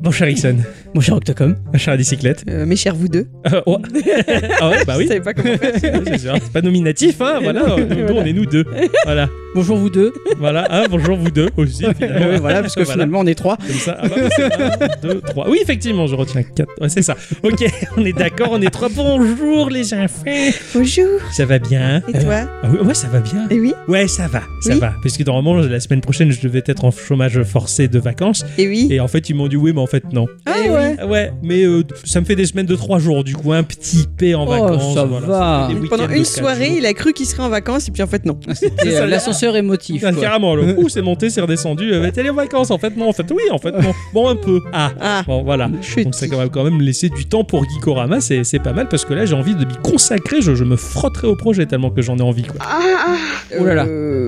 Mon cher Ixon. Mon cher Octocom. Ma chère bicyclette. Mes chers vous deux. Oh. Ah ouais, bah oui. Je savais pas comment faire. C'est sûr. C'est pas nominatif, hein. Voilà. Nous, on est nous deux. Voilà. Bonjour vous deux. Voilà. Hein, bonjour vous deux aussi. Finalement. Voilà, parce que finalement on est 3. Comme ça. Ah bah, c'est 1, 2, 3. Oui, effectivement, je retiens 4. Ouais, c'est ça. Ok, on est d'accord, on est 3. Bonjour les enfants. Bonjour. Ça va bien? Et toi? Ah oui, ouais, ça va bien. Et oui. Ouais, ça va. Ça Oui. va. Parce que normalement, la semaine prochaine, je devais être en chômage forcé de vacances. Et oui. Et en fait, ils m'ont dit oui, mais en fait, non. Ah Eh ouais. Ah ouais, mais ça me fait des semaines de 3 jours, du coup, un petit P en vacances. ça voilà. va. Ça fait des week-ends Pendant de une 4 soirée, jours. il a cru qu'il serait en vacances et puis en fait non. C'était ça, l'ascenseur émotif. Ah, quoi. carrément, le coup, c'est monté, c'est redescendu. T'es allé en vacances, en fait, non. En fait, oui, en fait, non. Bon, un peu. Ah. Bon, voilà. Chut. Donc, ça va quand même laisser du temps pour Geekorama, c'est pas mal parce que là, j'ai envie de m'y consacrer. Je me frotterai au projet tellement que j'en ai envie, quoi. Oh là là.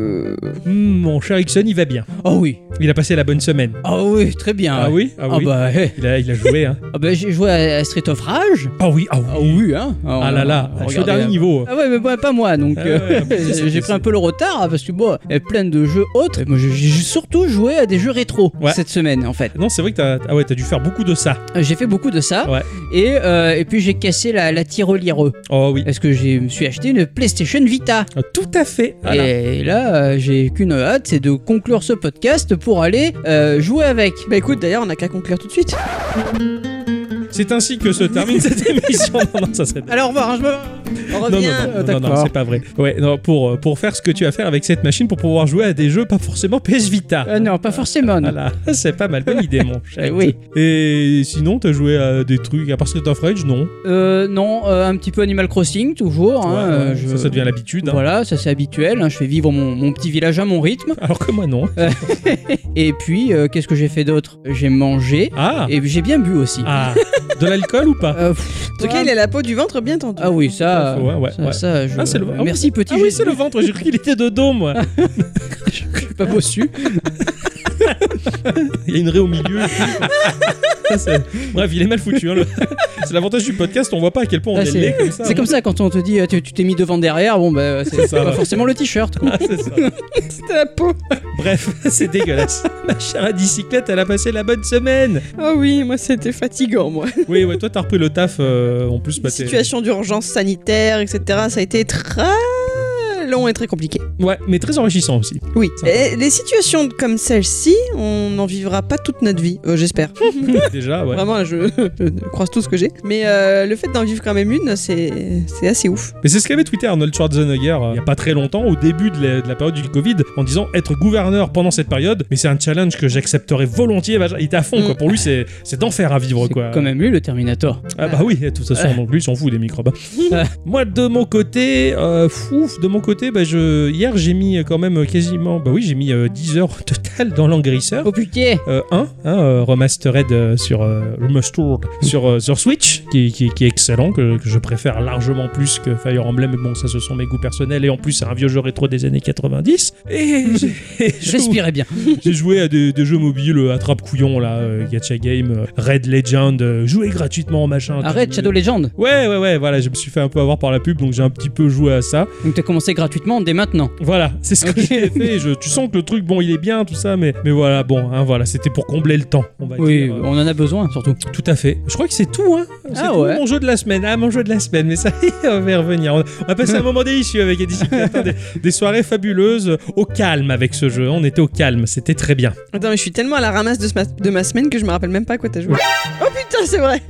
Mon cher Ixon, il va bien. Oh oui. Il a passé la bonne semaine. Ah oui, très bien. Ah oui, ah Ah oui. bah, Il a joué, hein. j'ai joué à Street of Rage. Ah oui, ah oui. Ah oui, hein. Ah là là, je suis au dernier niveau. Ah ouais, mais bon, pas moi, donc Ah ouais, j'ai pris un peu le retard parce que bon, il y a plein de jeux autres. Moi, j'ai surtout joué à des jeux rétro Ouais. cette semaine en fait. Non, c'est vrai que t'as dû faire beaucoup de ça. J'ai fait beaucoup de ça Ouais. et puis j'ai cassé la tirelire Oh oui. parce que je me suis acheté une PlayStation Vita. Ah, tout à fait. Voilà. Et là, j'ai qu'une hâte, c'est de conclure ce podcast pour aller jouer avec. Bah écoute, d'ailleurs, on a qu'à conclure tout de suite. C'est ainsi que se termine cette émission. Non, ça serait... Alors au revoir, on Non, revient. non, d'accord. c'est pas vrai. Ouais, non, pour faire ce que tu vas faire avec cette machine pour pouvoir jouer à des jeux pas forcément PS Vita. Non, pas forcément. non. Voilà, c'est pas mal, bonne idée, mon cher. Oui. Et sinon, t'as joué à des trucs à part Street of Rage, non? Non, un petit peu Animal Crossing toujours. hein, Ouais, ça devient l'habitude. Hein. Voilà, ça c'est habituel. hein, je fais vivre mon petit village à mon rythme. Alors que moi, non. Et puis, qu'est-ce que j'ai fait d'autre? J'ai mangé Ah, et j'ai bien bu aussi. ah. De l'alcool ou pas? En tout cas, il a la peau du ventre bien tendue. Ah oui, ça. Ouais, ouais, ça, ouais. ça, je... Ah, c'est le- ah oui. Merci petit. Ah oui, Jésus. c'est le ventre, j'ai cru qu'il était de dos, moi. Je suis pas bossu. Il y a une raie au milieu. Bref, il est mal foutu. Hein, c'est l'avantage du podcast, on voit pas à quel point on Ah, est laid comme ça. c'est comme ça quand on te dit tu t'es mis devant derrière, bon bah c'est ça, pas ouais. forcément le t-shirt. quoi. Ah, c'est ça. C'était la peau. Bref, c'est dégueulasse. Ma chère bicyclette, elle a passé la bonne semaine. Ah oui, moi c'était fatigant, moi. Oui, ouais, toi t'as repris le taf en plus. Bah, t'es- Situation d'urgence sanitaire, etc. Ça a été très long et très compliqué. Ouais, mais très enrichissant aussi. Oui. Sympa. Et les situations comme celle-ci, on n'en vivra pas toute notre vie, j'espère. Déjà, ouais. Vraiment, je croise tout ce que j'ai. Mais le fait d'en vivre quand même une, c'est assez ouf. Mais c'est ce qu'avait tweeté Arnold Schwarzenegger il y a pas très longtemps, au début de la période du Covid, en disant être gouverneur pendant cette période, mais c'est un challenge que j'accepterais volontiers. Il était à fond, quoi. Pour lui, c'est d'enfer à vivre, C'est quoi. quand même lui le Terminator. Ah bah oui, de toute façon, donc lui, il s'en fout des microbes. Moi, de mon côté, hier, j'ai mis quand même quasiment, bah oui, j'ai mis 10 heures total dans l'engrisseur. Oh putain. Remastered sur Switch, qui est excellent, que je préfère largement plus que Fire Emblem, mais bon, ça, ce sont mes goûts personnels, et en plus, c'est un vieux jeu rétro des années 90. Et Je respirais bien. j'ai joué à des jeux mobiles attrape-couillon, là, gacha game, Red Legend, joué gratuitement, machin. Arrête Shadow Legend. Ouais, voilà, je me suis fait un peu avoir par la pub, donc j'ai un petit peu joué à ça. Donc t'as commencé gratuitement dès maintenant. Voilà, c'est ce que j'ai fait. Tu sens que le truc, bon, il est bien, tout ça, mais voilà, bon, hein, voilà, c'était pour combler le temps, on va Oui, dire. on en a besoin surtout. Tout à fait. Je crois que c'est tout, hein. C'est Ah tout ouais. mon jeu de la semaine. Ah, mon jeu de la semaine, mais ça, on va y revenir. On a passé un moment délicieux avec Eddie Cyclata, des soirées fabuleuses, au calme avec ce jeu. On était au calme, c'était très bien. Attends, mais je suis tellement à la ramasse de ma semaine que je me rappelle même pas à quoi t'as joué. Oh putain, c'est vrai.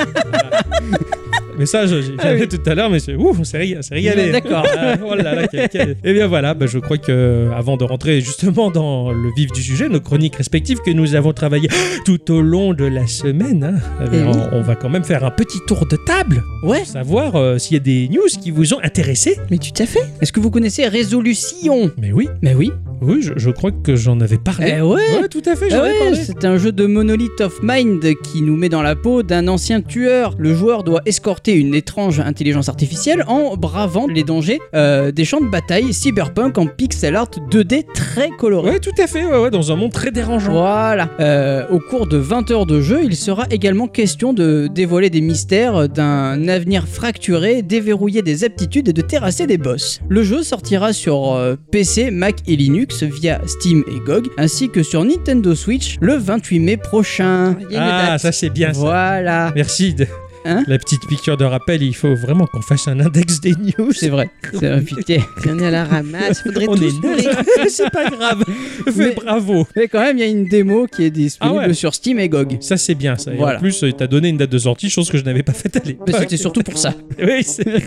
Mais ça, j'y allais tout à l'heure, mais on s'est régalé. D'accord. Oh là là, Et bien voilà, je crois que avant de rentrer justement dans le vif du sujet, nos chroniques respectives que nous avons travaillées tout au long de la semaine, hein, Eh oui. on va quand même faire un petit tour de table Ouais. pour savoir s'il y a des news qui vous ont intéressé. Mais tu t'as fait. Est-ce que vous connaissez Résolution? Mais oui, Mais oui. je crois que j'en avais parlé. Eh ouais. tout à fait, Ah j'en ai ouais, parlé. c'est un jeu de Monolith of Mind qui nous met dans la peau d'un ancien tueur. Le joueur doit escorter une étrange intelligence artificielle en bravant les dangers des champs de bataille cyberpunk en pixel art 2D très coloré. Ouais, tout à fait, ouais, dans un monde très dérangeant. Voilà. Au cours de 20 heures de jeu, il sera également question de dévoiler des mystères d'un avenir fracturé, déverrouiller des aptitudes et de terrasser des boss. Le jeu sortira sur PC, Mac et Linux Linux via Steam et GOG, ainsi que sur Nintendo Switch le 28 mai prochain. Il y a une date. ça c'est bien ça. Voilà. Merci. Hein La petite piqûre de rappel, il faut vraiment qu'on fasse un index des news. C'est vrai. Putain. On est à la ramasse. Faudrait On tous est mourir. nuls. C'est pas grave. Mais bravo. Mais quand même, il y a une démo qui est disponible sur Steam et GOG. Ça c'est bien ça. Et Voilà. en plus, t'as donné une date de sortie, chose que je n'avais pas faite à l'époque. Mais c'était surtout pour ça. Oui,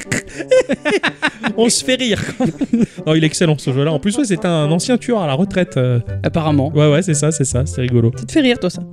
on se fait rire. Non, il est excellent ce jeu-là. En plus, ouais, c'est un ancien tueur à la retraite. Apparemment. Ouais, c'est ça, c'est rigolo. Ça te fait rire, toi, ça.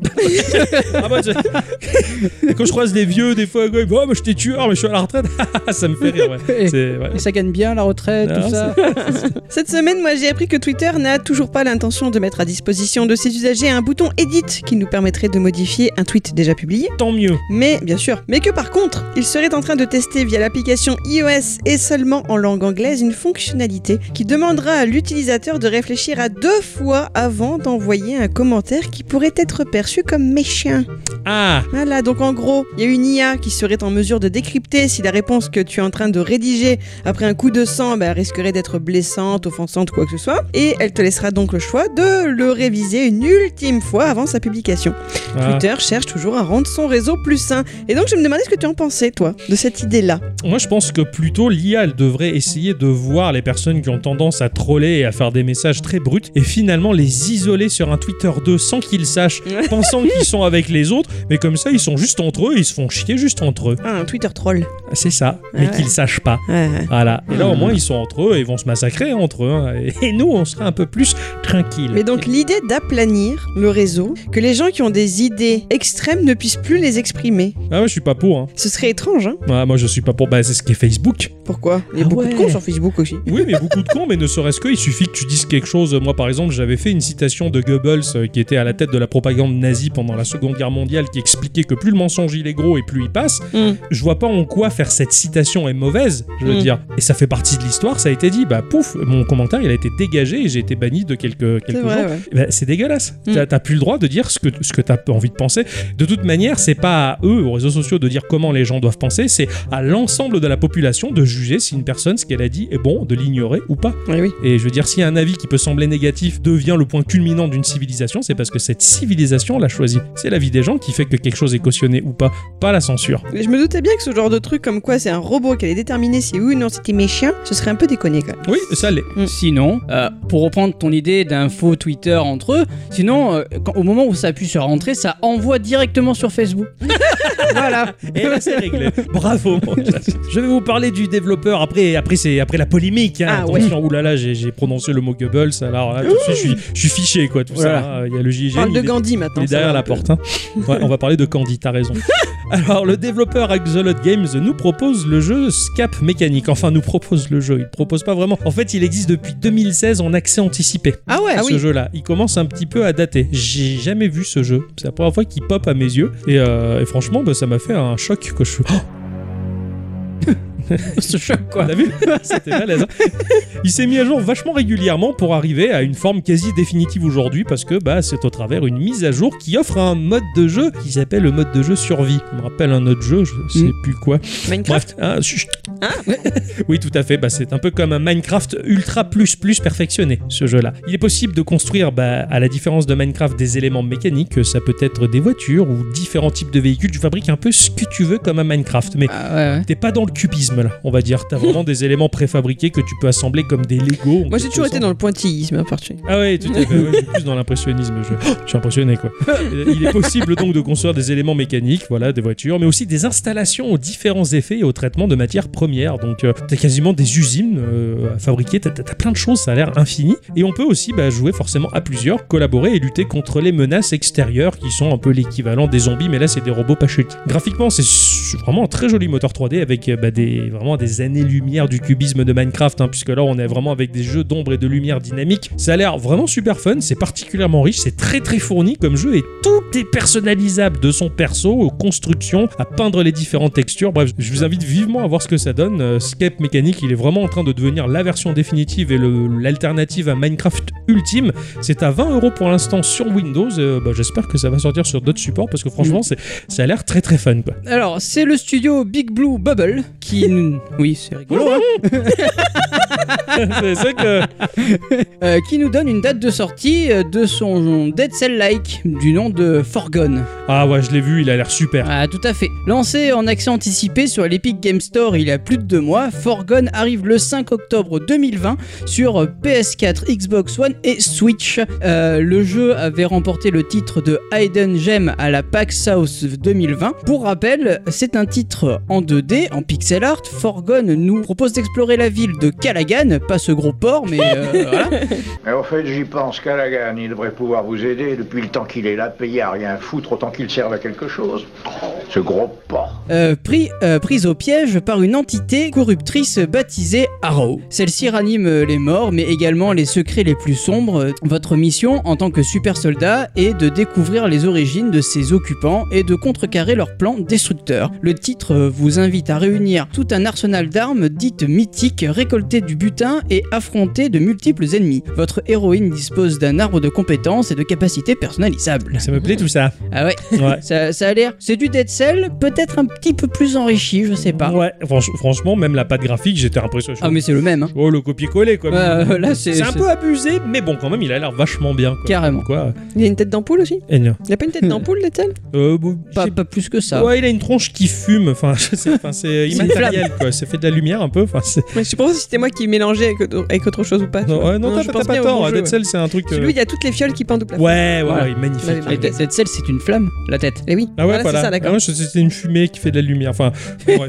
Ah bah, quand je croise des vieux, des fois, quoi, oh, bah, je t'ai tueur, mais je suis à la retraite. Ça me fait rire, ouais. Ouais. Et ça gagne bien la retraite, Non, tout ça. Cette semaine, moi, j'ai appris que Twitter n'a toujours pas l'intention de mettre à disposition de ses usagers un bouton Edit qui nous permettrait de modifier un tweet déjà publié. Tant mieux. Mais, bien sûr, mais que par contre, il serait en train de tester via l'application iOS et seulement en langue anglaise une fonctionnalité qui demandera à l'utilisateur de réfléchir à 2 fois avant d'envoyer un commentaire qui pourrait être perçu comme méchant. Ah, Voilà, donc en gros, il y a une IA qui serait en mesure de décrypter si la réponse que tu es en train de rédiger après un coup de sang risquerait d'être blessante, offensante, quoi que ce soit, et elle te laissera donc le choix de le réviser une ultime fois avant sa publication. Twitter cherche toujours à rendre son réseau plus sain, et donc je me demandais ce que tu en pensais, toi, de cette idée-là. Moi, je pense que plutôt l'IA, elle devrait essayer de voir les personnes qui ont tendance à troller et à faire des messages très bruts et finalement les isoler sur un Twitter 2 sans qu'ils sachent, pensant qu'ils sont avec les autres, mais comme ça, ils sont juste entre eux, ils se font chier juste entre eux. Ah, un Twitter troll. C'est ça, mais Ouais. qu'ils sachent pas. Ouais. Voilà. Et là, au moins, ils sont entre eux et ils vont se massacrer entre eux. Hein. Et nous, on sera un peu plus tranquille. Mais donc l'idée d'aplanir le réseau, que les gens qui ont des idées extrêmes ne puissent plus les exprimer, Ah ouais, je suis pas pour. Hein. ce serait étrange, hein? Ah, moi, je suis pas pour. Bah, c'est ce qu'est Facebook. Pourquoi? Il y a Ah beaucoup de ouais. cons sur Facebook aussi. Oui, mais beaucoup de cons, mais ne serait-ce que, il suffit que tu dises quelque chose. Moi, par exemple, j'avais fait une citation de Goebbels, qui était à la tête de la propagande nazie pendant la Seconde Guerre mondiale, qui expliquait que plus le mensonge il est gros et plus il passe. Je vois pas en quoi faire cette citation est mauvaise, je veux dire. Et ça fait partie de l'histoire, ça a été dit. Bah, pouf, mon commentaire, il a été dégagé et j'ai été banni de quelques C'est jours. vrai, ouais. Bah, c'est dégueulasse. T'as plus le droit de dire ce que t'as envie de penser. De toute manière, c'est pas à eux, aux réseaux sociaux, de dire comment les gens doivent penser, c'est à l'ensemble de la population de juger si une personne, ce qu'elle a dit, est bon, de l'ignorer ou pas. Ouais, oui. Et je veux dire, si un avis qui peut sembler négatif devient le point culminant d'une civilisation, c'est parce que cette civilisation l'a choisi. C'est l'avis des gens qui fait que quelque chose est cautionné ou pas la censure. Mais je me doutais bien que ce genre de truc comme quoi c'est un robot qui allait déterminer si oui ou non c'était méchant, ce serait un peu déconné quand même. Oui, ça l'est. Sinon, pour reprendre ton idée d'un faux Twitter entre eux, sinon, au moment où ça appuie sur entrée, ça envoie directement sur Facebook. Voilà. Et là, c'est réglé. Bravo, mon chat. Je vais vous parler du développeur. Après la polémique. Hein. Ah, Attention, oulala, j'ai prononcé le mot Goebbels. Alors là, tout de suite, je suis fiché, quoi. Tout Voilà. ça. Il y a le On GIGN. parle de il est- Gandhi maintenant. Il est ça derrière va la un peu. porte. Hein. Ouais, on va parler de Candy, t'as raison. Alors, le développeur Axolot Games nous propose le jeu Scap Mécanique. Enfin, nous propose le jeu. Il ne propose pas vraiment. En fait, il existe depuis 2016 en accès anticipé. Ah ouais, Ce jeu-là, il commence un petit peu à dater. J'ai jamais vu ce jeu. C'est la première fois qu'il pop à mes yeux. Et franchement, ça m'a fait un choc que je. Ce choc, quoi. T'as vu? C'était malaise. Hein. Il s'est mis à jour vachement régulièrement pour arriver à une forme quasi définitive aujourd'hui parce que c'est au travers une mise à jour qui offre un mode de jeu qui s'appelle le mode de jeu survie. Ça me rappelle un autre jeu, je sais plus quoi. Minecraft. Bref, chut. Oui, tout à fait. C'est un peu comme un Minecraft ultra plus perfectionné, ce jeu-là. Il est possible de construire, à la différence de Minecraft, des éléments mécaniques. Ça peut être des voitures ou différents types de véhicules. Tu fabriques un peu ce que tu veux comme un Minecraft, mais Ah, ouais. t'es pas dans le cubisme là, on va dire. T'as vraiment des éléments préfabriqués que tu peux assembler comme des Lego. Moi j'ai toujours été dans le pointillisme à partir. Ah ouais, tout à fait. Ouais, je suis plus dans l'impressionnisme. Je suis impressionné quoi. Il est possible donc de construire des éléments mécaniques, voilà, des voitures, mais aussi des installations aux différents effets et au traitement de matières premières. Donc t'as quasiment des usines à fabriquer. T'as plein de choses, ça a l'air infini. Et on peut aussi jouer forcément à plusieurs, collaborer et lutter contre les menaces extérieures qui sont un peu l'équivalent des zombies, mais là c'est des robots pas chutiques. Graphiquement, c'est vraiment un très joli moteur 3D avec vraiment des années-lumière du cubisme de Minecraft, hein, puisque là on est vraiment avec des jeux d'ombre et de lumière dynamiques. Ça a l'air vraiment super fun, c'est particulièrement riche, c'est très très fourni comme jeu et tout est personnalisable de son perso aux constructions, à peindre les différentes textures. Bref, je vous invite vivement à voir ce que ça donne. Scap Mécanique, il est vraiment en train de devenir la version définitive et l'alternative à Minecraft ultime. C'est à 20€ pour l'instant sur Windows. J'espère que ça va sortir sur d'autres supports parce que franchement ça a l'air très très fun quoi. Alors, c'est le studio Big Blue Bubble qui... Oui, c'est rigolo, hein. C'est que... qui nous donne une date de sortie de son Dead Cell-like du nom de Forgone. Ah ouais, je l'ai vu, il a l'air super. Ah, tout à fait. Lancé en accès anticipé sur l'Epic Game Store il y a plus de 2 mois, Forgone arrive le 5 octobre 2020 sur PS4, Xbox One et Switch. Le jeu avait remporté le titre de Hidden Gem à la PAX South 2020. Pour rappel, c'est un titre en 2D, en pixel art. Forgone nous propose d'explorer la ville de Callaghan, pas ce gros port, mais voilà. Mais en fait, j'y pense, Callaghan, il devrait pouvoir vous aider depuis le temps qu'il est là, payé à rien foutre, autant qu'il serve à quelque chose. Ce gros porc. Prise au piège par une entité corruptrice baptisée Arrow. Celle-ci ranime les morts, mais également les secrets les plus sombres. Votre mission en tant que super soldat est de découvrir les origines de ses occupants et de contrecarrer leurs plans destructeurs. Le titre vous invite à réunir tout un arsenal d'armes dites mythiques, récolter du butin et affronter de multiples ennemis. Votre héroïne dispose d'un arbre de compétences et de capacités personnalisables. Ça me plaît tout ça. Ah ouais, Ouais. ça a l'air... C'est du Dead Cell, peut-être un petit peu plus enrichi, je sais pas. Ouais, franchement, même la patte graphique, j'étais impressionné. Ah mais c'est le même, hein. Oh, le copier-coller, quoi. Là, c'est un peu abusé, mais bon, quand même, il a l'air vachement bien, quoi. Carrément. Quoi. Il a une tête d'ampoule aussi. Et non. Il a pas une tête d'ampoule, Dead Cell? Bon, Pas plus que ça. Ouais, il a une tronche qui fume. Enfin, c'est une immatériel, quoi. Ça fait de la lumière un peu. Enfin, c'est... Ouais, je sais pas si c'était moi qui mélangeais avec autre chose ou pas. tu Non, vois. ouais, non, je t'as pense pas bien au tort. bon jeu, Dead Cell, c'est un truc. Celui où il y a toutes les fioles qui pendent au plafond. Ouais, Voilà. magnifique. Ouais, Et Dead Cell, c'est une flamme, la tête. Eh oui. Ah ouais, voilà, c'est ça, d'accord. Ah ouais, c'était une fumée qui fait de la lumière. Enfin, bref.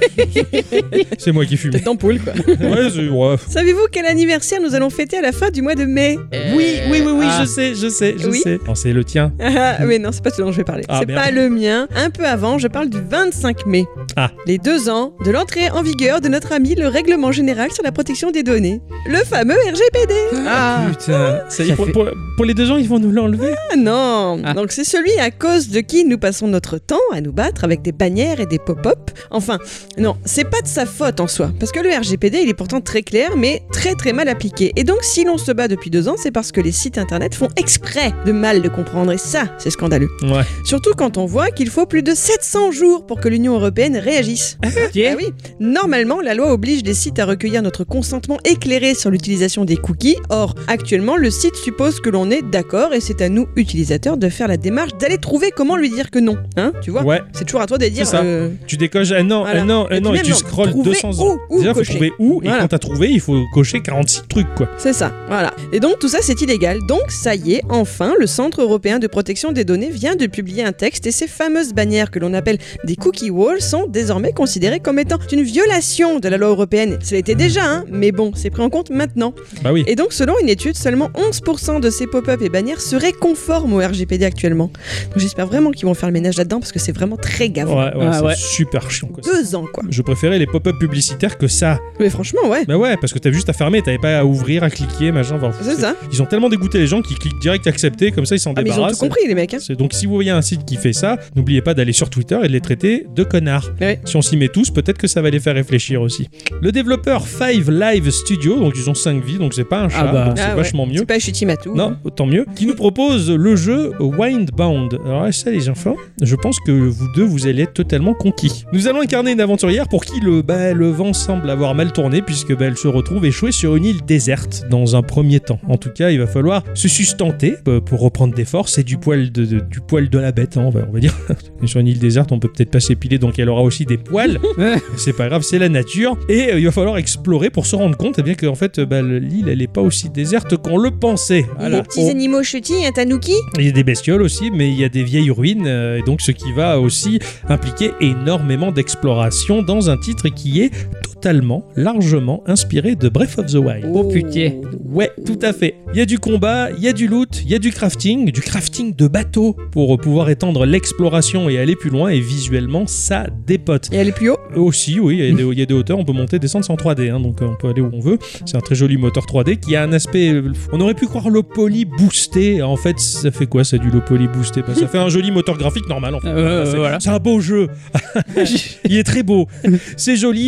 C'est moi qui fume. Tête d'ampoule, quoi. Ouais. Savez-vous quel anniversaire nous allons fêter à la fin du mois de mai? Oui, Ah. je sais. Oui. Non, c'est le tien. Ah, mais non, c'est pas ce dont je vais parler. Ah, C'est merde. pas le mien. Un peu avant, je parle du 25 mai. Ah. Les 2 ans de l'entrée en vigueur de notre ami le Règlement Général sur la protection des données. Le fameux RGPD. Ah, Putain. Ça y est, Ça fait- pour les 2 ans, ils vont nous l'enlever. Ah non. Ah. Donc c'est celui à cause de qui nous passons notre temps à nous battre avec des bannières et des pop-up. Enfin, non, c'est pas de sa faute en soi. Parce que le RGPD, il est pourtant très clair, mais très très mal appliqué. Et donc si l'on se bat depuis 2 ans, c'est parce que les sites internet font exprès de mal le comprendre. Et ça, c'est scandaleux. Ouais. Surtout quand on voit qu'il faut plus de 700 jours pour que l'Union européenne réagisse. tiens. Ah oui, normalement, la loi oblige les sites à recueillir notre consentement éclairé sur l'utilisation des cookies. Or, actuellement, le site suppose que l'on est d'accord et c'est à nous, utilisateurs, de faire la démarche d'aller trouver comment lui dire que non. Hein, tu vois? Ouais. C'est toujours à toi de dire. C'est ça. Tu décoches non, Voilà. non, Et puis non, et même, tu non, scrolles trouver 200 ans. où Déjà, faut cocher. trouver où, et Voilà. quand t'as trouvé, il faut cocher 46 trucs, quoi. C'est ça, voilà. Et donc tout ça c'est illégal. Donc ça y est, enfin, le Centre européen de protection des données vient de publier un texte et ces fameuses bannières que l'on appelle des cookie walls sont désormais considérées comme étant une violation de la loi européenne. Ça l'était déjà, hein, mais bon, c'est pris en compte maintenant. Bah oui. Et donc selon une étude, seulement 11% de ces pop-up et bannières seraient conformes au RGPD actuellement. Donc j'espère vraiment qu'ils vont faire le ménage là-dedans parce que c'est vraiment très gavant. Ouais, Ah, c'est ouais. super chiant, quoi. 2 ans quoi. Je préférais les pop-up publicitaires que ça. Mais franchement, ouais. Bah ouais, parce que t'avais juste à fermer, t'avais pas à ouvrir, à cliquer, machin. Enfin, C'est ça. Ils ont tellement dégoûté les gens qui cliquent direct accepter, comme ça ils s'en Ah mais ils ont tout débarrassent. compris les mecs. Hein. Donc si vous voyez un site qui fait ça, n'oubliez pas d'aller sur Twitter et de les traiter de connards. Ouais. Si on s'y met tous, peut-être que ça va les faire réfléchir aussi. Le développeur Five Live Studio, donc ils ont 5 vies, donc c'est pas un chat, Ah bah. donc c'est Ah ouais. vachement mieux. C'est pas Shichimatu. Non, autant mieux. Qui nous propose le jeu Windbound. Alors ça, les enfants, je pense que vous deux, vous allez être totalement conquis. Nous allons incarner une aventurière pour qui le vent semble avoir mal tourné, puisque elle se retrouve échouée sur une île déserte dans un premier temps. En tout cas, il va falloir se sustenter pour reprendre des forces et du poil de la bête, hein, on va dire. Sur une île déserte, on peut peut-être pas s'épiler, donc elle aura aussi des poils. C'est pas grave, c'est la nature. Et il va falloir explorer pour se rendre compte bien qu'en fait, l'île, elle est pas aussi déserte qu'on le pensait. Les petits animaux chutis, un tanuki. Il y a des bestioles aussi, mais il y a des vieilles ruines, et donc ce qui va aussi impliquer énormément d'exploration dans un titre qui est totalement, largement inspiré de Breath of the Wild. Oh putain. Ouais, tout à fait. Il y a du combat, il y a du loot, il y a du crafting de bateaux pour pouvoir étendre l'exploration et aller plus loin, et visuellement, ça dépote. Et elle est plus haut. Aussi, oui, il y a des hauteurs, on peut monter, descendre, c'est en 3D, hein, donc on peut aller où on veut. C'est un très joli moteur 3D qui a un aspect... on aurait pu croire low poly boosté, en fait, ça fait quoi, ça, du low poly boosté? Ça fait un joli moteur graphique normal, en fait. Voilà. C'est un beau jeu. Il est très beau. C'est joli, c'est lissé,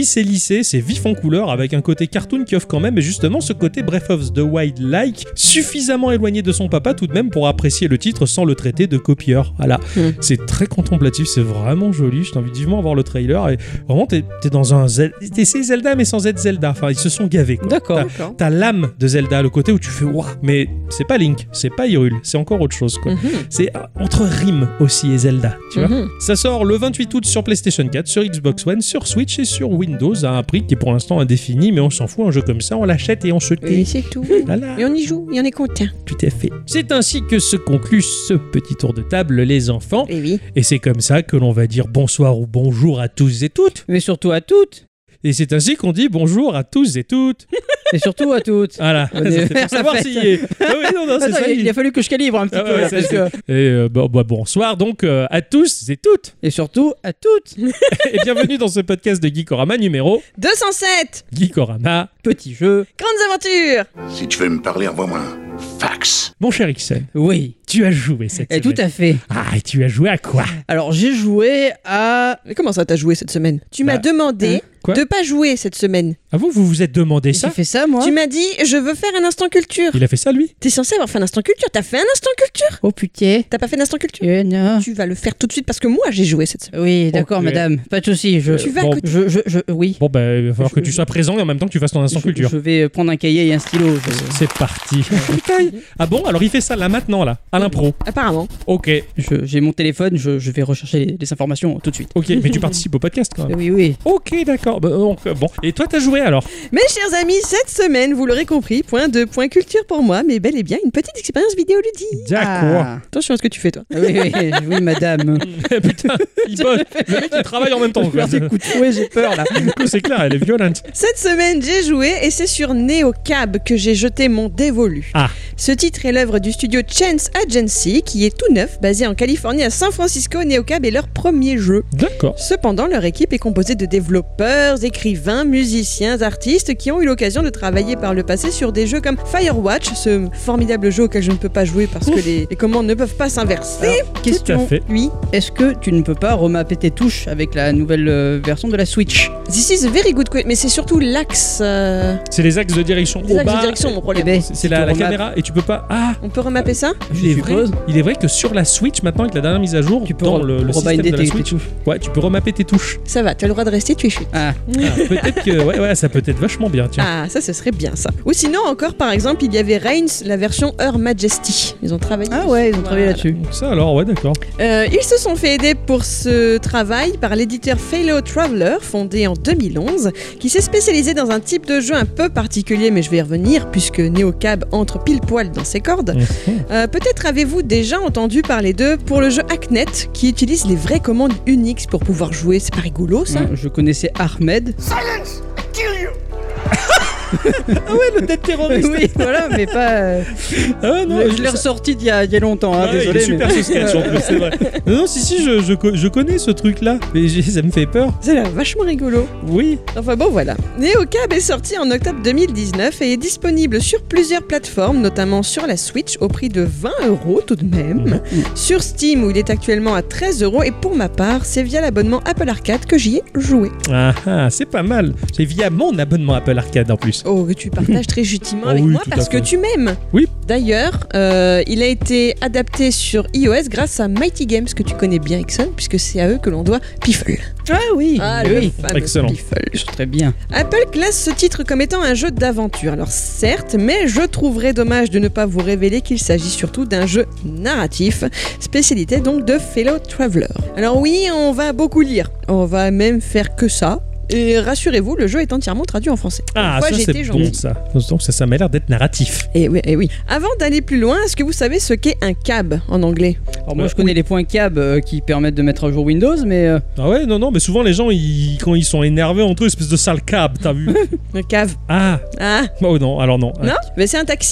épicé, c'est vif en couleur avec un côté cartoon qui offre quand même, et justement ce côté Breath of the Wild-like, suffisamment éloigné de son papa tout de même pour apprécier le titre sans le traiter de copieur. Voilà, c'est très contemplatif, c'est vraiment joli. Je t'invite vivement à voir le trailer. Et vraiment, t'es dans un c'est Zelda mais sans être Zelda. Enfin, ils se sont gavés, quoi. D'accord. T'as l'âme de Zelda, le côté où tu fais waouh, mais c'est pas Link, c'est pas Hyrule, c'est encore autre chose, quoi. C'est entre Rim aussi et Zelda, tu vois. Ça sort le 28 août sur PlayStation 4, sur Xbox One, sur Switch et sur Windows à un prix qui est pour l'instant indéfini, mais on s'en fout, un jeu comme ça, on l'achète et on se tait. Et c'est tout. Voilà. Et on y joue, et on est content. Tout à fait. C'est ainsi que se conclut ce petit tour de table, les enfants. Et oui. Et c'est comme ça que l'on va dire bonsoir ou bonjour à tous et toutes. Mais surtout à toutes. Et c'est ainsi qu'on dit bonjour à tous et toutes. Et surtout à toutes. Voilà. On est C'est pour vers savoir la s'il fête. y est. Ah oui, non, c'est Attends, ça. il a fallu que je calibre un petit peu. Là, parce que... Et bonsoir donc à tous et toutes. Et surtout à toutes. Et bienvenue dans ce podcast de Geekorama numéro 207. Geekorama. Petit jeu. Grandes aventures. Si tu veux me parler, envoie-moi un fax. Mon cher Ixon, Oui. tu as joué cette Et semaine. tout à fait. Ah, et tu as joué à quoi? Alors j'ai joué à... Mais comment ça t'as joué cette semaine? Tu m'as demandé Quoi de pas jouer cette semaine. Ah vous vous êtes demandé J'ai ça? fait ça moi. Tu m'as dit je veux faire un instant culture. Il a fait ça lui? T'es censé avoir fait un instant culture. T'as fait un instant culture? Oh putain. T'as pas fait d'instant culture? Non. Tu vas le faire tout de suite parce que moi j'ai joué cette semaine. Oui, d'accord, Ok. madame. Pas de souci. Tu vas bon. à côté. Oui. Bon bah il va falloir que tu sois présent et en même temps que tu fasses ton instant culture. Je vais prendre un cahier et un stylo. C'est parti. Putain. Ah bon? Alors il fait ça là maintenant là, à l'impro. Apparemment. Ok. J'ai mon téléphone, je vais rechercher les informations tout de suite. Ok, mais tu participes au podcast quand même. Oui, oui. Ok, d'accord. Bah, donc, bon. Et toi, t'as joué alors? Mes chers amis, cette semaine, vous l'aurez compris, point culture pour moi, mais bel et bien une petite expérience vidéoludique. D'accord. Ah. Attention à ce que tu fais toi. Oui, madame. Putain, il bosse. Le mec, il travaille en même temps. Quoi. Faire des coups de fouet, j'ai peur là. Du coup, c'est clair, elle est violente. Cette semaine, j'ai joué et c'est sur NeoCab que j'ai jeté mon dévolu. Ah. Ce titre est l'œuvre du studio Chance Agency qui est tout neuf, basé en Californie à San Francisco. NeoCab est leur premier jeu. D'accord. Cependant, leur équipe est composée de développeurs, écrivains, musiciens, artistes qui ont eu l'occasion de travailler par le passé sur des jeux comme Firewatch, ce formidable jeu auquel je ne peux pas jouer parce que les commandes ne peuvent pas s'inverser. Question. Tout à fait. Oui. Est-ce que tu ne peux pas remapper tes touches avec la nouvelle version de la Switch? This is a very good question, mais c'est surtout l'axe. C'est les axes de direction. Les au axes bas. de direction, mon problème. Eh ben, C'est si la tu remapes- caméra et tu peux pas. Ah, On peut remapper ça? il est je vrai. suppose. Il est vrai que sur la Switch maintenant avec la dernière mise à jour, Tu peux dans le système rebinder de la tes Switch, touches. ouais, tu peux remapper tes touches. Ça va, tu as le droit de rester, tu es chute. Ah, Ah, peut-être que ouais, ça peut être vachement bien. Tiens. Ah, ça, ce serait bien ça. Ou sinon, encore par exemple, il y avait Reigns, la version Her Majesty. Ils ont travaillé. ah ouais, ils ont travaillé Voilà. là-dessus. Donc ça alors, ouais, d'accord. Ils se sont fait aider pour ce travail par l'éditeur Fellow Traveler, fondé en 2011, qui s'est spécialisé dans un type de jeu un peu particulier, mais je vais y revenir puisque NeoCab entre pile poil dans ses cordes. Peut-être avez-vous déjà entendu parler d'eux pour le jeu Hacknet, qui utilise les vraies commandes Unix pour pouvoir jouer. C'est pas rigolo ça? Je connaissais Ahmed. Le dead terroriste. Oui, voilà, mais pas. Ah ouais, non, je l'ai ressorti il y a longtemps, hein, Ah ouais, désolé. il est super ce sketch en plus, c'est vrai. Non, si, je connais ce truc-là, mais ça me fait peur. Ça a l'air vachement rigolo. Oui. Enfin bon, voilà. NeoCab est sorti en octobre 2019 et est disponible sur plusieurs plateformes, notamment sur la Switch au prix de 20€ tout de même, sur Steam où il est actuellement à 13€ et pour ma part, c'est via l'abonnement Apple Arcade que j'y ai joué. Ah, c'est pas mal. C'est via mon abonnement Apple Arcade en plus. Oh, que tu partages très jutimement Oh avec oui, moi tout parce à que fait. tu m'aimes. Oui. D'ailleurs, il a été adapté sur iOS grâce à Mighty Games que tu connais bien, Ixon, puisque c'est à eux que l'on doit Piffle. Ah oui, le fameux excellent. Piffle. très bien. Apple classe ce titre comme étant un jeu d'aventure. Alors certes, mais je trouverais dommage de ne pas vous révéler qu'il s'agit surtout d'un jeu narratif, spécialité donc de Fellow Traveler. Alors oui, on va beaucoup lire, on va même faire que ça. Et rassurez-vous, le jeu est entièrement traduit en français. Ah, Une fois, ça j'étais c'est gentille. bon ça. Donc ça m'a l'air d'être narratif. Et oui, et oui. Avant d'aller plus loin, est-ce que vous savez ce qu'est un cab en anglais? Alors moi je connais les points cab qui permettent de mettre à jour Windows, mais Ah ouais, non, mais souvent les gens, quand ils sont énervés entre eux, espèce de sale cab, t'as vu? Un cave. Ah, Ah, oh non, alors non. non? Mais c'est un taxi. Hein?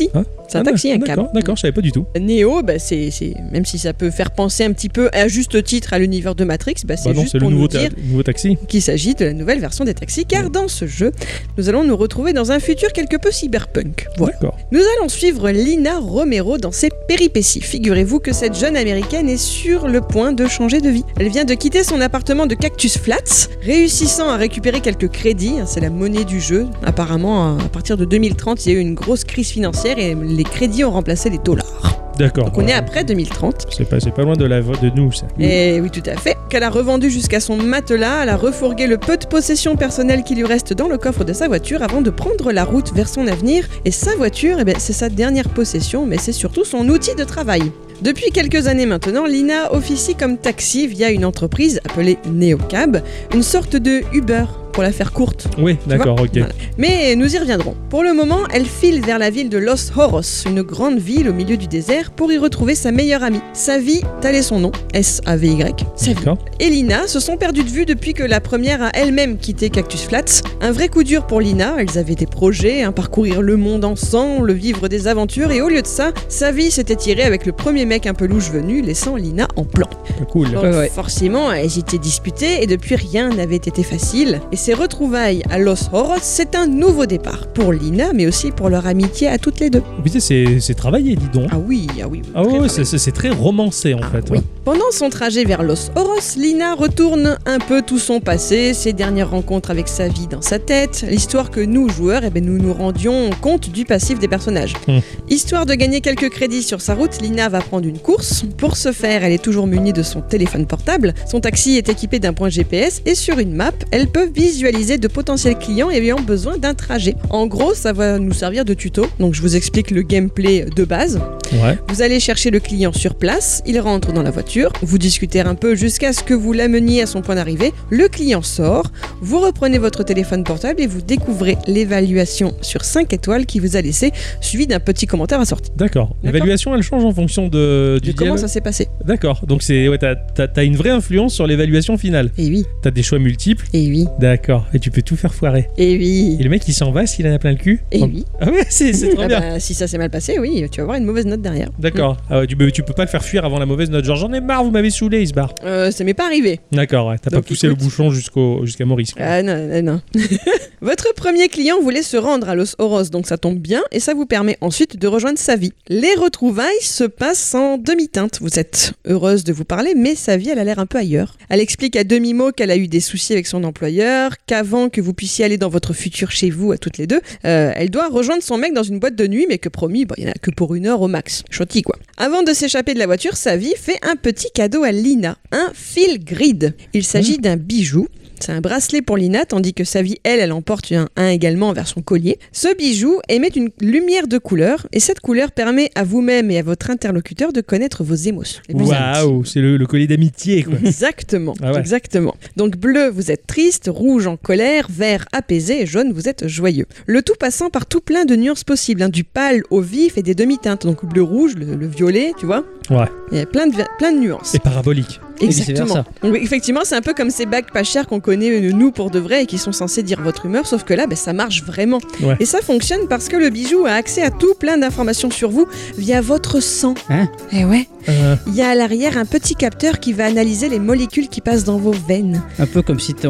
C'est un taxi, un cab. D'accord, je savais pas du tout. Neo, même si ça peut faire penser un petit peu à juste titre à l'univers de Matrix, c'est juste pour nous dire nouveau taxi. qu'il s'agit de la nouvelle version des taxis, car dans ce jeu, nous allons nous retrouver dans un futur quelque peu cyberpunk. Voilà. D'accord. Nous allons suivre Lina Romero dans ses péripéties. Figurez-vous que cette jeune américaine est sur le point de changer de vie. Elle vient de quitter son appartement de Cactus Flats, réussissant à récupérer quelques crédits, c'est la monnaie du jeu. Apparemment, à partir de 2030, il y a eu une grosse crise financière et les crédits ont remplacé les dollars. D'accord. Donc on est après 2030. C'est pas loin de nous, ça. Et oui, tout à fait. Qu'elle a revendu jusqu'à son matelas, elle a refourgué le peu de possessions personnelles qui lui reste dans le coffre de sa voiture avant de prendre la route vers son avenir. Et sa voiture, c'est sa dernière possession, mais c'est surtout son outil de travail. Depuis quelques années maintenant, Lina officie comme taxi via une entreprise appelée NeoCab, une sorte de Uber pour la faire courte. Oui, d'accord, ok. Voilà. Mais nous y reviendrons. Pour le moment, elle file vers la ville de Los Horos, une grande ville au milieu du désert, pour y retrouver sa meilleure amie. Savvy, tel est son nom, S-A-V-Y, Savvy. Et Lina se sont perdues de vue depuis que la première a elle-même quitté Cactus Flats. Un vrai coup dur pour Lina, elles avaient des projets, parcourir le monde ensemble, vivre des aventures, et au lieu de ça, Savvy s'était tirée avec le premier mec un peu louche venu, laissant Lina en plan. Cool. Donc, forcément, elles étaient disputées et depuis rien n'avait été facile. Et ces retrouvailles à Los Horos, c'est un nouveau départ pour Lina, mais aussi pour leur amitié à toutes les deux. Putain, c'est travaillé, dis donc. Ah oui. Ah ouais, c'est très romancé en fait. Oui. Ouais. Pendant son trajet vers Los Horos, Lina retourne un peu tout son passé, ses dernières rencontres avec sa vie dans sa tête, l'histoire que nous, joueurs, nous nous rendions compte du passif des personnages. Histoire de gagner quelques crédits sur sa route, Lina va prendre une course. Pour ce faire, elle est toujours munie de son téléphone portable. Son taxi est équipé d'un point GPS et sur une map, elle peut visualiser de potentiels clients ayant besoin d'un trajet. En gros, ça va nous servir de tuto. Donc je vous explique le gameplay de base. Ouais. Vous allez chercher le client sur place, il rentre dans la voiture, vous discutez un peu jusqu'à ce que vous l'ameniez à son point d'arrivée, le client sort, vous reprenez votre téléphone portable et vous découvrez l'évaluation sur 5 étoiles qui vous a laissé, suivi d'un petit commentaire assorti. D'accord. L'évaluation, elle change en fonction du comment dialogue. ça s'est passé. D'accord. Donc t'as une vraie influence sur l'évaluation finale. Et oui. T'as des choix multiples. Et oui. D'accord. Et tu peux tout faire foirer. Et oui. Et le mec, il s'en va s'il en a plein le cul. Et oui. Ah ouais, c'est trop bien. Si ça s'est mal passé, oui, tu vas avoir une mauvaise note derrière. D'accord. Ah ouais, tu peux pas le faire fuir avant la mauvaise note. Genre, j'en ai marre, vous m'avez saoulé, il se barre. Ça m'est pas arrivé. D'accord, ouais. T'as pas Donc, poussé le bouchon jusqu'à Maurice. Quoi. Ah non. Votre premier client voulait se rendre à Los Horos, donc ça tombe bien, et ça vous permet ensuite de rejoindre Savvy. Les retrouvailles se passent en demi-teinte. Vous êtes heureuse de vous parler, mais Savvy, elle a l'air un peu ailleurs. Elle explique à demi-mot qu'elle a eu des soucis avec son employeur, qu'avant que vous puissiez aller dans votre futur chez vous, à toutes les deux, elle doit rejoindre son mec dans une boîte de nuit, mais que promis, il y en a que pour 1 heure au max. Chouetti, quoi. Avant de s'échapper de la voiture, Savvy fait un petit cadeau à Lina, un fil grid. Il s'agit d'un bijou. C'est un bracelet pour Lina, tandis que Savvy, elle emporte un également vers son collier. Ce bijou émet une lumière de couleur, et cette couleur permet à vous-même et à votre interlocuteur de connaître vos émotions. Waouh, c'est le collier d'amitié, quoi. Exactement, Ah ouais. exactement. Donc bleu, vous êtes triste, rouge en colère, vert apaisé et jaune, vous êtes joyeux. Le tout passant par tout plein de nuances possibles, du pâle au vif et des demi-teintes. Donc bleu-rouge, le violet, tu vois. Ouais. Il y a plein de nuances. Et parabolique. Exactement. Donc, effectivement, c'est un peu comme ces bagues pas chères qu'on connaît nous pour de vrai et qui sont censées dire votre humeur, sauf que là, ça marche vraiment. Ouais. Et ça fonctionne parce que le bijou a accès à tout plein d'informations sur vous via votre sang. Hein ? Et ouais. Il y a à l'arrière un petit capteur qui va analyser les molécules qui passent dans vos veines. Un peu comme si ta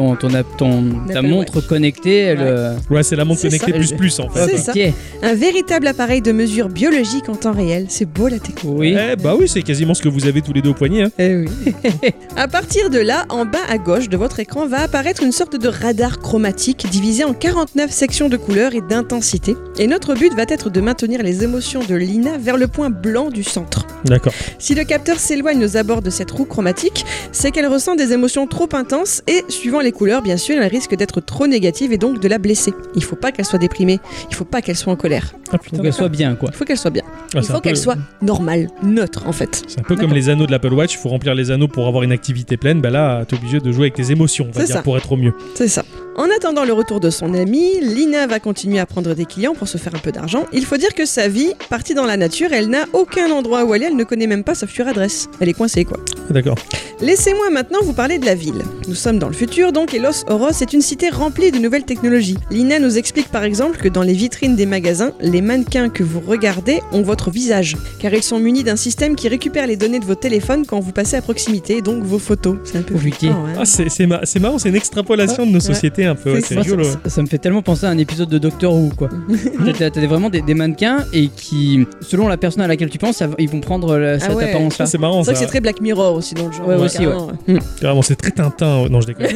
montre connectée, elle... Ouais, c'est la montre C'est connectée ça. plus en fait. C'est ça. Ok. Un véritable appareil de mesure biologique en temps réel. C'est beau la techno. Oui. Eh bah oui, c'est quasiment ce que vous avez tous les deux au poignet. Hein. Eh oui. À partir de là, en bas à gauche de votre écran va apparaître une sorte de radar chromatique divisé en 49 sections de couleurs et d'intensité. Et notre but va être de maintenir les émotions de Lina vers le point blanc du centre. D'accord. Si le capteur s'éloigne aux abords de cette roue chromatique, c'est qu'elle ressent des émotions trop intenses et, suivant les couleurs, bien sûr, elle risque d'être trop négative et donc de la blesser. Il faut pas qu'elle soit déprimée, il faut pas qu'elle soit en colère. Ah putain. Faut qu'elle soit bien, quoi. Il faut qu'elle soit bien. Ah, Il c'est faut un peu- qu'elle soit normale, neutre en fait. C'est un peu comme D'accord. les anneaux de l'Apple Watch, il faut remplir les anneaux pour avoir une activité pleine. Bah là, t'es obligé de jouer avec tes émotions, on va C'est dire, ça. pour être au mieux. C'est ça. En attendant le retour de son ami, Lina va continuer à prendre des clients pour se faire un peu d'argent. Il faut dire que sa vie, partie dans la nature, elle n'a aucun endroit où aller, elle ne connaît même pas sa future adresse. Elle est coincée quoi. Ah, d'accord. Laissez-moi maintenant vous parler de la ville. Nous sommes dans le futur donc et Los Oros est une cité remplie de nouvelles technologies. Lina nous explique par exemple que dans les vitrines des magasins, les mannequins que vous regardez ont votre visage, car ils sont munis d'un système qui récupère les données de vos téléphones quand vous passez à proximité, donc vos photos. C'est un peu Compliqué. flippant, hein. Ah, c'est marrant, c'est une extrapolation de nos sociétés un peu. C'est C'est Moi, rigolo. ça me fait tellement penser à un épisode de Doctor Who, quoi. T'as vraiment des mannequins et qui, selon la personne à laquelle tu penses, ils vont prendre cette ouais. apparence-là. Ah, c'est marrant C'est vrai ça. que c'est très Black Mirror aussi dans le genre. Ouais, aussi, carrément, Carrément, c'est très Tintin. Non, je déconne.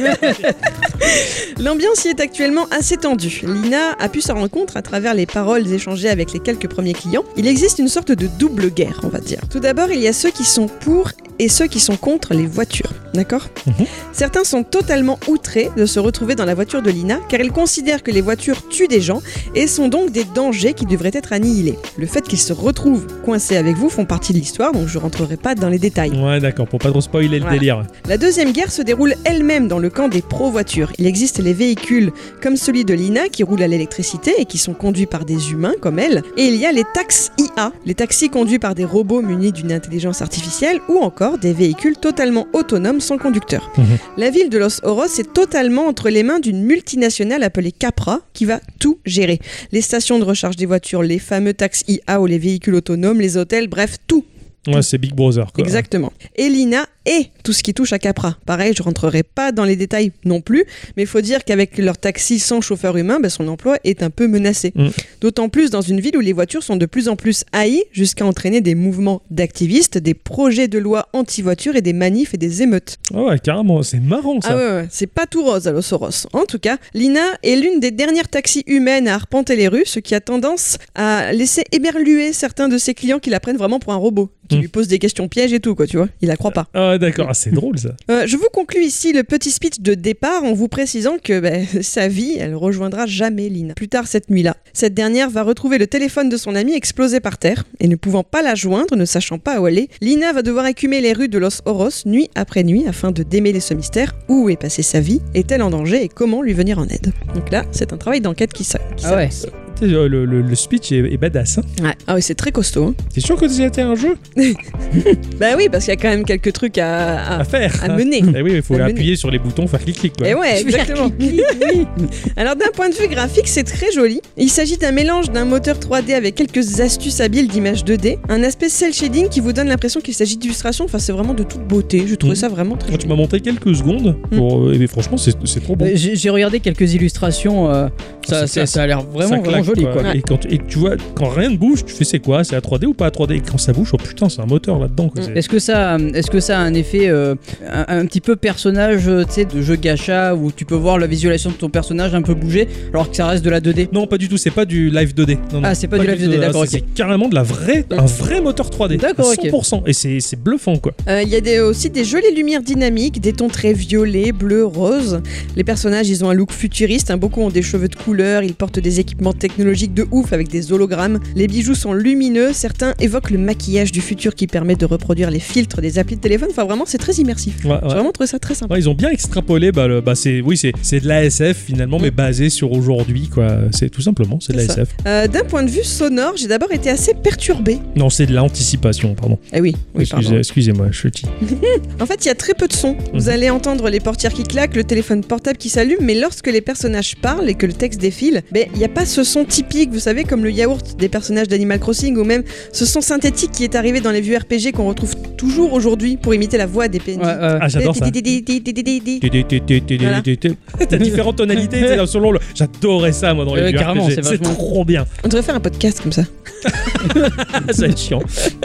L'ambiance y est actuellement assez tendue. Lina a pu s'en rendre compte à travers les paroles échangées avec les quelques premiers clients. Il existe une sorte de double guerre, on va dire. Tout d'abord, il y a ceux qui sont pour et ceux qui sont contre les voitures. D'accord ? Certains sont totalement outrés de se retrouver dans la voiture de Lina car ils considèrent que les voitures tuent des gens et sont donc des dangers qui devraient être annihilés. Le fait qu'ils se retrouvent coincés avec vous font partie de l'histoire, donc je rentrerai pas dans les détails. Ouais, d'accord, pour pas trop spoiler le Voilà. délire. La deuxième guerre se déroule elle-même dans le camp des pro-voitures. Il existe les véhicules comme celui de Lina qui roulent à l'électricité et qui sont conduits par des humains comme elle. Et il y a les taxis IA, les taxis conduits par des robots munis d'une intelligence artificielle ou encore des véhicules totalement autonomes sans conducteur. La ville de Los Oros est totalement entre les mains d'une multinationale appelée Capra qui va tout gérer. Les stations de recharge des voitures, les fameux taxis IA ou les véhicules autonomes, les hôtels, bref, tout. Ouais, c'est Big Brother, quoi. Exactement. Et Lina et tout ce qui touche à Capra. Pareil, je rentrerai pas dans les détails non plus, mais il faut dire qu'avec leur taxi sans chauffeur humain, son emploi est un peu menacé. D'autant plus dans une ville où les voitures sont de plus en plus haïes, jusqu'à entraîner des mouvements d'activistes, des projets de loi anti-voiture et des manifs et des émeutes. Ah ouais, carrément, c'est marrant ça. Ah ouais, c'est pas tout rose à Los Oros. En tout cas, Lina est l'une des dernières taxis humaines à arpenter les rues, ce qui a tendance à laisser éberluer certains de ses clients qui la prennent vraiment pour un robot, qui lui posent des questions pièges et tout, quoi, tu vois. Il la croit pas. Ah d'accord, ah, c'est drôle ça. Je vous conclus ici le petit speech de départ en vous précisant que sa vie, elle rejoindra jamais Lina. Plus tard cette nuit-là, cette dernière va retrouver le téléphone de son amie explosé par terre et ne pouvant pas la joindre, ne sachant pas où elle est, Lina va devoir écumer les rues de Los Oros nuit après nuit afin de démêler ce mystère. Où est passée sa vie? Est-elle en danger et comment lui venir en aide? Donc là, c'est un travail d'enquête qui Ah ouais. Le speech est badass. Hein. Ouais. Ah oui, c'est très costaud. Hein. T'es sûr que c'était un jeu Bah oui, parce qu'il y a quand même quelques trucs à faire à mener. Eh oui, il faut À mener. appuyer sur les boutons, faire clic-clic. Quoi. Et ouais, exactement. Alors d'un point de vue graphique, c'est très joli. Il s'agit d'un mélange d'un moteur 3D avec quelques astuces habiles d'image 2D, un aspect cel shading qui vous donne l'impression qu'il s'agit d'illustrations. Enfin, c'est vraiment de toute beauté. Je trouvais ça vraiment très Moi, tu joli. m'as montré quelques secondes, pour, et franchement, c'est trop bon. J'ai regardé quelques illustrations, c'est classe. ça a l'air vraiment, Ça vraiment claque, joli, quoi. Ouais. Et tu vois, quand rien ne bouge, tu fais c'est quoi? C'est à 3D ou pas à 3D? Et quand ça bouge, oh putain, c'est un moteur là-dedans. Quoi. C'est- Est-ce que ça a un effet un petit peu personnage, tu sais, de jeu gacha où tu peux voir la visualisation de ton personnage un peu bouger alors que ça reste de la 2D? Non, pas du tout, c'est pas du live 2D. Non, non. Ah, c'est pas du live 2D, d'accord, ok. C'est carrément de la vraie, un vrai moteur 3D. D'accord, ok. 100%. Et c'est bluffant, quoi. Il y a aussi des jolies lumières dynamiques, des tons très violets, bleus, roses. Les personnages, ils ont un look futuriste. Beaucoup ont des cheveux de couleur, ils portent des équipements technologiques de ouf avec des hologrammes. Les bijoux sont lumineux, certains évoquent le maquillage du futur qui permet de reproduire les filtres des applis de téléphone. Enfin, vraiment, c'est très immersif. Ouais, ouais. J'ai vraiment trouvé ça très sympa. Ouais, ils ont bien extrapolé, c'est de l'ASF finalement, mais basé sur aujourd'hui, quoi. C'est tout simplement, c'est de C'est ça. l'ASF. D'un point de vue sonore, j'ai d'abord été assez perturbée. Non, c'est de l'anticipation, pardon. Eh oui, pardon. Excusez-moi, je suis petit. En fait, il y a très peu de sons. Vous allez entendre les portières qui claquent, le téléphone portable qui s'allume, mais lorsque les personnages parlent et que le texte défile, il n'y a pas ce son typique, vous savez, comme le yaourt des personnages d'Animal Crossing, ou même ce son synthétique qui est arrivé dans les vieux RPG qu'on retrouve toujours aujourd'hui pour imiter la voix des PNJ. Ah, j'adore ça. T'as différentes tonalités, tu sais, selon le. J'adorais ça, moi, dans les vieux carrément, RPG. c'est C'est vachement- trop bien. On devrait faire un podcast comme ça. Ça va être chiant.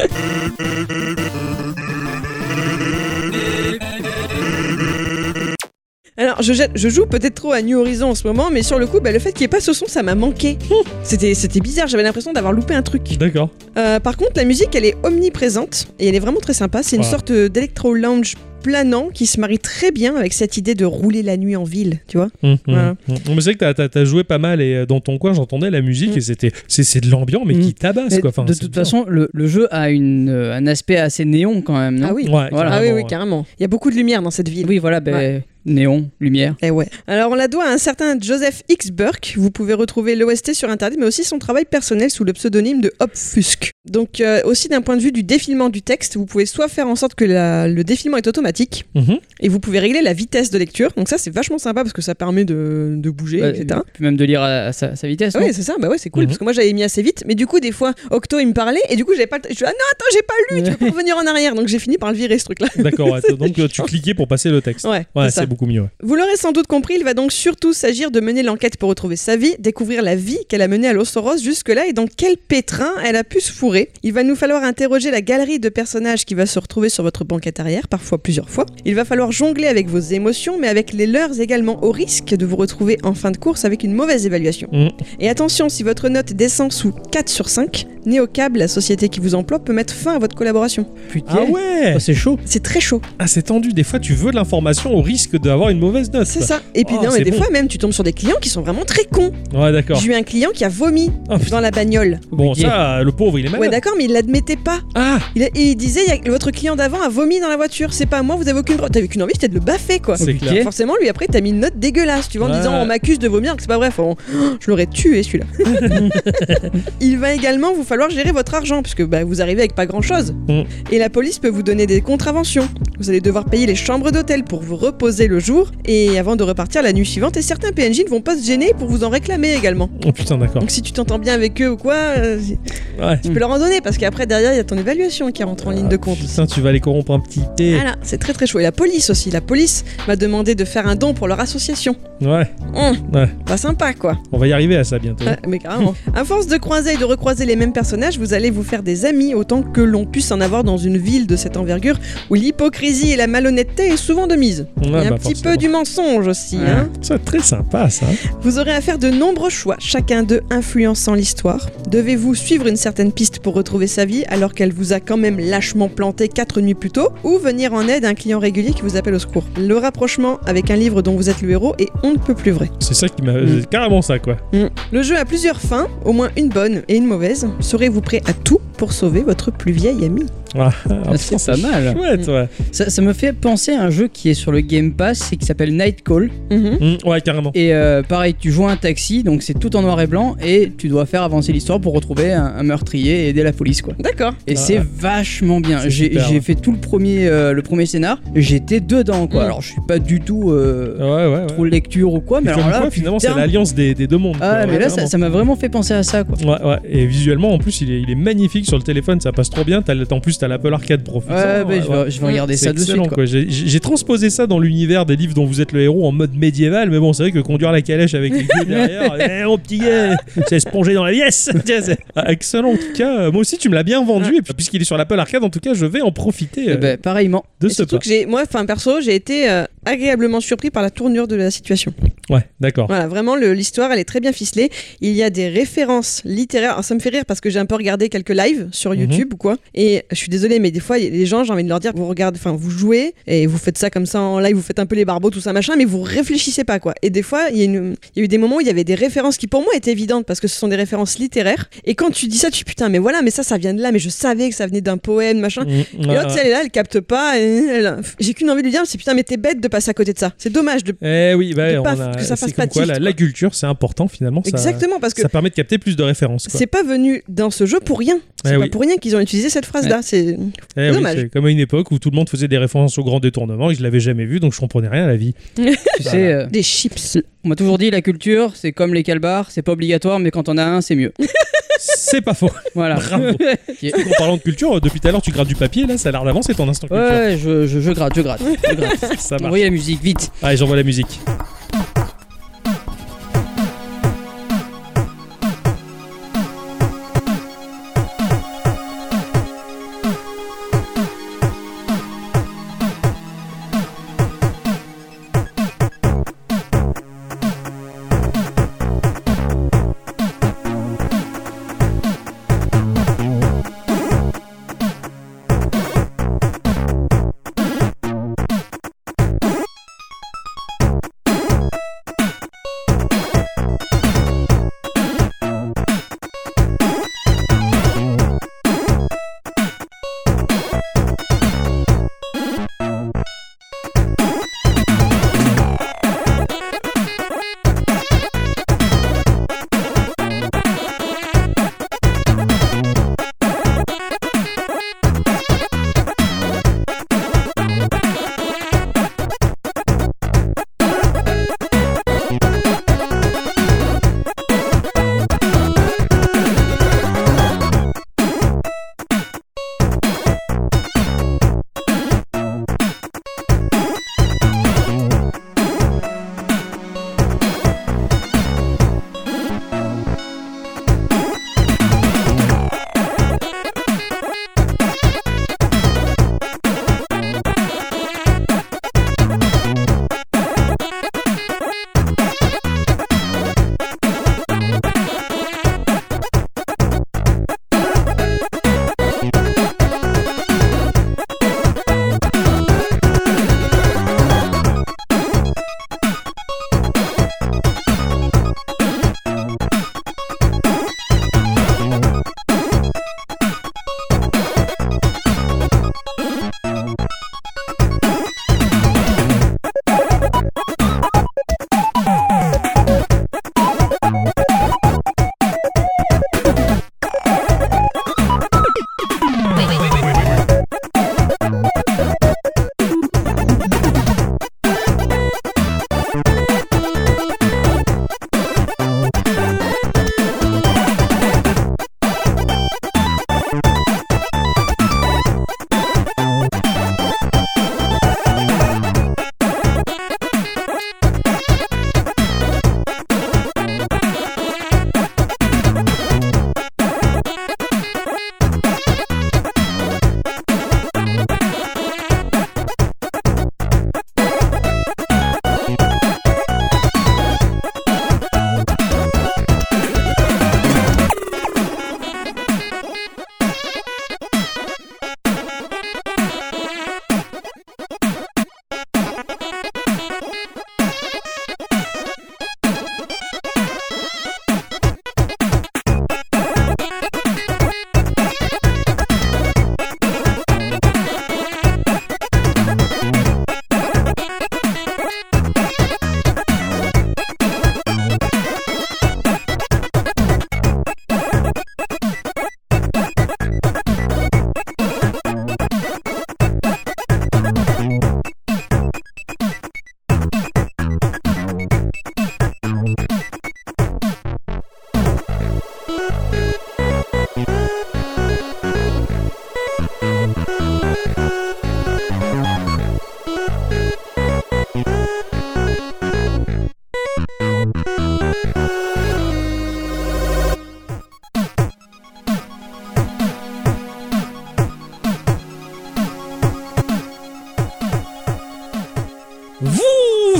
Alors, je joue peut-être trop à New Horizon en ce moment, mais sur le coup, le fait qu'il n'y ait pas ce son, ça m'a manqué. C'était bizarre, j'avais l'impression d'avoir loupé un truc. D'accord. Par contre, la musique, elle est omniprésente et elle est vraiment très sympa. C'est une Wow. sorte d'électro-lounge planant qui se marie très bien avec cette idée de rouler la nuit en ville, tu vois. Voilà. Mais c'est que t'as joué pas mal et dans ton coin j'entendais la musique et c'est de l'ambiance mais qui tabasse Mais quoi. Enfin, de c'est toute bien. façon, le jeu a un aspect assez néon quand même, non? Ah oui. Ouais, Voilà. Ah oui, carrément, oui, carrément. Il y a beaucoup de lumière dans cette ville. Oui, voilà, Ouais. Néon, lumière. Eh ouais. Alors on la doit à un certain Joseph X. Burke. Vous pouvez retrouver l'OST sur internet, mais aussi son travail personnel sous le pseudonyme de Hopfusc. Donc aussi d'un point de vue du défilement du texte, vous pouvez soit faire en sorte que le défilement est automatique, et vous pouvez régler la vitesse de lecture. Donc ça c'est vachement sympa parce que ça permet de bouger, etc. Puis même de lire à sa vitesse. Ouais, c'est ça, bah ouais, c'est cool, parce que moi j'avais mis assez vite, mais du coup, des fois, Octo il me parlait, et du coup, j'avais pas le temps. Je dis, ah non, attends, j'ai pas lu, tu peux pas revenir en arrière, donc j'ai fini par le virer ce truc-là. D'accord, ouais, donc tu cliquais pour passer le texte. Ouais, c'est beaucoup mieux. Ouais. Vous l'aurez sans doute compris, il va donc surtout s'agir de mener l'enquête pour retrouver sa vie, découvrir la vie qu'elle a menée à Los Oros jusque-là et dans quel pétrin elle a pu se fourrer. Il va nous falloir interroger la galerie de personnages qui va se retrouver sur votre banquette arrière, parfois plusieurs fois. Il va falloir jongler avec vos émotions, mais avec les leurs également, au risque de vous retrouver en fin de course avec une mauvaise évaluation. Et attention, si votre note descend sous 4 sur 5, Neocab, la société qui vous emploie, peut mettre fin à votre collaboration. Putain. Ah ouais, c'est chaud. C'est très chaud. Ah, c'est tendu. Des fois, tu veux de l'information au risque d'avoir une mauvaise note. C'est ça. Et puis non, mais des fois même, tu tombes sur des clients qui sont vraiment très cons. Ouais, d'accord. J'ai eu un client qui a vomi dans la bagnole. Bon, ça, le pauvre, il est malade. Ouais, d'accord, mais il l'admettait pas. Ah. Il disait, votre client d'avant a vomi dans la voiture. C'est pas moi, vous avez aucune preuve. T'avais qu'une envie, c'était de le baffer, quoi. C'est clair. Forcément, lui, après, t'as mis une note dégueulasse, tu vois, en disant, on m'accuse de vomir, que c'est pas vrai. Enfin, je l'aurais tué, celui-là. Il va également vous falloir gérer votre argent, puisque vous arrivez avec pas grand-chose. Et la police peut vous donner des contraventions. Vous allez devoir payer les chambres d'hôtel pour vous reposer le jour, et avant de repartir la nuit suivante. Et certains PNJ ne vont pas se gêner pour vous en réclamer également. Oh putain, d'accord. Donc si tu t'entends bien avec eux ou quoi, tu peux leur en donner, parce qu'après, derrière, il y a ton évaluation qui rentre en ligne de compte. Putain, tu vas les corrompre un petit peu. Voilà, c'est très très chaud. Et la police aussi. La police m'a demandé de faire un don pour leur association. Ouais. Pas sympa, quoi. On va y arriver à ça bientôt. Ouais, mais carrément. À force de croiser et de recroiser les mêmes personnages, vous allez vous faire des amis autant que l'on puisse en avoir dans une ville de cette envergure où l'hypocrisie et la malhonnêteté est souvent de mise. Ouais, et un petit forcément. peu du mensonge aussi. Hein. C'est très sympa, ça. Vous aurez à faire de nombreux choix, chacun d'eux influençant l'histoire. Devez-vous suivre une certaine piste pour retrouver sa vie alors qu'elle vous a quand même lâchement planté 4 nuits plus tôt, ou venir en aide à un client régulier qui vous appelle au secours. Le rapprochement avec un livre dont vous êtes le héros est on ne peut plus vrai. C'est ça qui m'a... C'est carrément ça, quoi. Le jeu a plusieurs fins, au moins une bonne et une mauvaise. Serez-vous prêt à tout pour sauver votre plus vieil ami? C'est pas mal. Chouette, ouais. Ça me fait penser à un jeu qui est sur le Game Pass et qui s'appelle Night Call. Ouais, carrément. Et pareil, tu joues un taxi, donc c'est tout en noir et blanc, et tu dois faire avancer l'histoire pour retrouver un meurtrier et aider la police, quoi. D'accord. Et c'est vachement bien. J'ai fait tout le premier scénar, j'étais dedans, quoi. Alors je suis pas du tout trop lecture ou quoi, mais alors là, finalement, c'est l'alliance des deux mondes. Ah, quoi. mais là, ça m'a vraiment fait penser à ça, quoi. Ouais. Et visuellement, en plus, il est magnifique sur le téléphone, ça passe trop bien. En plus, t'as l'Apple Arcade Pro. Je vais regarder ça de suite, quoi. J'ai transposé ça dans l'univers des livres dont vous êtes le héros en mode médiéval, mais bon, c'est vrai que conduire la calèche avec les gueux derrière, mon petit gars, c'est se plonger dans la pièce. Excellent, en tout cas. Moi aussi, tu me l'as bien vendu, et puis, puisqu'il est sur l'Apple Arcade, en tout cas, je vais en profiter. Pareillement. De ce pas. Moi, perso, j'ai été agréablement surpris par la tournure de la situation. Ouais, d'accord. Voilà, vraiment, l'histoire, elle est très bien ficelée. Il y a des références littéraires. Alors, ça me fait rire parce que j'ai un peu regardé quelques lives sur YouTube ou quoi. Et je suis désolée, mais des fois, les gens, j'ai envie de leur dire, vous jouez et vous faites ça comme ça en live, vous faites un peu les barbeaux, tout ça, machin, mais vous réfléchissez pas, quoi. Et des fois, il y a eu des moments où il y avait des références qui, pour moi, étaient évidentes parce que ce sont des références littéraires. Et quand tu dis ça, tu dis putain, mais voilà, mais ça vient de là, mais je savais que ça venait d'un poème, machin. Et l'autre, elle est là, elle capte pas. J'ai qu'une envie de lui dire, c'est putain, mais t'es bête de passer à côté de ça. C'est dommage que ça fasse pas tilt. La culture, c'est important finalement. Exactement, parce que ça permet de capter plus de références. Quoi. C'est pas venu dans ce jeu pour rien. C'est pas pour rien qu'ils ont utilisé cette phrase-là. C'est dommage. C'est comme à une époque où tout le monde faisait des références au grand détournement et je l'avais jamais vu, donc je comprenais rien à la vie. Tu sais, des chips. On m'a toujours dit la culture, c'est comme les calbars, c'est pas obligatoire, mais quand on a un, c'est mieux. C'est pas faux. Voilà. Bravo. En parlant de culture, depuis tout à l'heure, tu grattes du papier, là, ça a l'air d'avancer ton instant culture. Ouais, je gratte. Ça marche. Envoyez la musique, vite. Allez, j'envoie la musique.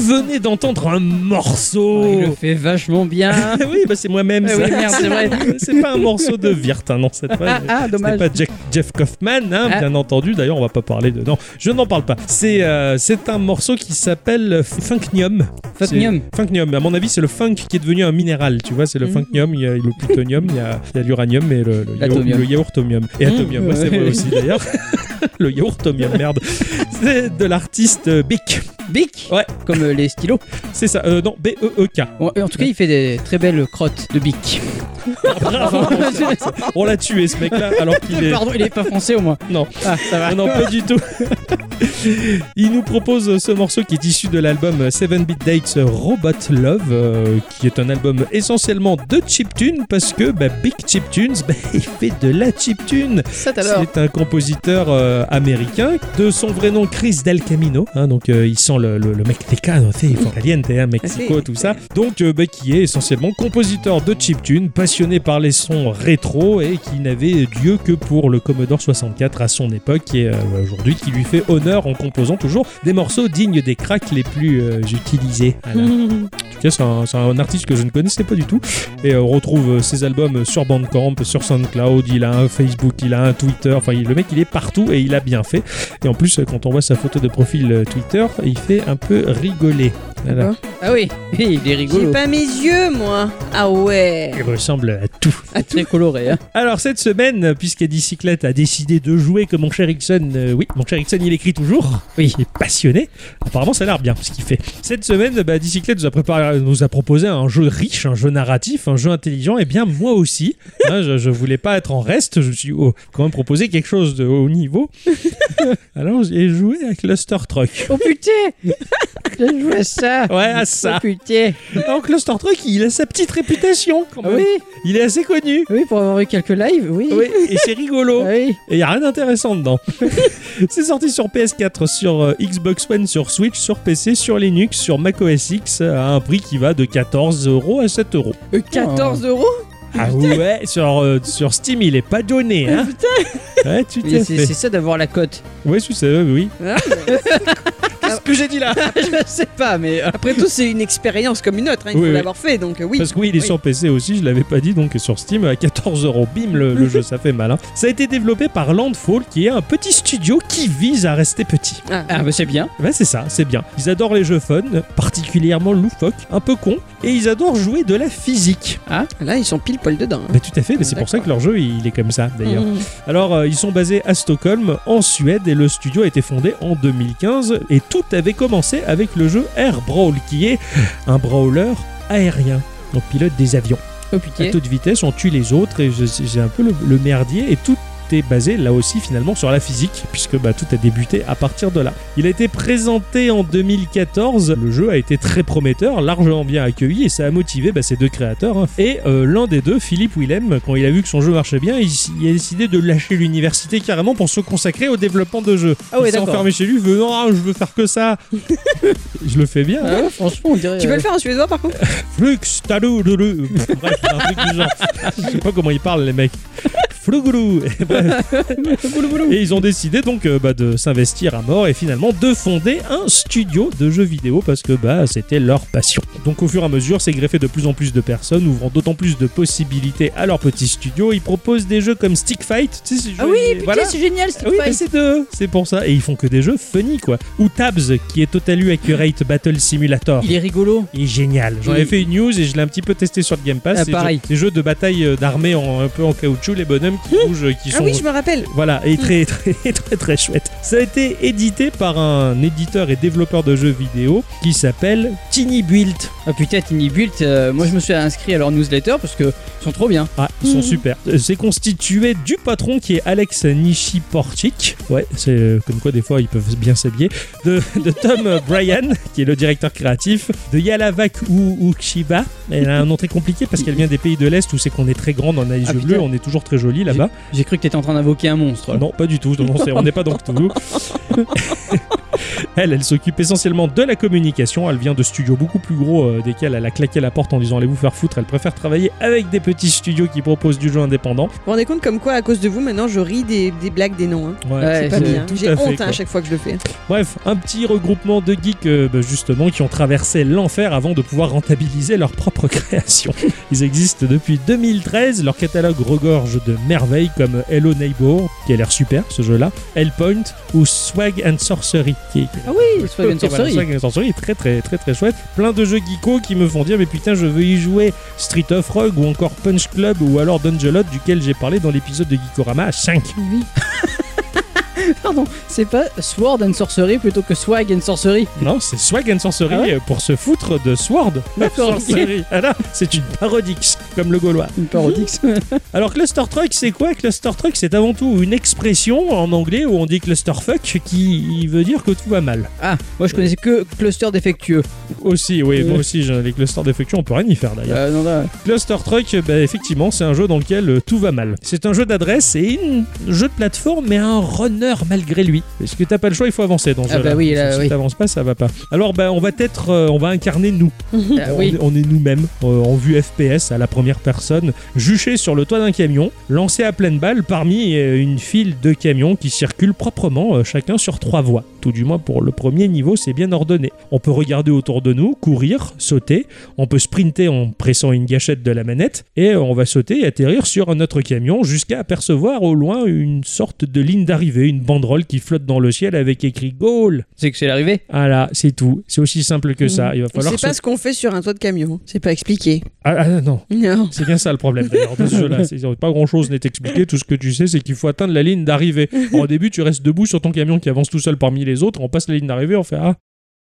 venez d'entendre un morceau. Il le fait vachement bien. Oui, bah c'est moi-même. Ah ça. oui, merde, c'est vrai. C'est pas un morceau de Wirth, hein, non, cette fois. Dommage. C'est pas Jeff Kaufman, hein, bien entendu. D'ailleurs, on va pas parler de. Non, je n'en parle pas. C'est un morceau qui s'appelle Funknium. Funknium. Funknium. À mon avis, c'est le funk qui est devenu un minéral. Tu vois, c'est le funknium. Il y a le plutonium, il y a l'uranium et le yaourtomium. Et atomium. Ouais, c'est vrai aussi d'ailleurs. Le yaourtomium, merde. C'est de l'artiste Bic. Bic. Ouais. Comme les stylos. C'est ça. Non, B-E-E-K. Bon, en tout cas, il fait des très belles crottes de Bic. Bravo. On l'a tué ce mec-là alors qu'il est. Pardon, il est pas français au moins. Non. Ah, ça va. Non, pas du tout. Il nous propose ce morceau qui est issu de l'album 7-Bit Dates Robot Love, qui est un album essentiellement de chiptune parce que Big Chiptunes, il fait de la chiptune. Ça alors. C'est un compositeur américain de son vrai nom Chris Del Camino, hein, donc il sent le mexicano, il faut caliente, hein, Mexico, tout ça. Donc qui est essentiellement compositeur de chiptune, passionné par les sons rétro et qui n'avait Dieu que pour le Commodore 64 à son époque et aujourd'hui qui lui fait honneur en composant toujours des morceaux dignes des cracks les plus utilisés. Voilà. En tout cas, c'est un artiste que je ne connaissais pas du tout et on retrouve ses albums sur Bandcamp, sur SoundCloud, il a un Facebook, il a un Twitter, enfin le mec il est partout et il a bien fait. Et en plus, quand on voit sa photo de profil Twitter, il fait un peu rigoler. Voilà. Ah oui, il est rigolo. J'ai pas mes yeux, moi. Ah ouais. Il ressemble à tout. Très coloré. Hein. Alors cette semaine, puisque Dicyclette a décidé de jouer que mon cher Ixon, oui, mon cher Ixon il écrit toujours, oui, il est passionné, apparemment ça a l'air bien ce qu'il fait. Cette semaine, Dicyclette nous a proposé un jeu riche, un jeu narratif, un jeu intelligent, et bien moi aussi, hein, je voulais pas être en reste, je me suis quand même proposé quelque chose de haut niveau. Alors j'ai joué à Cluster Truck. Oh putain. J'ai joué à ça. Ouais, à ça. Oh putain. Alors Cluster Truck, il a sa petite réputation quand même. Oui. Il est assez connu. Oui, pour avoir eu quelques lives, oui. Oui, et c'est rigolo. Oui. Et il n'y a rien d'intéressant dedans. C'est sorti sur PS4, sur Xbox One, sur Switch, sur PC, sur Linux, sur macOS X, à un prix qui va de 14€ à 7€. 14 €. Ah ouais, sur Steam, il est pas donné, hein. Putain. Ouais, tu t'es fait. C'est ça d'avoir la cote. Ouais, c'est ça, oui. Ah, Qu'est-ce que j'ai dit là? Je sais pas, mais. Après tout, c'est une expérience comme une autre. Hein, il Oui, faut oui. l'avoir fait, donc oui. Parce que oui, il est sur PC aussi, je l'avais pas dit, donc sur Steam à 14€. Bim, le jeu, ça fait mal. Hein. Ça a été développé par Landfall, qui est un petit studio qui vise à rester petit. Ah, bah c'est bien. Ouais, c'est ça, c'est bien. Ils adorent les jeux fun, particulièrement loufoques, un peu cons, et ils adorent jouer de la physique. Là, ils sont pile poil dedans. Hein. Mais tout à fait, mais c'est pour ça que leur jeu, il est comme ça, d'ailleurs. Alors, ils sont basés à Stockholm, en Suède, et le studio a été fondé en 2015, et tout avait commencé avec le jeu Air Brawl, qui est un brawler aérien. On pilote des avions. Oh À putain. toute vitesse, on tue les autres, et j'ai un peu le merdier, et tout est basé là aussi finalement sur la physique puisque tout a débuté à partir de là. Il a été présenté en 2014, le jeu a été très prometteur, largement bien accueilli et ça a motivé ces deux créateurs. Hein. Et l'un des deux, Philippe Willem, quand il a vu que son jeu marchait bien, il a décidé de lâcher l'université carrément pour se consacrer au développement de jeux. Ah ouais, il s'est d'accord. enfermé chez lui, il veut non, je veux faire que ça. Je le fais bien. Ah ouais, franchement, on dirait. Tu peux le faire en suédois par contre? Flux, talou, loulou. Bref, un truc du genre. Je sais pas comment ils parlent les mecs. Flougoulou. Et bref. Et ils ont décidé donc de s'investir à mort et finalement de fonder un studio de jeux vidéo parce que c'était leur passion. Donc au fur et à mesure, c'est greffé de plus en plus de personnes, ouvrant d'autant plus de possibilités à leur petit studio. Ils proposent des jeux comme Stick Fight. Tu sais, ces Ah jeux, oui, putain, voilà. c'est génial, Stick Oui, Fight. c'est deux, c'est pour ça. Et ils font que des jeux funny quoi. Ou Tabs, qui est Total Accurate Battle Simulator. Il est rigolo. Il est génial. J'en avais fait une news et je l'ai un petit peu testé sur le Game Pass. Ah, C'est pareil. Des jeux de bataille d'armée un peu en caoutchouc, les bonhommes qui bougent, qui Ah sont. oui, je me rappelle. Voilà, et très très chouette. Ça a été édité par un éditeur et développeur de jeux vidéo qui s'appelle Tiny Build. Ah putain, Tiny Build, moi je me suis inscrit à leur newsletter parce que ils sont trop bien. Ah, ils sont super. C'est constitué du patron qui est Alex Nishiporchik. Ouais, c'est comme quoi des fois ils peuvent bien s'habiller. De Tom Bryan, qui est le directeur créatif. De Yalavak Uchiba. Elle a un nom très compliqué parce qu'elle vient des pays de l'Est où c'est qu'on est très grande, on a les Ah, yeux putain. bleus, on est toujours très joli là-bas. J'ai cru que t'étais en train d'invoquer un monstre. Non, pas du tout. Non, on n'est pas dans Cthulhu. Elle s'occupe essentiellement de la communication. Elle vient de studios beaucoup plus gros desquels elle a claqué la porte en disant allez vous faire foutre. Elle préfère travailler avec des petits studios qui proposent du jeu indépendant. Vous vous rendez compte comme quoi, à cause de vous, maintenant, je ris des blagues des noms. Hein. Ouais, C'est pas bien. tout J'ai à fait, honte quoi. à chaque fois que je le fais. Bref, un petit regroupement de geeks justement qui ont traversé l'enfer avant de pouvoir rentabiliser leur propre création. Ils existent depuis 2013. Leur catalogue regorge de merveilles comme Hello Neighbor, qui a l'air super ce jeu-là, Hellpoint ou Swag and Sorcery, qui est Ah oui, Swag and Sorcery. Swag and Sorcery est très très très très chouette. Plein de jeux geeko qui me font dire mais putain je veux y jouer. Street of Rogue ou encore Punch Club ou alors Dungelot duquel j'ai parlé dans l'épisode de Geekorama 5. Oui. Pardon, c'est pas Sword and Sorcery plutôt que Swag and Sorcery. Non, c'est Swag and Sorcery Ah ouais pour se foutre de Sword. D'accord, ok. Sorcery. Ah là, c'est une parodix, comme le gaulois. Une parodix. Alors Cluster Truck, c'est quoi? Cluster Truck, c'est avant tout une expression en anglais où on dit clusterfuck qui veut dire que tout va mal. Ah, moi je connaissais que cluster défectueux. Aussi, oui, moi aussi, les clusters défectueux, on peut rien y faire d'ailleurs. Non, là. Cluster Truck, bah, effectivement, c'est un jeu dans lequel tout va mal. C'est un jeu d'adresse et un jeu de plateforme, mais un runner malgré lui. Parce que t'as pas le choix, il faut avancer dans ce Ah jeu-là. bah oui, là, si oui. t'avances pas, ça va pas. Alors, bah, on va incarner nous. Ah oui. On est nous-mêmes, en vue FPS, à la première personne, juchés sur le toit d'un camion, lancés à pleine balle parmi une file de camions qui circulent proprement, chacun sur 3 voies. Tout du moins pour le premier niveau, c'est bien ordonné. On peut regarder autour de nous, courir, sauter, on peut sprinter en pressant une gâchette de la manette, et on va sauter et atterrir sur un autre camion jusqu'à apercevoir au loin une sorte de ligne d'arrivée, une banderole qui flotte dans le ciel avec écrit « Goal ». C'est que c'est l'arrivée. Voilà, c'est tout. C'est aussi simple que ça. Il va falloir C'est pas ce qu'on fait sur un toit de camion. C'est pas expliqué. non. Non. C'est bien ça le problème d'ailleurs de ce jeu-là. Pas grand-chose n'est expliqué. Tout ce que tu sais, c'est qu'il faut atteindre la ligne d'arrivée. Alors, au début, tu restes debout sur ton camion qui avance tout seul parmi les autres. On passe la ligne d'arrivée, on fait ah.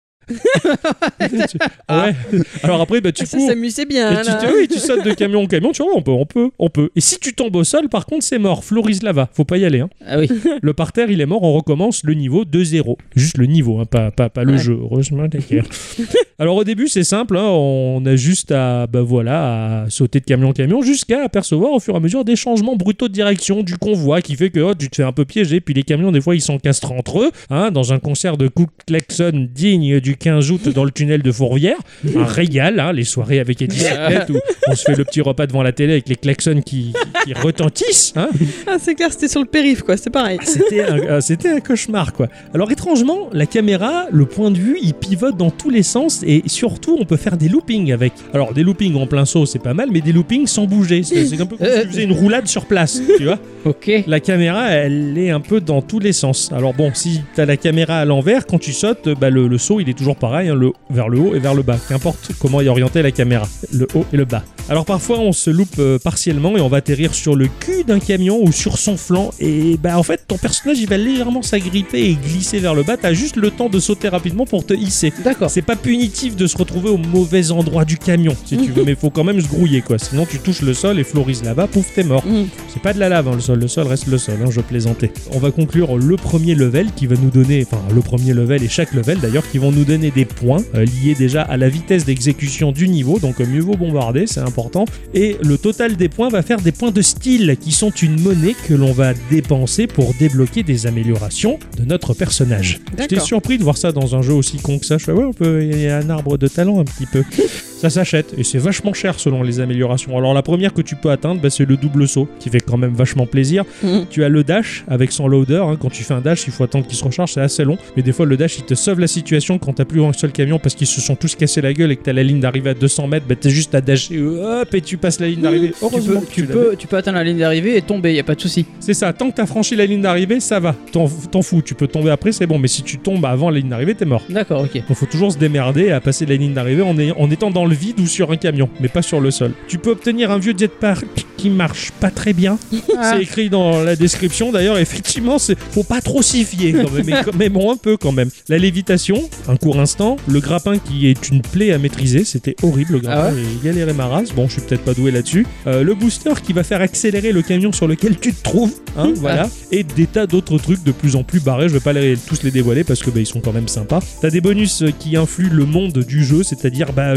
Ouais. Alors après, bah, tu Ça cours. s'amusait bien. Et Là. tu sautes de camion en camion, tu vois, on peut. Et si tu tombes au sol, par contre, c'est mort. Floris lava, faut pas y aller. Hein. Ah oui. Le parterre, il est mort, on recommence le niveau de 0. Juste le niveau, hein, pas le jeu. Heureusement, d'accord. Alors au début, c'est simple, hein, on a juste à sauter de camion en camion jusqu'à apercevoir au fur et à mesure des changements brutaux de direction du convoi qui fait que tu te fais un peu piéger, puis les camions, des fois, ils s'encastrent entre eux, hein, dans un concert de Ku Klux Klan digne du 15 août dans le tunnel de Fourvière. Un régal, hein, les soirées avec Eddie Secret où on se fait le petit repas devant la télé avec les klaxons qui retentissent. Hein. Ah, c'est clair, c'était sur le périph', quoi. C'est pareil. C'était un cauchemar, quoi. Alors étrangement, la caméra, le point de vue, il pivote dans tous les sens et surtout, on peut faire des loopings avec. Alors des loopings en plein saut, c'est pas mal, mais des loopings sans bouger. C'est un peu comme si tu faisais une roulade sur place, tu vois. Ok. La caméra, elle est un peu dans tous les sens. Alors bon, si t'as la caméra à l'envers, quand tu sautes, bah, le saut, il est toujours pareil, hein, vers le haut et vers le bas. Qu'importe comment y orienter la caméra, le haut et le bas. Alors parfois, on se loupe partiellement et on va atterrir sur le cul d'un camion ou sur son flanc. Et bah en fait, ton personnage, il va légèrement s'agripper et glisser vers le bas. T'as juste le temps de sauter rapidement pour te hisser. D'accord. C'est pas punitif de se retrouver au mauvais endroit du camion, si tu veux, mais faut quand même se grouiller, quoi. Sinon, tu touches le sol et Floris là-bas, pouf, t'es mort. C'est pas de la lave, hein, le sol reste le sol, hein, je plaisantais. On va conclure le premier level qui va nous donner, enfin le premier level et chaque level d'ailleurs, qui vont nous donner des points liés déjà à la vitesse d'exécution du niveau, donc mieux vaut bombarder, c'est important. Et le total des points va faire des points de style qui sont une monnaie que l'on va dépenser pour débloquer des améliorations de notre personnage. J'étais surpris de voir ça dans un jeu aussi con que ça. Je fais ouais, il y a un arbre de talent un petit peu. Ça s'achète et c'est vachement cher selon les améliorations. Alors la première que tu peux atteindre, bah, c'est le double saut qui fait quand même vachement plaisir. Tu as le dash avec son loader, hein. Quand tu fais un dash, il faut attendre qu'il se recharge, c'est assez long, mais des fois le dash il te sauve la situation quand t'as plus un seul camion parce qu'ils se sont tous cassés la gueule et que t'as la ligne d'arrivée à 200 mètres, bah t'as juste à dasher hop et tu passes la ligne d'arrivée. Heureusement que tu peux atteindre la ligne d'arrivée et tomber, y a pas de souci. C'est ça, tant que t'as franchi la ligne d'arrivée, ça va, t'en fous, tu peux tomber après, c'est bon, mais si tu tombes avant la ligne d'arrivée, t'es mort. D'accord, ok. Donc faut toujours se démerder à passer la ligne d'arrivée en étant dans le vide ou sur un camion, mais pas sur le sol. Tu peux obtenir un vieux jetpack qui marche pas très bien. C'est écrit dans la description d'ailleurs, effectivement, faut pas trop s'y fier quand même, mais bon, un peu quand même. La lévitation, un court instant, le grappin qui est une plaie à maîtriser, c'était horrible, le grappin, j'ai galéré ma race, bon je suis peut-être pas doué là-dessus. Le booster qui va faire accélérer le camion sur lequel tu te trouves, hein, voilà, et des tas d'autres trucs de plus en plus barrés, je vais pas tous les dévoiler parce que ils sont quand même sympas. T'as des bonus qui influent le monde du jeu, c'est-à-dire le bullet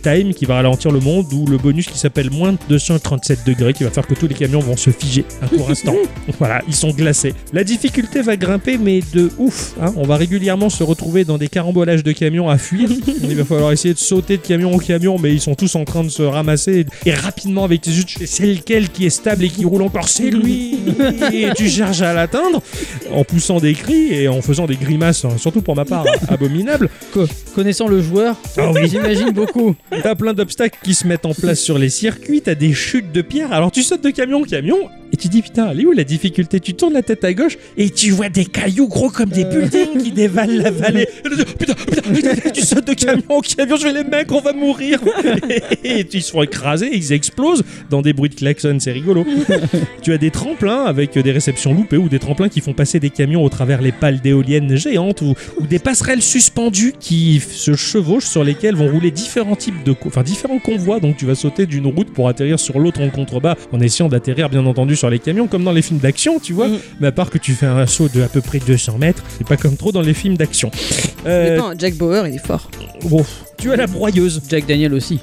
Time qui va ralentir le monde, ou le bonus qui s'appelle moins 237 degrés qui va faire que tous les camions vont se figer un court instant. Voilà, ils sont glacés. La difficulté va grimper, mais de ouf. Hein. On va régulièrement se retrouver dans des carambolages de camions à fuir. Il va falloir essayer de sauter de camion en camion, mais ils sont tous en train de se ramasser. Et rapidement, avec tes yeux, tu fais c'est lequel qui est stable et qui roule encore, c'est lui. Et tu cherches à l'atteindre en poussant des cris et en faisant des grimaces, surtout pour ma part, abominables. Connaissant le joueur, j'imagine beaucoup. T'as plein d'obstacles qui se mettent en place sur les circuits, t'as des chutes de pierres, alors tu sautes de camion en camion et tu dis putain, elle est où la difficulté? Tu tournes la tête à gauche et tu vois des cailloux gros comme des buildings qui dévalent la vallée. Putain, tu sautes de camion en camion, je vais les mecs, on va mourir. Et ils se font écraser, ils explosent dans des bruits de klaxon, c'est rigolo. Tu as des tremplins avec des réceptions loupées ou des tremplins qui font passer des camions au travers les pales d'éoliennes géantes ou des passerelles suspendues qui se chevauchent sur lesquelles vont rouler différents types de différents convois. Donc tu vas sauter d'une route pour atterrir sur l'autre en contrebas en essayant d'atterrir bien entendu sur les camions comme dans les films d'action, tu vois. Mais à part que tu fais un saut de à peu près 200 mètres, c'est pas comme trop dans les films d'action. Non, Jack Bauer, il est fort. Bon, tu as la broyeuse. Jack Daniel aussi.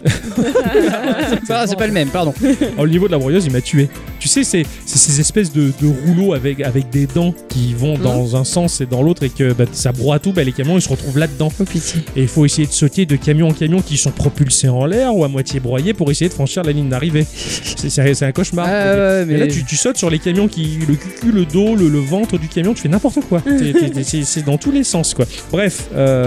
C'est pas le même, pardon. Au niveau de la broyeuse, il m'a tué. Tu sais, c'est ces espèces de rouleaux avec des dents qui vont dans un sens et dans l'autre et que ça broie tout, les camions ils se retrouvent là-dedans. Oh pitié. Et il faut essayer de sauter de camion en camion qui sont propulsés en l'air ou à moitié broyés pour essayer de franchir la ligne d'arrivée. C'est un cauchemar. Mais et là, tu sautes sur les camions le cul, le dos, le ventre du camion, tu fais n'importe quoi. C'est dans tous les sens, quoi. Bref,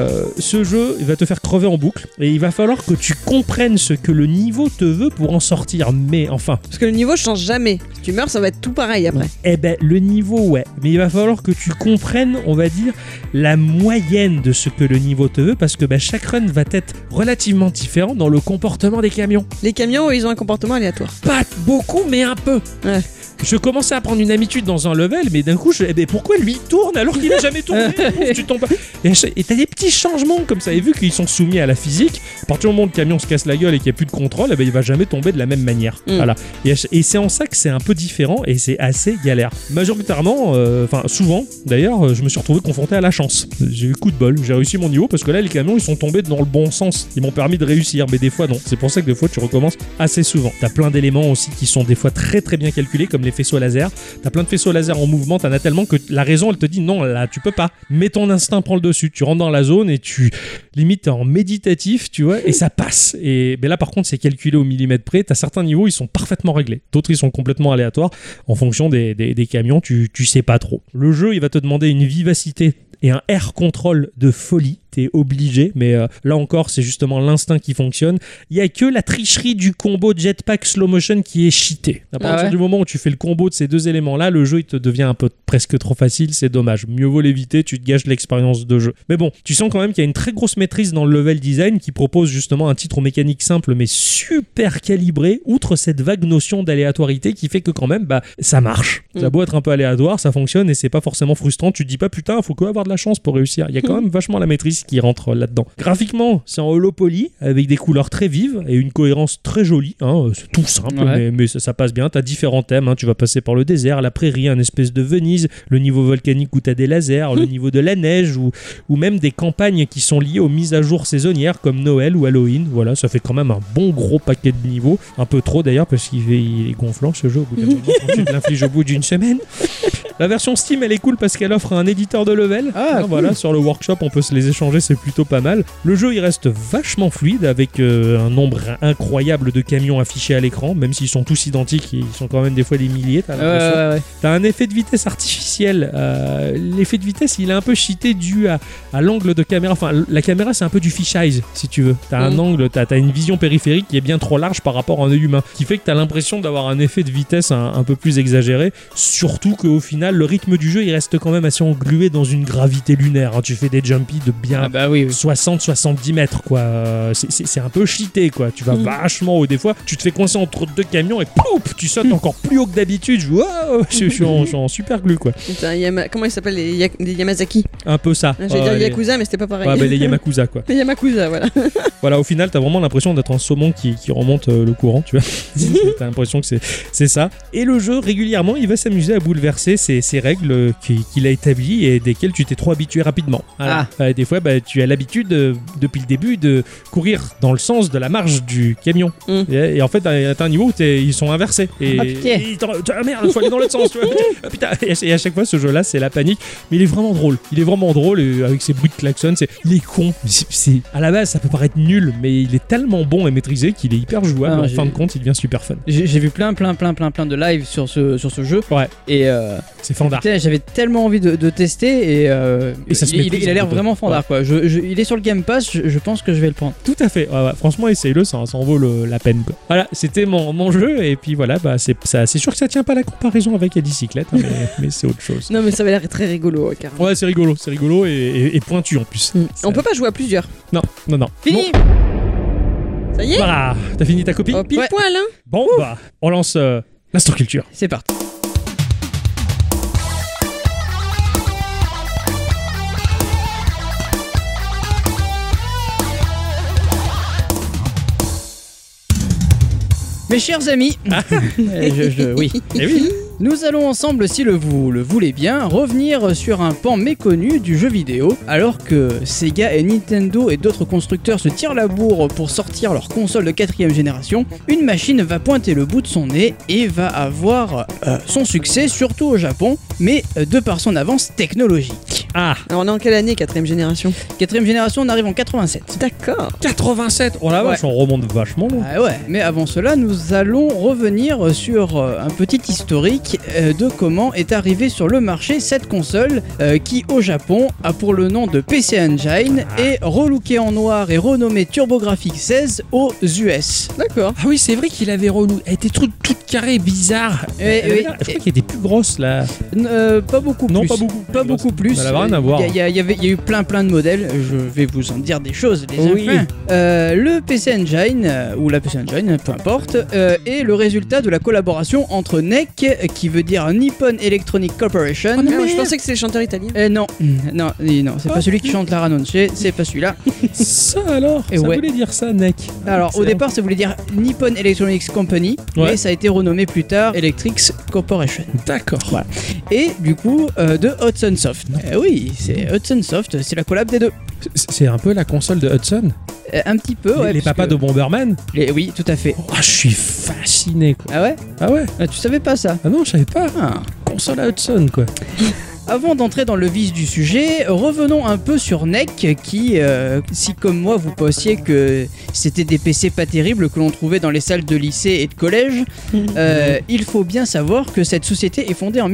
ce jeu, il va te faire crever en boucle et il va falloir que tu comprennes ce que le niveau te veut pour en sortir. Mais enfin... Parce que le niveau change jamais. Si tu meurs, ça va être tout pareil après. Eh ben, le niveau, ouais. Mais il va falloir que tu comprennes, on va dire, la moyenne de ce que le niveau te veut parce que chaque run va être relativement différent dans le comportement des camions. Les camions, ils ont un comportement aléatoire. Pas beaucoup, mais un peu. Ouais. Je commençais à prendre une habitude dans un level, mais d'un coup, pourquoi lui tourne alors qu'il n'a jamais tourné? Tu tombes. Et t'as des petits changements comme ça. Et vu qu'ils sont soumis à la physique, à partir du moment où le camion se casse la gueule et qu'il n'y a plus de contrôle, il va jamais tomber de la même manière. Voilà. Et c'est en ça que c'est un peu différent et c'est assez galère. Majoritairement, souvent d'ailleurs, je me suis retrouvé confronté à la chance. J'ai eu coup de bol, j'ai réussi mon niveau parce que là, les camions ils sont tombés dans le bon sens. Ils m'ont permis de réussir, mais des fois non. C'est pour ça que des fois tu recommences assez souvent. T'as plein d'éléments aussi qui sont des fois très très bien calculés, comme les faisceaux laser. T'as plein de faisceaux laser en mouvement, t'en as tellement que la raison elle te dit non, là tu peux pas. Mais ton instinct prend le dessus. Tu rentres dans la zone et tu limite t'es en méditatif, tu vois, et ça passe. Et là par contre c'est calculé au millimètre près. T'as certains niveaux ils sont parfaitement réglés, d'autres ils sont complètement aléatoires en fonction des camions. Tu sais pas trop. Le jeu il va te demander une vivacité et un air control de folie. T'es obligé, mais là encore c'est justement l'instinct qui fonctionne. Il y a que la tricherie du combo jetpack slow motion qui est cheaté. À partir du moment où tu fais le combo de ces deux éléments là, le jeu il te devient un peu presque trop facile, c'est dommage. Mieux vaut l'éviter, tu te gâches l'expérience de jeu. Mais bon, tu sens quand même qu'il y a une très grosse maîtrise dans le level design qui propose justement un titre aux mécaniques simples mais super calibré, outre cette vague notion d'aléatorité qui fait que quand même ça marche. Ça a beau être un peu aléatoire, ça fonctionne et c'est pas forcément frustrant. Tu te dis pas putain, faut que avoir de la chance pour réussir. Il y a quand même vachement la maîtrise qui rentre là-dedans. Graphiquement, c'est en holo poly avec des couleurs très vives et une cohérence très jolie. C'est tout simple, mais ça passe bien. T'as différents thèmes. Tu vas passer par le désert, la prairie, un espèce de Venise, le niveau volcanique où t'as des lasers, le niveau de la neige ou même des campagnes qui sont liées aux mises à jour saisonnières comme Noël ou Halloween. Voilà, ça fait quand même un bon gros paquet de niveaux. Un peu trop d'ailleurs parce qu'il est gonflant ce jeu au bout d'un moment quand tu te l'infliges au bout d'une semaine. La version Steam elle est cool parce qu'elle offre un éditeur de level. Voilà, sur le workshop on peut se les échanger, c'est plutôt pas mal. Le jeu il reste vachement fluide avec un nombre incroyable de camions affichés à l'écran, même s'ils sont tous identiques, ils sont quand même des fois des milliers. T'as l'impression. T'as un effet de vitesse artificiel. L'effet de vitesse il est un peu cheaté dû à l'angle de caméra. Enfin, la caméra c'est un peu du fisheye si tu veux. T'as un angle, t'as une vision périphérique qui est bien trop large par rapport à un œil humain, qui fait que t'as l'impression d'avoir un effet de vitesse un peu plus exagéré. Surtout qu'au final, le rythme du jeu il reste quand même assez englué dans une gravité lunaire. Tu fais des jumpies de bien 60-70 mètres quoi. C'est un peu cheaté quoi. Tu vas vachement haut. Des fois, tu te fais coincer entre deux camions et pouf, tu sautes encore plus haut que d'habitude. Je suis en super glue quoi. Comment ils s'appellent les Yamazaki? Un peu ça. J'allais dire Yakuza, mais c'était pas pareil. Les Yamakuza quoi. Les Yamakuza, voilà. Voilà, au final, t'as vraiment l'impression d'être un saumon qui remonte le courant, tu vois. T'as l'impression que c'est ça. Et le jeu, régulièrement, il va s'amuser à bouleverser ces règles qu'il a établies et desquelles tu t'es trop habitué rapidement. Voilà. Des fois, tu as l'habitude, depuis le début, de courir dans le sens de la marche du camion. Et en fait, à un niveau où ils sont inversés. Et, putain. Merde, il faut aller dans l'autre sens. Tu vois. Putain. Et à chaque fois, ce jeu-là, c'est la panique. Mais il est vraiment drôle. Il est vraiment drôle et avec ses bruits de klaxon. Il est con. À la base, ça peut paraître nul, mais il est tellement bon et maîtrisé qu'il est hyper jouable. En fin de compte, il devient super fun. J'ai vu plein de live sur ce jeu. Ouais. Et c'est fandard. J'avais tellement envie de tester et ça se il a l'air vraiment fandard, quoi. Il est sur le Game Pass, je pense que je vais le prendre. Tout à fait. Ouais, franchement, essaye-le, ça en vaut la peine, quoi. Voilà, c'était mon jeu et puis voilà, c'est sûr que ça tient pas la comparaison avec la bicyclette, hein, mais c'est autre chose. Non, mais ça va l'air très rigolo, carrément. Ouais, c'est rigolo et pointu en plus. On peut pas jouer à plusieurs. Non. Fini. Bon. Ça y est. Voilà, t'as fini ta copie. Oh, pile poil, hein. Bon, on lance l'Instant Culture. C'est parti. Mes chers amis, oui. Eh oui. Nous allons ensemble, si vous le voulez bien, revenir sur un pan méconnu du jeu vidéo. Alors que Sega et Nintendo et d'autres constructeurs se tirent la bourre pour sortir leur console de 4ème génération, une machine va pointer le bout de son nez et va avoir son succès, surtout au Japon, mais de par son avance technologique. Ah. Alors on est en quelle année, 4ème génération? 4ème génération, on arrive en 87. D'accord. 87. Oh la vache, on remonte vachement loin. Ah ouais, mais avant cela, nous allons revenir sur un petit historique de comment est arrivée sur le marché cette console qui au Japon a pour le nom de PC Engine et relookée en noir et renommée TurboGrafx 16 aux US. D'accord. Ah oui, c'est vrai qu'il avait elle était toute carrée, bizarre. Je crois qu'elle était plus grosse là. Pas beaucoup plus. Non, pas beaucoup plus. Ça n'a rien à voir. Il y a eu plein de modèles. Je vais vous en dire des choses. Oui. Le PC Engine ou la PC Engine, peu importe, est le résultat de la collaboration entre NEC, qui veut dire Nippon Electronic Corporation. Je pensais que c'était le chanteur italien. Non, c'est pas celui qui chante la Ranonce, c'est pas celui-là. Ça alors, ça voulait dire ça, NEC. Alors au départ, ça voulait dire Nippon Electronics Company, mais ça a été renommé plus tard Electrics Corporation. D'accord. Voilà. Et du coup, de Hudson Soft. Oui, c'est Hudson Soft, c'est la collab des deux. C'est un peu la console de Hudson. Un petit peu, ouais. Les papas de Bomberman. Oui, tout à fait. Oh, je suis fasciné, quoi. Ah ouais. Ah, tu savais pas ça? Ah non, je savais pas. Ah. Console à Hudson, quoi. Avant d'entrer dans le vif du sujet, revenons un peu sur NEC qui, si comme moi vous pensiez que c'était des PC pas terribles que l'on trouvait dans les salles de lycée et de collège, il faut bien savoir que cette société est fondée en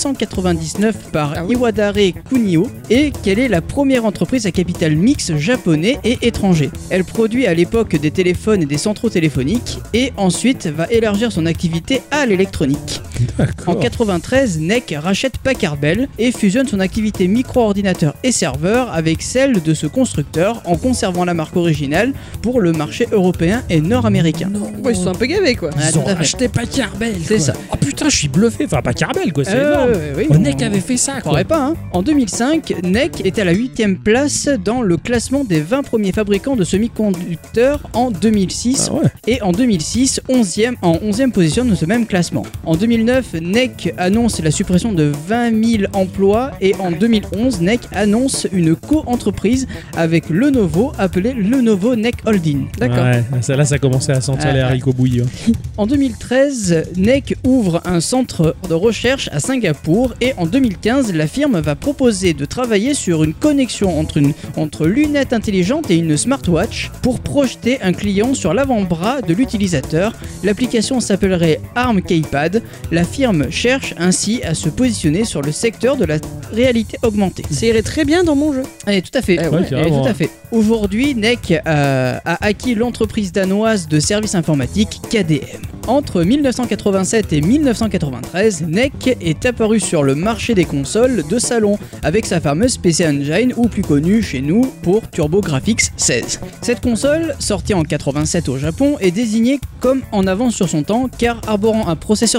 1899 par Iwadare Kunio et qu'elle est la première entreprise à capital mix japonais et étranger. Elle produit à l'époque des téléphones et des centraux téléphoniques et ensuite va élargir son activité à l'électronique. En 93, NEC rachète Packard Bell et fusionne son activité micro-ordinateur et serveur avec celle de ce constructeur en conservant la marque originale pour le marché européen et nord-américain. Ouais, ils sont un peu gavés, quoi. Ils ont racheté Packard Bell. C'est ça. Oh putain, je suis bluffé. Enfin, Packard Bell, quoi, c'est énorme. Oui, NEC avait fait ça, quoi. Croirais pas, hein. En 2005, NEC était à la 8ème place dans le classement des 20 premiers fabricants de semi-conducteurs en 2006 et en 2006, en 11e position de ce même classement. En 2009, NEC annonce la suppression de 20 000 emplois et en 2011, NEC annonce une co-entreprise avec Lenovo appelée Lenovo NEC Holding. D'accord. Ouais, là, ça commençait à sentir les haricots bouillis. En 2013, NEC ouvre un centre de recherche à Singapour et en 2015, la firme va proposer de travailler sur une connexion entre lunettes intelligentes et une smartwatch pour projeter un client sur l'avant-bras de l'utilisateur. L'application s'appellerait Arm Keypad. La firme cherche ainsi à se positionner sur le secteur de la réalité augmentée. Ça irait très bien dans mon jeu. Tout à fait. Tout à fait. Aujourd'hui, NEC a acquis l'entreprise danoise de services informatiques KDM. Entre 1987 et 1993, NEC est apparu sur le marché des consoles de salon avec sa fameuse PC Engine, ou plus connue chez nous pour TurboGrafx 16. Cette console, sortie en 87 au Japon, est désignée comme en avance sur son temps car arborant un processeur central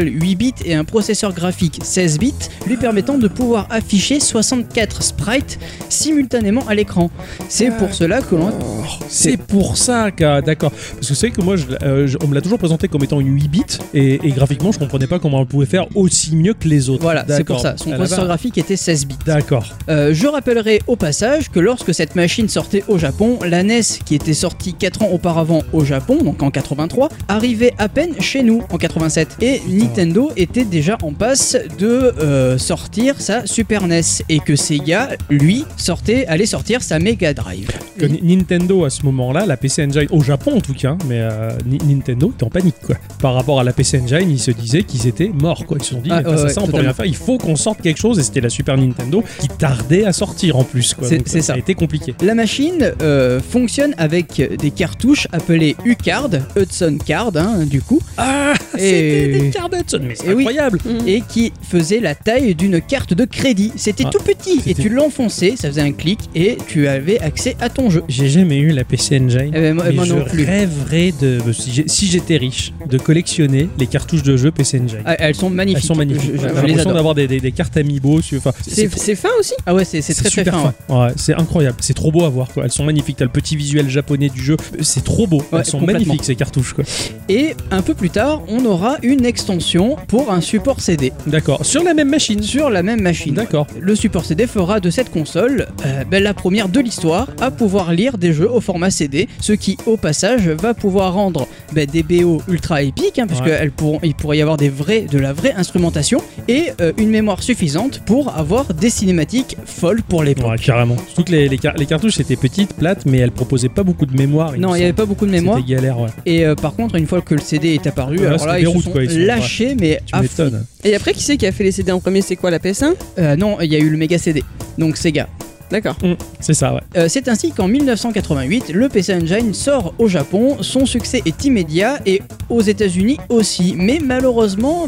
pixels 8 bits et un processeur graphique 16 bits, lui permettant de pouvoir afficher 64 sprites simultanément à l'écran. C'est pour cela que l'on... C'est pour ça que, d'accord. Parce que c'est que moi, on me l'a toujours présenté comme étant une 8 bits et graphiquement, je comprenais pas comment on pouvait faire aussi mieux que les autres. Voilà, c'est pour D'accord. ça. Son Ah, processeur là-bas. graphique était 16 bits. D'accord. Je rappellerai au passage que lorsque cette machine sortait au Japon, la NES, qui était sortie 4 ans auparavant au Japon, donc en 83, arrivait à peine chez nous en 87. Et Nintendo était déjà en passe de sortir sa Super NES. Et que Sega, lui, allait sortir sa Mega Drive. Que Nintendo à ce moment-là, la PC Engine, au Japon en tout cas, mais Nintendo était en panique quoi. Par rapport à la PC Engine, ils se disaient qu'ils étaient morts quoi. Ils se sont dit, Ah, mais face à ouais, ça, on peut totalement. rien faire. Il faut qu'on sorte quelque chose et c'était la Super Nintendo qui tardait à sortir en plus quoi. C'est- Donc, c'est ça a ça. été compliqué. La machine fonctionne avec des cartouches appelées U-Card, Hudson Card, hein, du coup, Ah, Et- c'était des cartes Hudson, mais c'est Et oui. incroyable. et qui faisait la taille d'une carte de crédit. C'était Ah, tout petit et c'était- tu l'enfonçais, ça faisait un clic et tu avais accès à ton jeu. J'ai jamais eu la PC Engine. Eh ben, moi mais non je plus. rêverais de, si j'étais riche, de collectionner les cartouches de jeu PC Engine. Ah, elles sont magnifiques. Elles sont magnifiques. Je J'ai les l'impression adore. d'avoir des cartes Amiibo. Enfin, C'est fin aussi. Ah ouais, c'est très très super fin. ouais. Ouais, c'est incroyable. C'est trop beau à voir. Quoi. Elles sont magnifiques. T'as le petit visuel japonais du jeu. C'est trop beau. Ouais, Elles sont complètement. magnifiques ces cartouches. Quoi. Et un peu plus tard, on aura une extension pour un support CD D'accord. Sur la même machine. sur la même machine. D'accord. Le support CD fera de cette console la première de l'histoire à pouvoir lire des jeux au format CD, ce qui au passage va pouvoir rendre des BO ultra épiques, hein, parce Ouais. il pourrait y avoir de la vraie instrumentation et une mémoire suffisante pour avoir des cinématiques folles pour l'époque. Ouais, carrément. Surtout que les cartouches étaient petites, plates, mais elles proposaient pas beaucoup de mémoire. Non, il n'y avait pas beaucoup de mémoire. C'était galère. Ouais. Et par contre, une fois que le CD est apparu, Ouais, alors c'était là, ils déroute, se sont quoi, ils sont- lâchés, mais Tu à fond. m'étonnes. Et après, qui c'est qui a fait les CD en premier? C'est quoi, la PS1? Non, il y a eu le Mega CD, donc Sega. D'accord. C'est ça, ouais. C'est ainsi qu'en 1988, le PC Engine sort au Japon. Son succès est immédiat et aux États-Unis aussi. Mais malheureusement,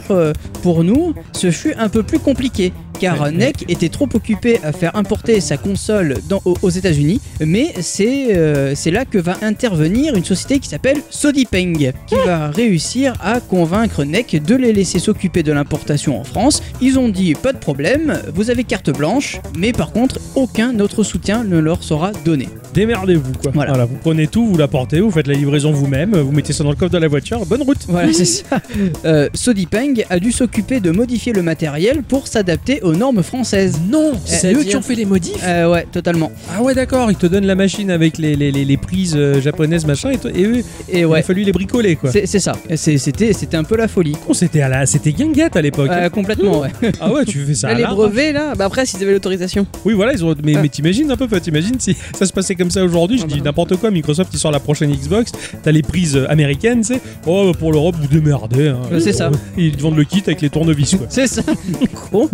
pour nous, ce fut un peu plus compliqué. Car Ouais. NEC était trop occupé à faire importer sa console aux États-Unis. Mais c'est là que va intervenir une société qui s'appelle Sodipeng, qui va réussir à convaincre NEC de les laisser s'occuper de l'importation en France. Ils ont dit pas de problème, vous avez carte blanche, mais par contre, aucun autre soutien ne leur sera donné. Démerdez-vous, quoi. Voilà. Vous prenez tout, vous l'apportez, vous faites la livraison vous-même, vous mettez ça dans le coffre de la voiture. Bonne route. Voilà, c'est ça. Sodipeng a dû s'occuper de modifier le matériel pour s'adapter aux normes françaises. Non, c'est eux qui ont fait les modifs. Ouais, totalement. Ah ouais, d'accord. Ils te donnent la machine avec les prises japonaises, machin, et eux, Et il ouais, a fallu les bricoler, quoi. c'est ça. C'était un peu la folie. Oh, c'était guinguette à l'époque. Complètement, ouais. Ah ouais, tu fais ça. Là, à les l'arrache. brevets, là, bah après, s'ils avaient l'autorisation. Oui, voilà, ils ont. Mais t'imagines un peu, t'imagines si ça se passait comme ça aujourd'hui, je dis n'importe quoi, Microsoft il sort la prochaine Xbox, t'as les prises américaines, tu sais. Oh, pour l'Europe, vous démerdez. Hein. C'est ça. Ils te vendent le kit avec les tournevis, quoi. C'est ça. Gros.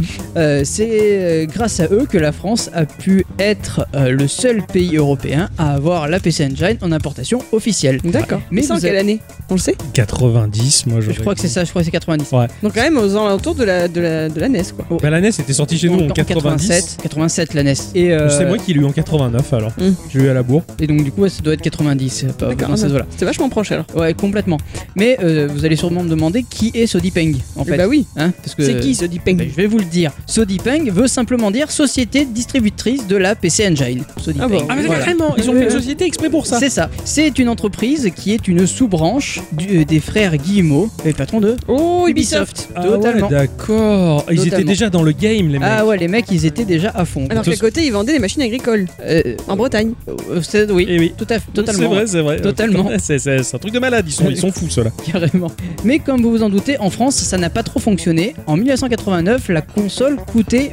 C'est grâce à eux que la France a pu être le seul pays européen à avoir la PC Engine en importation officielle. D'accord. Mais Mais c'est en vous quelle avez- année? On le sait? 90, moi Je crois que c'est ça, je crois que c'est 90. Ouais. Donc, quand même, aux alentours de la NES, quoi. Bah, la NES était sortie chez nous en 90. 87 la NES. Et, C'est moi qui l'ai eu en 89 alors. J'ai eu à la bourre. et donc du coup ouais, ça doit être 90. Pas D'accord. dans ces eaux-là. C'était vachement proche alors. Ouais, complètement. Mais vous allez sûrement me demander qui est Sodipeng en fait. Bah oui. Hein, parce que C'est qui ce Deepeng? Je vais vous le dire. Sodipeng veut simplement dire société distributrice de la PC Engine. Sodipeng. Ah bon. Ah mais Voilà. carrément, ils ont fait une société exprès pour ça. C'est ça. C'est une entreprise qui est une sous-branche des frères Guillemot, les patrons de Oh, Ubisoft. Ah Totalement. ouais, d'accord. Ils étaient Totalement. déjà dans le game, les mecs. Ah ouais, les mecs, ils étaient déjà à fond. Alors qu'à côté, ils vendaient des machines agricoles en Bretagne. Oui, Eh oui. tout à fait, totalement. C'est vrai. Totalement. C'est un truc de malade, ils sont fous, ceux-là. Carrément. Mais comme vous vous en doutez, en France, ça n'a pas trop fonctionné. En 1989, la console coûtait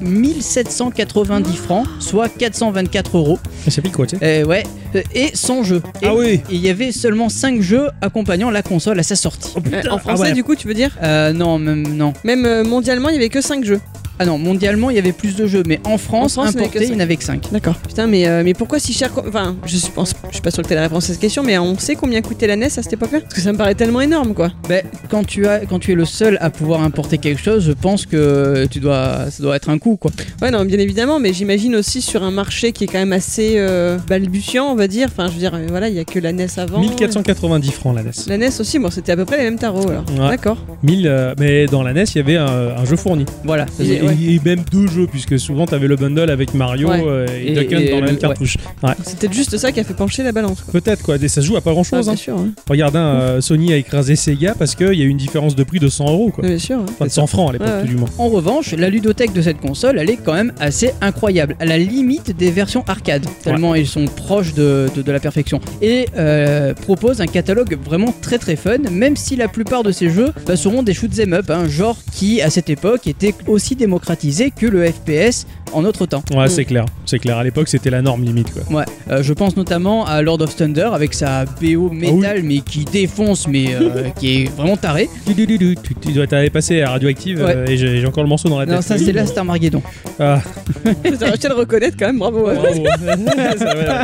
1790 francs, soit 424 euros. Ça pique quoi, tu sais. Ouais, et sans jeu. Et Ah oui. et il y avait seulement 5 jeux accompagnant la console à sa sortie. En français, ouais. du coup, tu veux dire? Non, même non. Même mondialement, il y avait que 5 jeux. Ah non, mondialement, il y avait plus de jeux, mais en France, il n'y en avait que importés, il n'y en cinq. avait que 5. D'accord. Putain, mais pourquoi si cher Enfin, je suis pas sûr que t'aies la réponse à cette question, mais on sait combien coûtait la NES à cette époque-là? Parce que ça me paraît tellement énorme, quoi. Ben, quand tu es le seul à pouvoir importer quelque chose, je pense que ça doit être un coût, quoi. Ouais, non, bien évidemment, mais j'imagine aussi sur un marché qui est quand même assez balbutiant, on va dire. Enfin, je veux dire, voilà, il y a que la NES avant. 1490 francs la NES. La NES aussi, bon, c'était à peu près les mêmes tarots, alors. Ouais. D'accord. 1000, mais dans la NES, il y avait un jeu fourni. Voilà. Et- Et même 2 jeux, puisque souvent t'avais le bundle avec Mario Ouais. et Duck Hunt dans la même cartouche. Ouais. C'est peut-être juste ça qui a fait pencher la balance, quoi. Peut-être quoi, et ça se joue à pas grand chose. Ah, bien sûr, hein. Regarde, Sony a écrasé Sega parce qu'il y a eu une différence de prix de 100 euros, quoi. Bien sûr. Hein. Enfin, de 100 francs à l'époque, Ouais, ouais. tout du moins. En revanche, la ludothèque de cette console, elle est quand même assez incroyable, à la limite des versions arcade, tellement ils sont proches de la perfection. Et propose un catalogue vraiment très très fun, même si la plupart de ces jeux seront des shoot'em up, un genre qui à cette époque était aussi démocratisé que le FPS en notre temps. Ouais, c'est clair. C'est clair. À l'époque, c'était la norme limite, quoi. Ouais, je pense notamment à Lord of Thunder avec sa BO métal mais qui défonce mais qui est vraiment taré. Tu dois t'aller passer à Radioactive Ouais. Et j'ai encore le morceau dans la tête. Non, ça c'est là Star Armageddon. Ah. T'as réussi à le reconnaître quand même, bravo. Ouais. Bravo. Ça va.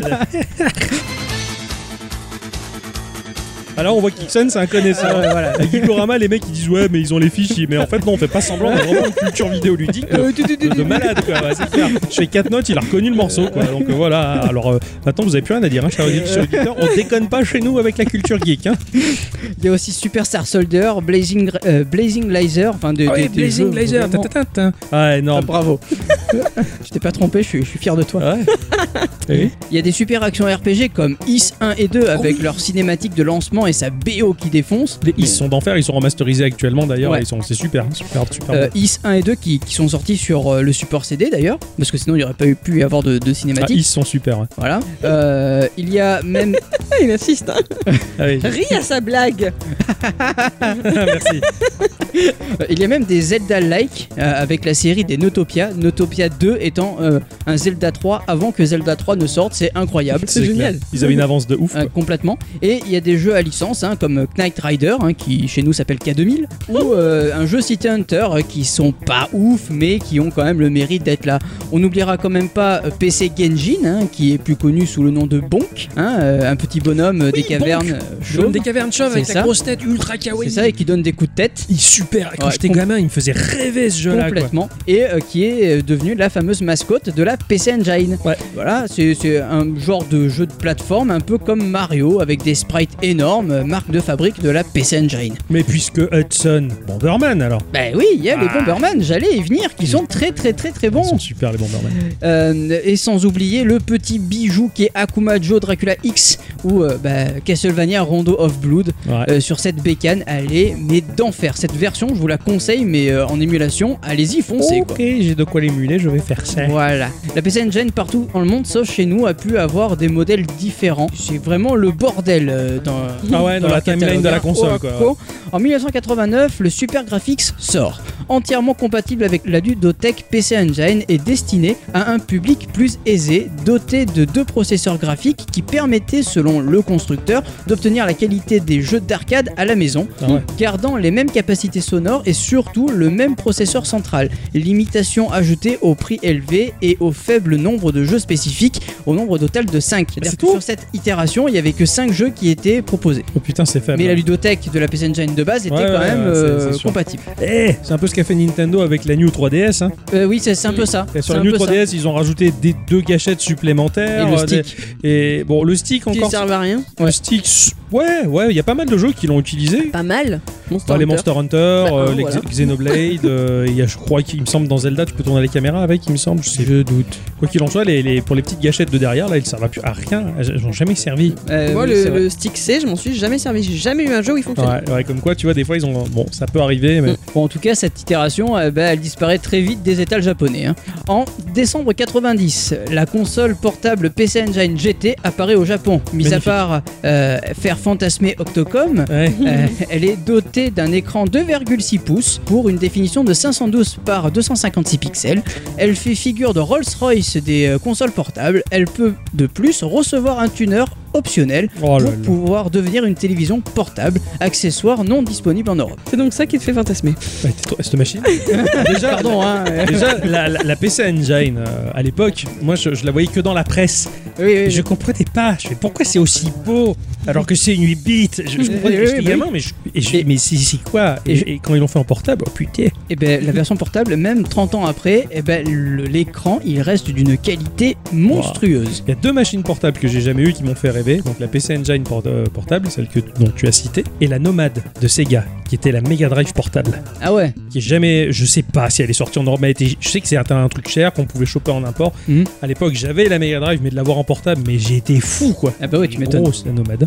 Alors on voit qu'Ixon c'est un connaisseur. Voilà. À Geekorama les mecs ils disent ouais mais ils ont les fichiers, mais en fait non on fait pas semblant, on a vraiment une culture vidéoludique de malade quoi, ouais, c'est clair. Chez 4 notes il a reconnu le morceau quoi, donc voilà. Alors maintenant vous avez plus rien à dire, hein, chers auditeurs, on déconne pas chez nous avec la culture geek. Hein. Il y a aussi Superstar Soldier, Blazing Laser, enfin des Blazing jeux Laser, vraiment- Ah non. Ah, bravo. Je t'ai pas trompé, je suis fier de toi. Ouais. Oui. Il y a des super actions RPG comme Is 1 et 2 avec leur cinématique de lancement et sa BO qui défonce. Ils sont d'enfer, ils sont remasterisés actuellement d'ailleurs, Ouais. c'est super, super bon. Is 1 et 2 qui sont sortis sur le support CD d'ailleurs, parce que sinon il n'y aurait pas pu y avoir de Ah, cinématique. ils sont super. Ouais. Voilà. Il y a même. Ah, il insiste, hein. Ah oui. Ris à sa blague. Merci. Il y a même des Zelda-like avec la série des Notopia. Notopia 2 étant un Zelda 3 avant que Zelda 3 ne sorte, c'est incroyable. C'est génial. Clair. Ils avaient une avance de ouf. Quoi. Complètement. Et il y a des jeux à licence comme Knight Rider qui chez nous s'appelle K2000 ou un jeu City Hunter qui sont pas ouf mais qui ont quand même le mérite d'être là. On n'oubliera quand même pas PC Genjin qui est plus connu sous le nom de Bonk, un petit bonhomme des cavernes chauves. Des cavernes chauves avec C'est la ça. grosse tête ultra kawaii. C'est ça, et qui donne des coups de tête. Il est super. Quand Ouais, j'étais gamin, il me faisait rêver ce jeu-là. Quoi. Complètement. Et qui est devenu la fameuse mascotte de la PC Engine. Ouais. Voilà, c'est un genre de jeu de plateforme un peu comme Mario avec des sprites énormes, marque de fabrique de la PC Engine. Mais puisque Hudson, Bomberman alors. Ben oui, il y a les Bomberman, j'allais y venir, qui sont très très très très Ils bons. sont super les Bomberman. Et sans oublier le petit bijou qui est Akuma Joe Dracula X ou Castlevania Rondo of Blood. Ouais. Sur cette bécane, allez, mais d'enfer. Cette version, je vous la conseille, mais en émulation, allez-y, foncez. Ok, Quoi. j'ai de quoi l'émuler, je vais faire ça. Voilà. La PC Engine partout dans le monde, sauf chez nous, a pu avoir des modèles différents. C'est vraiment le bordel Ah ouais, dans la leur timeline catalogue. de la console, Oh, quoi. quoi. En 1989, le Super Graphics sort. Entièrement compatible avec la ludothèque PC Engine et destiné à un public plus aisé, doté de 2 processeurs graphiques qui permettaient, selon le constructeur, d'obtenir la qualité des jeux d'arcade à la maison, Ah ouais. gardant les mêmes capacités sonores et surtout le même processeur central. Limitation ajoutée au prix élevé et au faible nombre de jeux spécifiques, au nombre total de 5. C'est-à-dire c'est que tout sur cette itération, il n'y avait que 5 jeux qui étaient proposés. Oh putain, c'est faible. Mais la ludothèque de la PC Engine de base était Ouais, quand ouais, même c'est sûr. compatible. Eh, c'est un peu ce qu'a fait Nintendo avec la New 3DS. Hein. Oui, c'est un peu ça. Et sur C'est la un New peu ça. 3DS, ils ont rajouté 2 gâchettes supplémentaires. Et le stick. Et bon, le stick Qui encore. servent à rien. Le stick, ouais, il y a pas mal de jeux qui l'ont utilisé. Pas mal. Monster Les Hunter. Monster Hunter, Bah, les voilà. Xenoblade, il y a, je crois qu'il me semble dans Zelda tu peux tourner les caméras avec, il me semble, je doute. Quoi qu'il en soit, pour les petites gâchettes de derrière, là, ils servent plus à rien, elles n'ont jamais servi. Moi, Oui, c'est vrai. le stick C, je m'en suis jamais servi. J'ai jamais eu un jeu où il fonctionne. Ouais, comme quoi, tu vois, des fois, ils ont. Bon, ça peut arriver, mais. Bon, en tout cas, cette itération, elle disparaît très vite des étals japonais. En décembre 90, la console portable PC Engine GT apparaît au Japon. Mis à Magnifique. part faire fantasmer Octocom, Ouais. elle est dotée d'un écran 2,6 pouces pour une définition de 512 par 256 pixels. Elle fait figure de Rolls-Royce des consoles portables. Elle peut de plus recevoir un tuner optionnel Oh là pour là. pouvoir devenir une télévision portable, accessoire non disponible en Europe. C'est donc ça qui te fait fantasmer. Cette machine déjà, Pardon, hein. déjà la PC Engine, à l'époque, moi je la voyais que dans la presse. Oui, Et je comprenais pas. Je fais pourquoi c'est aussi beau alors que c'est une 8 bits. Je comprenais, Oui, j'étais oui, gamin, mais c'est quoi et quand ils l'ont fait en portable, oh putain. Et ben la version portable, même 30 ans après, et ben l'écran il reste d'une qualité monstrueuse. Il y a 2 machines portables que j'ai jamais eues qui m'ont fait rêver. Donc la PC Engine portable, celle dont tu as cité, et la Nomad de Sega, qui était la Mega Drive portable. Ah ouais. Qui est jamais, je sais pas si elle est sortie en Europe, mais je sais que c'est un truc cher qu'on pouvait choper en import. Mhm. À l'époque, j'avais la Mega Drive, mais de l'avoir en portable, mais j'ai été fou quoi. Ah bah ouais, tu m'étonnes. Grosse la Nomad.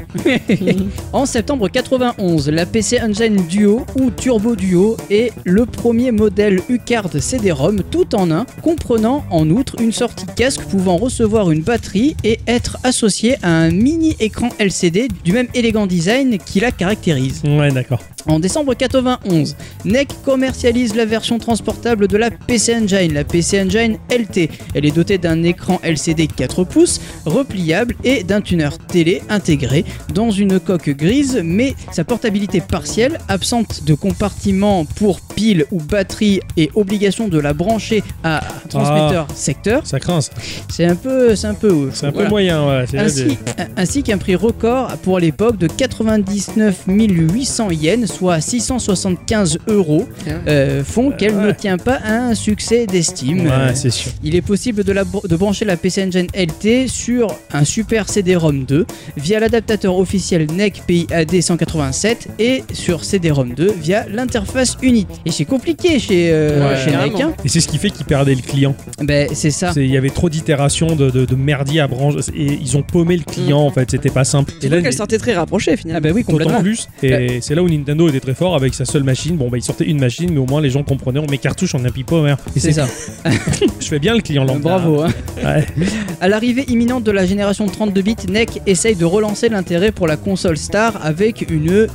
En septembre 91, la PC Engine Duo ou Turbo Duo est le premier modèle U-Card CD-ROM tout en un, comprenant en outre une sortie casque pouvant recevoir une batterie et être associé à un mini écran LCD du même élégant design qui la caractérise. Ouais, d'accord. En décembre 91, NEC commercialise la version transportable de la PC Engine, la PC Engine LT. Elle est dotée d'un écran LCD 4 pouces, repliable et d'un tuner télé intégré dans une coque grise, mais sa portabilité partielle, absente de compartiment pour pile ou batterie et obligation de la brancher à un transmetteur secteur, Ça craint ça. c'est un peu ouf. C'est un peu Voilà. moyen, ouais. Ainsi qu'un prix record pour l'époque de 99 800 yens, soit 675 euros, font qu'elle ne tient pas à un succès d'estime. Ouais, c'est sûr. Il est possible de brancher la PC Engine LT sur un Super CD-ROM 2 via l'adaptateur officiel NEC PIAD 187 et sur CD-ROM 2 via l'interface Unity. Et c'est compliqué chez NEC. carrément. Hein. Et c'est ce qui fait qu'ils perdaient le client. Ben, c'est ça. Il y avait trop d'itérations de merdier à brancher et ils ont paumé le client en fait, c'était pas simple. Et Surtout qu'elle sortait très rapprochée Ah finalement. bah oui, d'autant complètement. plus, et c'est là où Nintendo était très fort avec sa seule machine. Bon, bah, il sortait une machine, mais au moins les gens comprenaient, on met cartouche, on appuie pas, merde. Et C'est ça. Je fais bien le client lambda. Bravo. Hein. Ouais. À l'arrivée imminente de la génération 32 bits, NEC essaye de relancer l'intérêt pour la console Star avec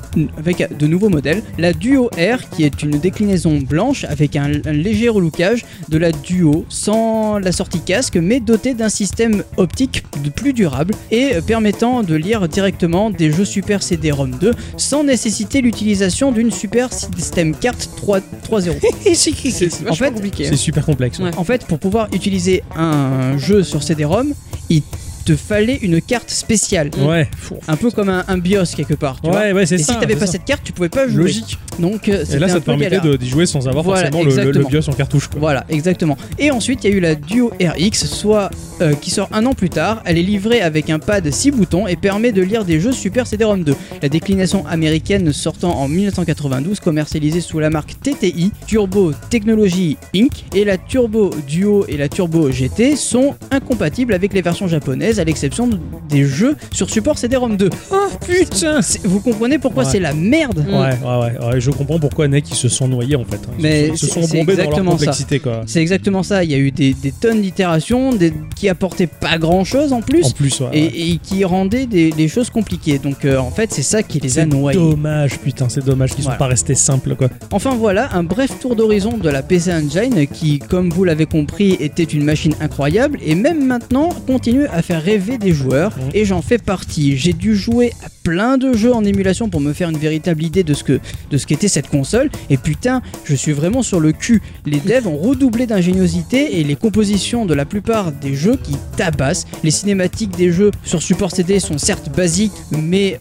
de nouveaux modèles. La Duo R, qui est une déclinaison blanche avec un léger relookage de la Duo sans la sortie casque, mais dotée d'un système optique plus durable et permettant de lire directement des jeux Super CD-ROM 2 sans nécessiter l'utilisation d'une Super System Card 3.0. C'est vachement En fait, compliqué. C'est super complexe. Ouais. En fait, pour pouvoir utiliser un jeu sur CD-ROM, il te fallait une carte spéciale. Ouais. Un peu comme un BIOS quelque part. Tu vois. Ouais, c'est Et ça. si t'avais c'est pas ça. cette carte, tu pouvais pas jouer. Logique. Donc Et c'était là, ça un te peu permettait galère. d'y jouer sans avoir Voilà, forcément le exactement. BIOS en cartouche. Quoi. Voilà, exactement. Et ensuite, il y a eu la Duo RX, qui sort un an plus tard. Elle est livrée avec un pad 6 boutons et permet de lire des jeux Super CD-ROM 2. La déclinaison américaine sortant en 1992, commercialisée sous la marque TTI, Turbo Technology Inc. Et la Turbo Duo et la Turbo GT sont incompatibles avec les versions japonaises, à l'exception des jeux sur support CD-ROM 2. Oh putain. Vous comprenez pourquoi Ouais. c'est la merde? Ouais, je comprends pourquoi NEC ils se sont noyés en fait. Mais Ils se sont c'est bombés dans leur exactement ça. complexité quoi. C'est exactement ça, il y a eu des tonnes d'itérations qui apportaient pas grand chose en plus En plus, ouais. et qui rendaient des choses compliquées. Donc en fait c'est ça qui les a C'est noyés. dommage, putain, c'est dommage qu'ils Voilà. sont pas restés simples quoi. Enfin voilà, un bref tour d'horizon de la PC Engine qui, comme vous l'avez compris, était une machine incroyable et même maintenant continue à faire rêver des joueurs et j'en fais partie. J'ai dû jouer à plein de jeux en émulation pour me faire une véritable idée de ce qu'était cette console et putain, je suis vraiment sur le cul. Les devs ont redoublé d'ingéniosité et les compositions de la plupart des jeux qui tabassent. Les cinématiques des jeux sur support CD sont certes basiques mais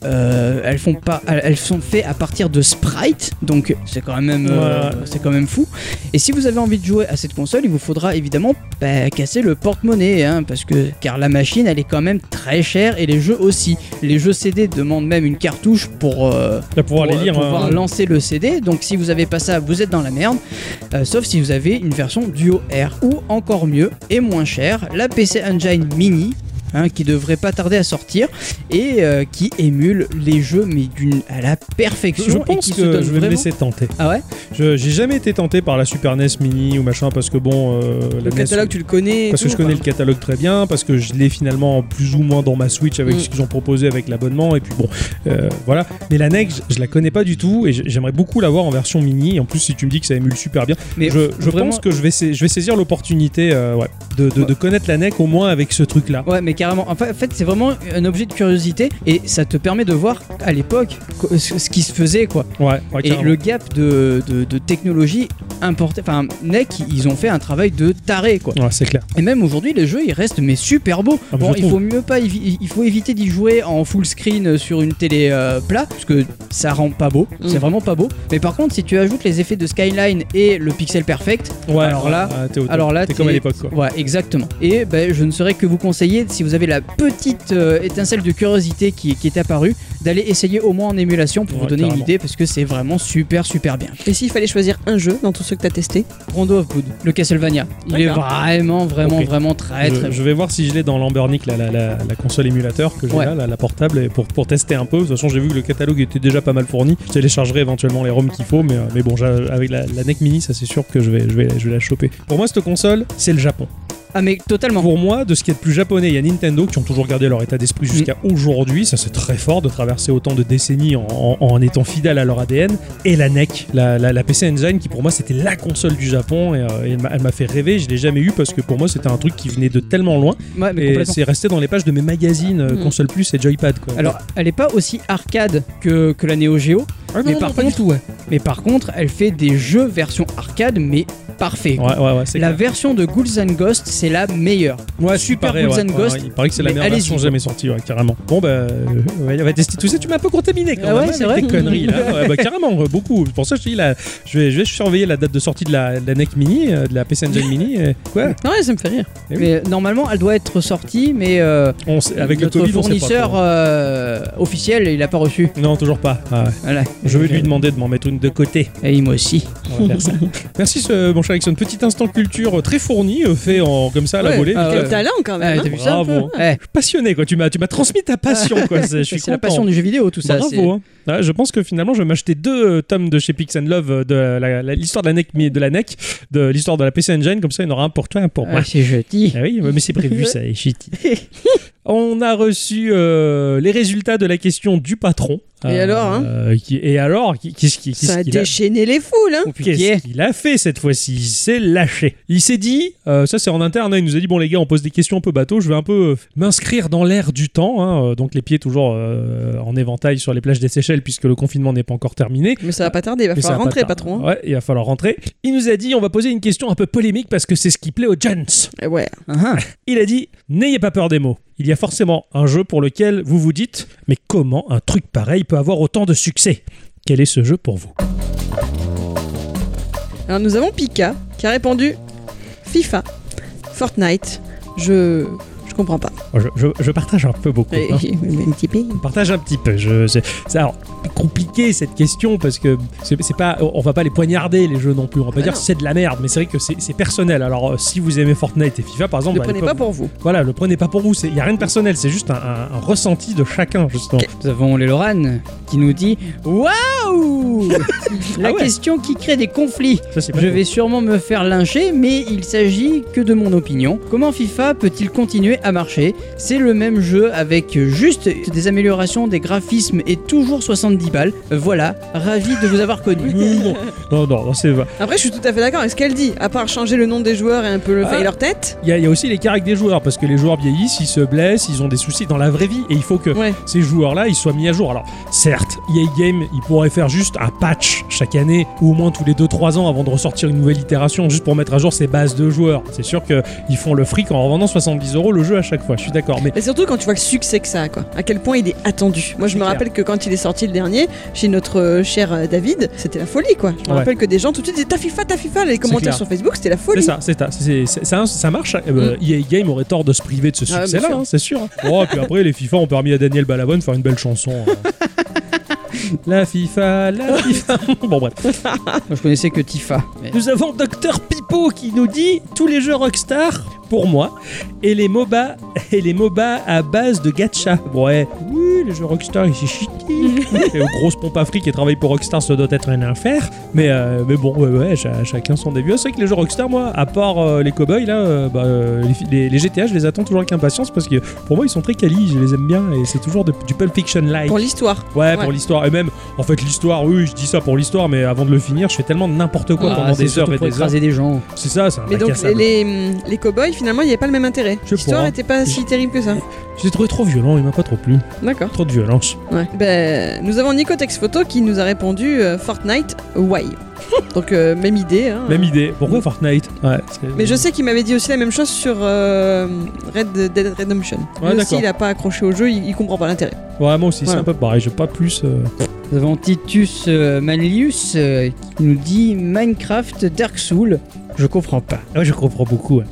elles sont faites à partir de sprites donc c'est quand même fou. Et si vous avez envie de jouer à cette console, il vous faudra évidemment casser le porte-monnaie hein, car la machine elle est quand même très chère et les jeux aussi. Les jeux CD demandent même une cartouche pour pouvoir les lire. pour pouvoir lancer le CD. Donc si vous avez pas ça, vous êtes dans la merde. Sauf si vous avez une version Duo R ou encore mieux et moins cher, la PC Engine Mini. Qui devrait pas tarder à sortir et qui émule les jeux mais à la perfection. Je et pense qui se que donne je vais me vraiment- laisser tenter. Ah ouais. J'ai jamais été tenté par la Super NES Mini ou machin parce que bon. Le la NES, catalogue, tu le connais. et parce que tout, je connais quoi. le catalogue très bien, parce que je l'ai finalement plus ou moins dans ma Switch avec ce qu'ils ont proposé avec l'abonnement, et puis bon, voilà. Mais la NEC, je la connais pas du tout, et j'aimerais beaucoup l'avoir en version mini. Et en plus, si tu me dis que ça émule super bien, Mais je vraiment- pense que je vais saisir l'opportunité de connaître la NEC au moins avec ce truc-là. Ouais, mais carrément. En fait, c'est vraiment un objet de curiosité et ça te permet de voir à l'époque ce qui se faisait, quoi. Ouais, Et carrément. le gap de technologie importée. Enfin, NEC, ils ont fait un travail de taré, quoi. Ouais, c'est clair. Et même aujourd'hui, les jeux, ils restent mais super beaux. Ah, Bon, je il trouve. faut mieux pas, il faut éviter d'y jouer en full screen sur une télé plat, parce que ça rend pas beau. C'est vraiment pas beau. Mais par contre, si tu ajoutes les effets de skyline et le pixel perfect, Ouais, alors là, t'es au top. alors là, t'es comme à l'époque, quoi. Ouais, exactement. Et ben, je ne saurais que vous conseiller, si vous avez la petite étincelle de curiosité qui est apparue, d'aller essayer au moins en émulation pour Ouais, vous donner carrément. une idée, parce que c'est vraiment super bien. Et s'il fallait choisir un jeu dans tous ceux que t'as testé? Rondo of Blood, le Castlevania, il est D'accord. vraiment Ok. très très Je vais voir si je l'ai dans l'Ambernic, la console émulateur que j'ai Ouais. là, la portable, et pour tester un peu. De toute façon, j'ai vu que le catalogue était déjà pas mal fourni. Je téléchargerai éventuellement les ROM qu'il faut, mais bon, avec la NEC Mini, ça c'est sûr que je vais la choper. Pour moi, cette console, c'est le Japon. Ah mais totalement. Pour moi, de ce qui est de plus japonais, il y a Nintendo qui ont toujours gardé leur état d'esprit jusqu'à aujourd'hui. Ça, c'est très fort de traverser autant de décennies en étant fidèle à leur ADN. Et la NEC, la PC Engine, qui pour moi c'était la console du Japon, et elle m'a fait rêver. Je l'ai jamais eu parce que pour moi c'était un truc qui venait de tellement loin. Ouais, mais Et complètement. c'est resté dans les pages de mes magazines console plus et Joypad, quoi. Alors, elle est pas aussi arcade que la Neo Geo, Ah, mais non, par non, pas du contre, tout, ouais. mais par contre, elle fait des jeux version arcade, mais parfait. Ouais, c'est La clair. version de Ghouls and Ghosts, c'est la meilleure. Ouais, Super pareil, Ghouls ouais. and Ghosts, Ouais, il paraît que c'est la mais meilleure allez-y, version quoi. jamais sortie, ouais, carrément. Bon, bah, on va tester tout ça. Tu m'as un peu contaminé quand Ah même, ouais, hein, c'est avec vrai. tes conneries là. Ouais, bah, carrément, beaucoup. Pour ça, je te dis, là, je vais surveiller la date de sortie de la NEC Mini, de la PC Engine Mini. Quoi Ouais, ça me fait rire. Eh oui. Mais normalement, elle doit être sortie, mais avec le notre Covid, on sait pas fournisseur trop. officiel, il a pas reçu. Non, toujours pas. Ah, ouais. Voilà. Je vais lui demander de m'en mettre une de côté. Et moi aussi. On va faire ça. Merci, mon cher Alexandre. Petit instant culture très fourni, fait comme ça à la Ouais. volée. Ah, Quel ouais. talent quand même. Ouais, hein. t'as vu ça un peu Bravo. Ouais. Passionné, quoi. Tu m'as transmis ta passion, quoi. Je suis C'est la content. passion du jeu vidéo, tout ça. c'est- Bravo. Hein. Ouais, je pense que finalement, je vais m'acheter 2 tomes de chez Pix and Love de l'histoire de la NEC, de l'histoire de la PC Engine. Comme ça, il y en aura un pour toi, un pour moi. Ah, c'est joli. Ah oui, mais c'est prévu, ça est shitty. On a reçu les résultats de la question du patron. Et alors, hein Qu'est-ce Ça a qu'il a déchaîné les foules, hein. Qu'est-ce qu'il a fait cette fois-ci? Il s'est lâché. Il s'est dit, ça c'est en interne, hein, il nous a dit, bon les gars, on pose des questions un peu bateau, je vais un peu m'inscrire dans l'air du temps, hein, donc les pieds toujours en éventail sur les plages des Seychelles puisque le confinement n'est pas encore terminé. Mais ça va pas tarder, il va Mais ça falloir va pas rentrer, tarder. patron. hein. Ouais, il va falloir rentrer. Il nous a dit, on va poser une question un peu polémique parce que c'est ce qui plaît aux gens. Eh ouais. Ah, Il a dit, n'ayez pas peur des mots. Il y a forcément un jeu pour lequel vous vous dites, mais comment un truc pareil peut avoir autant de succès? Quel est ce jeu pour vous? Alors nous avons Pika qui a répondu FIFA, Fortnite. Je comprends pas. Je partage un peu beaucoup. Hein. Un petit peu. On partage un petit peu. C'est alors compliqué cette question parce que c'est pas, on va pas les poignarder les jeux non plus. On va pas dire non. c'est de la merde, mais c'est vrai que c'est personnel. Alors si vous aimez Fortnite et FIFA par exemple, Ne le prenez pas pour vous. Voilà, le prenez pas pour vous. Il y a rien de personnel. C'est juste un ressenti de chacun justement. Nous avons les Lorraine qui nous dit Waouh La Ah ouais. question qui crée des conflits. Ça c'est pas Je faux. vais sûrement me faire lyncher, mais il s'agit que de mon opinion. Comment FIFA peut-il continuer à marcher? C'est le même jeu avec juste des améliorations, des graphismes et toujours 70 balles. Voilà, ravi de vous avoir connu. Non, c'est vrai. Après, je suis tout à fait d'accord avec ce qu'elle dit. À part changer le nom des joueurs et un peu Ah. et leur tête. Il y a aussi les caractères des joueurs parce que les joueurs vieillissent, ils se blessent, ils ont des soucis dans la vraie vie et il faut que Ouais. ces joueurs-là ils soient mis à jour. Alors certes, EA Game ils pourraient faire juste un patch chaque année ou au moins tous les 2-3 ans avant de ressortir une nouvelle itération juste pour mettre à jour ces bases de joueurs. C'est sûr qu'ils font le fric en revendant 70€ le jeu à chaque fois, je suis d'accord. Mais Et surtout quand tu vois le succès que ça a, quoi. À quel point il est attendu. Moi, je me clair. rappelle que quand il est sorti le dernier, chez notre cher David, c'était la folie, quoi. Je me Ouais. rappelle que des gens tout de suite disaient ta FIFA, les commentaires clair. sur Facebook, c'était la folie. ça marche. EA Game aurait tort de se priver de ce Ah, succès-là, bien sûr. hein, c'est sûr. Hein. Oh, et puis après les FIFA ont permis à Daniel Balavoine de faire une belle chanson. La FIFA. Bon bref. Moi, je connaissais que Tifa. Mais- Nous avons Dr Pipo qui nous dit tous les jeux Rockstar pour moi et les MOBA à base de gacha. Ouais. Oui, les jeux Rockstar, c'est shitty. Et aux grosses pompes à fric qui travaillent pour Rockstar, ça doit être un enfer. Mais bon, ouais, chacun son début. C'est vrai que les jeux Rockstar, moi, à part les cowboys, là, les GTA, je les attends toujours avec impatience parce que pour moi, ils sont très quali, je les aime bien et c'est toujours du Pulp Fiction-like. Pour l'histoire. Ouais, pour l'histoire. Et même, en fait, l'histoire, oui, je dis ça pour l'histoire, mais avant de le finir, je fais tellement n'importe quoi pendant des heures et pour des heures. écraser des gens. C'est ça, c'est un Mais donc, bac à sable. les cowboys, finalement, il n'y avait pas le même intérêt. Je sais L'histoire pas. n'était pas si terrible que ça. Je l'ai trouvé trop violent, il m'a pas trop plu. D'accord. Trop de violence. Ouais. Ben, nous avons Nicotex Photo qui nous a répondu Fortnite, why? Donc, même idée. Hein. Même idée. Pourquoi Fortnite? Ouais. Mais je sais qu'il m'avait dit aussi la même chose sur Red Dead Redemption. Ouais, Lui aussi, d'accord. il a pas accroché au jeu, il comprend pas l'intérêt. Ouais, moi aussi, Voilà. c'est un peu pareil. J'ai pas plus. Nous avons Titus Manlius qui nous dit Minecraft Dark Souls. Je comprends pas. Ouais, je comprends beaucoup. Ouais.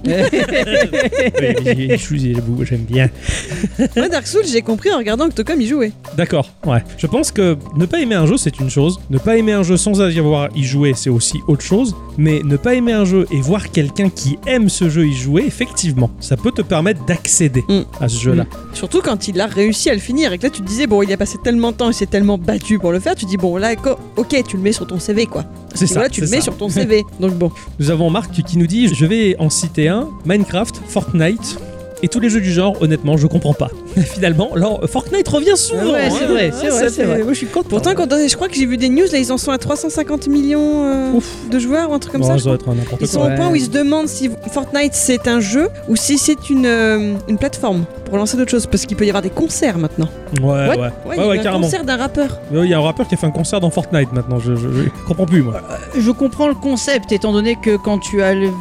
J'aime bien. Moi, Dark Souls, j'ai compris en regardant Octocom y jouer. D'accord, ouais. Je pense que ne pas aimer un jeu, c'est une chose. Ne pas aimer un jeu sans y avoir y jouer, c'est aussi autre chose. Mais ne pas aimer un jeu et voir quelqu'un qui aime ce jeu y jouer, effectivement, ça peut te permettre d'accéder à ce jeu-là. Surtout quand il a réussi à le finir et que là, tu te disais, bon, il a passé tellement de temps, il s'est tellement battu pour le faire, tu dis, bon, là, ok, tu le mets sur ton CV, quoi. C'est Et ça. voilà, tu le c'est mets ça. sur ton CV. Donc bon. Nous avons Marc qui nous dit, je vais en citer un, Minecraft, Fortnite... Et tous les jeux du genre, honnêtement, je comprends pas. Finalement, alors, Fortnite revient souvent. Ouais, c'est vrai, c'est vrai, c'est vrai. Moi, je suis content. Pourtant, je crois que j'ai vu des news, là, ils en sont à 350 millions de joueurs ou un truc comme Ouais, ça. ça doit être n'importe Ils sont quoi. au point où ils se demandent si Fortnite c'est un jeu ou si c'est une plateforme pour lancer d'autres choses. Parce qu'il peut y avoir des concerts maintenant. Ouais, What ouais. il y a eu un carrément. concert d'un rappeur. Il y a un rappeur qui a fait un concert dans Fortnite maintenant. Je comprends plus, moi. Je comprends le concept étant donné que quand tu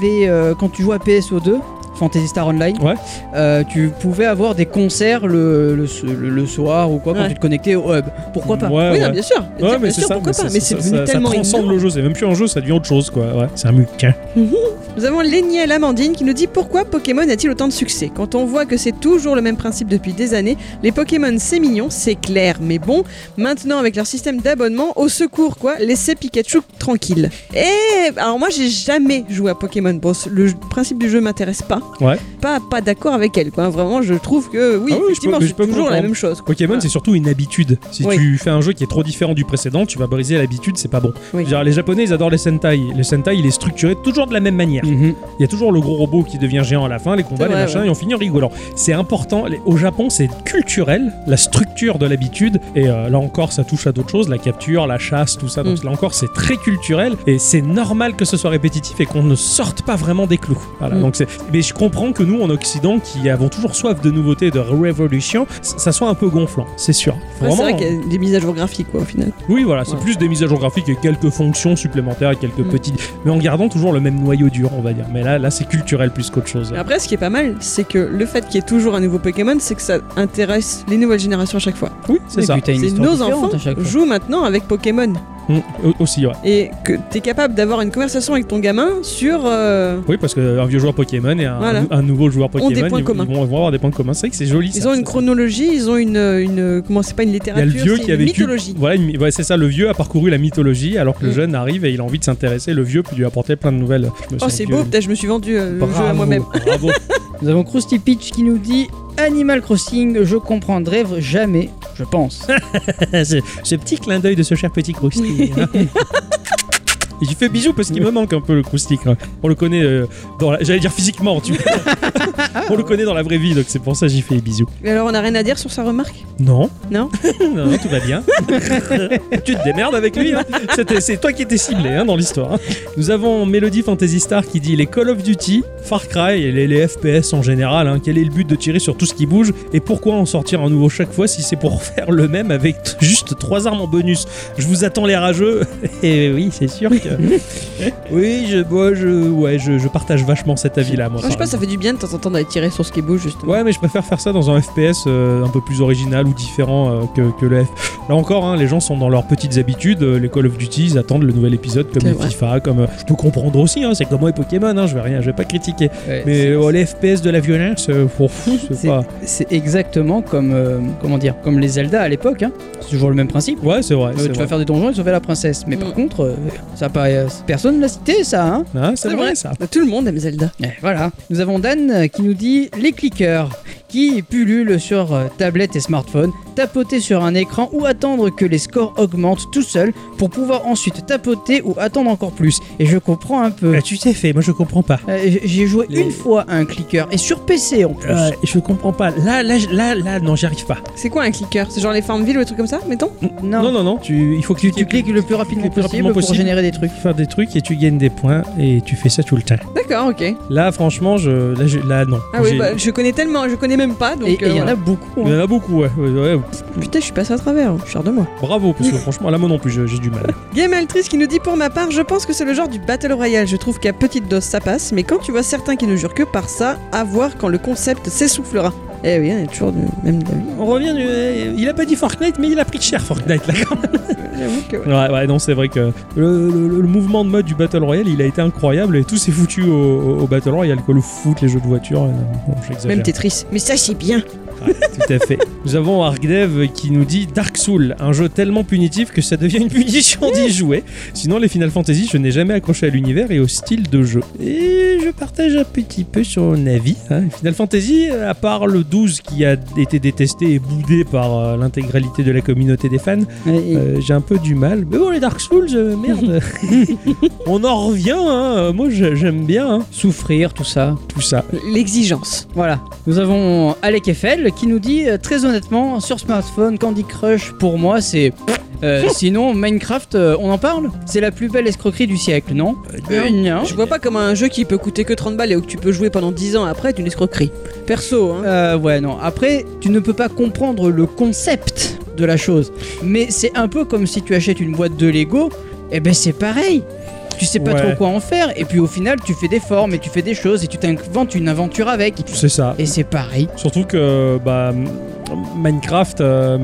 joues à PSO2, Phantasy Star Online, tu pouvais avoir des concerts le soir ou quoi quand Ouais. tu te connectais au hub. Pourquoi pas Ouais, Oui, ouais. non, bien sûr. Ouais, Bien sûr, pourquoi pas. Mais c'est devenu tellement ça transcende énorme. le jeu, c'est même plus un jeu, ça devient autre chose, quoi. Ouais, c'est un muquin. Nous avons Léniel Amandine qui nous dit pourquoi Pokémon a-t-il autant de succès? Quand on voit que c'est toujours le même principe depuis des années, les Pokémon c'est mignon, c'est clair, mais bon, maintenant avec leur système d'abonnement, au secours quoi, laissez Pikachu tranquille. Et alors moi j'ai jamais joué à Pokémon, bon le principe du jeu m'intéresse pas, Ouais. pas d'accord avec elle quoi, vraiment je trouve que oui, Ah oui, effectivement je c'est peux toujours la comprendre. même chose. quoi. Pokémon, Voilà. c'est surtout une habitude. Si Oui. tu fais un jeu qui est trop différent du précédent, tu vas briser l'habitude, c'est pas bon. Oui. Genre, les Japonais, ils adorent les Sentai. Les Sentai, il est structuré toujours de la même manière. Il y a toujours le gros robot qui devient géant à la fin, les combats, C'est les vrai, machins, ouais. et on finit en rigolant. C'est important. Au Japon, c'est culturel, la structure de l'habitude. Et là encore, ça touche à d'autres choses, la capture, la chasse, tout ça. Donc là encore, c'est très culturel. Et c'est normal que ce soit répétitif et qu'on ne sorte pas vraiment des clous. Voilà. Donc mais je comprends que nous, en Occident, qui avons toujours soif de nouveautés, de révolution, ça soit un peu gonflant, c'est sûr. Faut Ouais, c'est vraiment- vrai qu'il y a des mises à jour graphiques quoi au final. Oui, voilà, c'est Ouais. plus des mises à jour graphiques et quelques fonctions supplémentaires et quelques petites. Mais en gardant toujours le même noyau dur, on va dire. Mais là c'est culturel plus qu'autre chose. Et après ce qui est pas mal, c'est que le fait qu'il y ait toujours un nouveau Pokémon, c'est que ça intéresse les nouvelles générations à chaque fois. Oui, c'est ça. T'as une C'est histoire nos différente enfants à chaque fois. jouent maintenant avec Pokémon. Aussi, ouais. Et que t'es capable d'avoir une conversation avec ton gamin sur. Oui, parce qu'un vieux joueur Pokémon et Voilà. un nouveau joueur Pokémon, des points ils communs. vont avoir des points communs. C'est vrai que c'est joli. Ils ça, ont une ça. chronologie, ils ont une comment c'est pas une Il y a littérature, le vieux c'est qui a une vécu. mythologie. Voilà, ouais, c'est ça. Le vieux a parcouru la mythologie, alors que le jeune arrive et il a envie de s'intéresser. Le vieux peut lui apporter plein de nouvelles. Oh c'est beau, peut-être je me suis vendu le jeu à moi-même. Bravo. Nous avons Krusty Peach qui nous dit Animal Crossing, je comprendrai jamais, je pense. ce petit clin d'œil de ce cher petit Krusty. Et je lui fais bisous parce qu'il me manque un peu le Krusty. Hein. On le connaît j'allais dire physiquement, tu vois. On le connaît dans la vraie vie, donc c'est pour ça que j'y fais bisous. Et alors on a rien à dire sur sa remarque? Non. Non. Non, tout va bien. Tu te démerdes avec lui. Hein. C'est toi qui étais ciblé hein, dans l'histoire. Hein. Nous avons Melody Fantasy Star qui dit les Call of Duty, Far Cry et les FPS en général. Hein, quel est le but de tirer sur tout ce qui bouge et pourquoi en sortir un nouveau chaque fois si c'est pour faire le même avec juste 3 armes en bonus? Je vous attends les rageux. Et oui, c'est sûr que. Oui, je partage vachement cet avis-là. Moi, Je sais pas, ça fait du bien de temps en temps d'aller tirer sur ce qui bouge justement. Ouais, mais je préfère faire ça dans un FPS un peu plus original ou différent que le F. Là encore, hein, les gens sont dans leurs petites habitudes. Les Call of Duty, ils attendent le nouvel épisode comme C'est les vrai. FIFA, comme je peux comprendre aussi. Hein, c'est comme moi et Pokémon. Hein, je vais pas critiquer. Ouais, Mais les FPS de la violence, c'est pas. c'est exactement comme comme les Zelda à l'époque. Hein. C'est toujours le même principe. Ouais, c'est vrai. Tu vas faire des donjons et sauver la princesse. Mais par contre, ça paraît, personne l'a cité ça. Hein. Ah, c'est vrai ça. Tout le monde aime Zelda. Et voilà. Nous avons Dan qui nous dit les clickers qui pullulent sur tablette et smartphone, tapoter sur un écran ou attendre que les scores augmentent tout seuls pour pouvoir ensuite tapoter ou attendre encore plus. Et je comprends un peu. Tu t'es fait, moi je comprends pas. J'ai joué une fois à un clicker et sur PC en plus. Je comprends pas. Là, non, j'y arrive pas. C'est quoi un clicker? C'est genre les Farmville ou des trucs comme ça, mettons? Non. Il faut Tu cliques le plus rapidement possible pour générer des trucs. Faire des trucs et tu gagnes des points et tu fais ça tout le temps. D'accord, ok. Là, franchement, là, non. Ah oui, je connais même pas. Donc, Et il y en a beaucoup. Il y en a beaucoup, ouais. Putain, je suis passé à travers, je suis fier de moi. Bravo, parce que franchement, là, moi non plus, j'ai du mal. Game Altrice qui nous dit pour ma part, je pense que c'est le genre du Battle Royale. Je trouve qu'à petite dose ça passe, mais quand tu vois certains qui ne jurent que par ça, à voir quand le concept s'essoufflera. Eh oui, on est toujours du même avis. On revient il a pas dit Fortnite, mais il a pris cher Fortnite là quand même. J'avoue que Ouais, non, c'est vrai que le mouvement de mode du Battle Royale, il a été incroyable et tout s'est foutu au Battle Royale, quoi. Le foot, les jeux de voiture, bon, j'exagère. même Tetris. Mais ça, c'est bien. Ouais, tout à fait. Nous avons ArcDev qui nous dit Dark Souls, un jeu tellement punitif que ça devient une punition d'y jouer. Sinon, les Final Fantasy, je n'ai jamais accroché à l'univers et au style de jeu. Et je partage un petit peu son avis. Final Fantasy, à part le 12 qui a été détesté et boudé par l'intégralité de la communauté des fans, j'ai un peu du mal. Mais bon, les Dark Souls, merde. On en revient, hein. Moi j'aime bien. Hein. Souffrir, tout ça. L'exigence. Voilà. Nous avons Alec Eiffel qui nous dit très honnêtement, sur smartphone, Candy Crush pour moi c'est... sinon, Minecraft, on en parle? C'est la plus belle escroquerie du siècle, non? Non. Je vois pas comment un jeu qui peut coûter que 30 balles et où tu peux jouer pendant 10 ans après est une escroquerie. Perso, hein. Ouais, non. Après, tu ne peux pas comprendre le concept de la chose. Mais c'est un peu comme si tu achètes une boîte de Lego, et ben c'est pareil. Tu sais pas trop quoi en faire, et puis au final, tu fais des formes et tu fais des choses et tu t'inventes une aventure avec. C'est ça. Et c'est pareil. Surtout que Minecraft,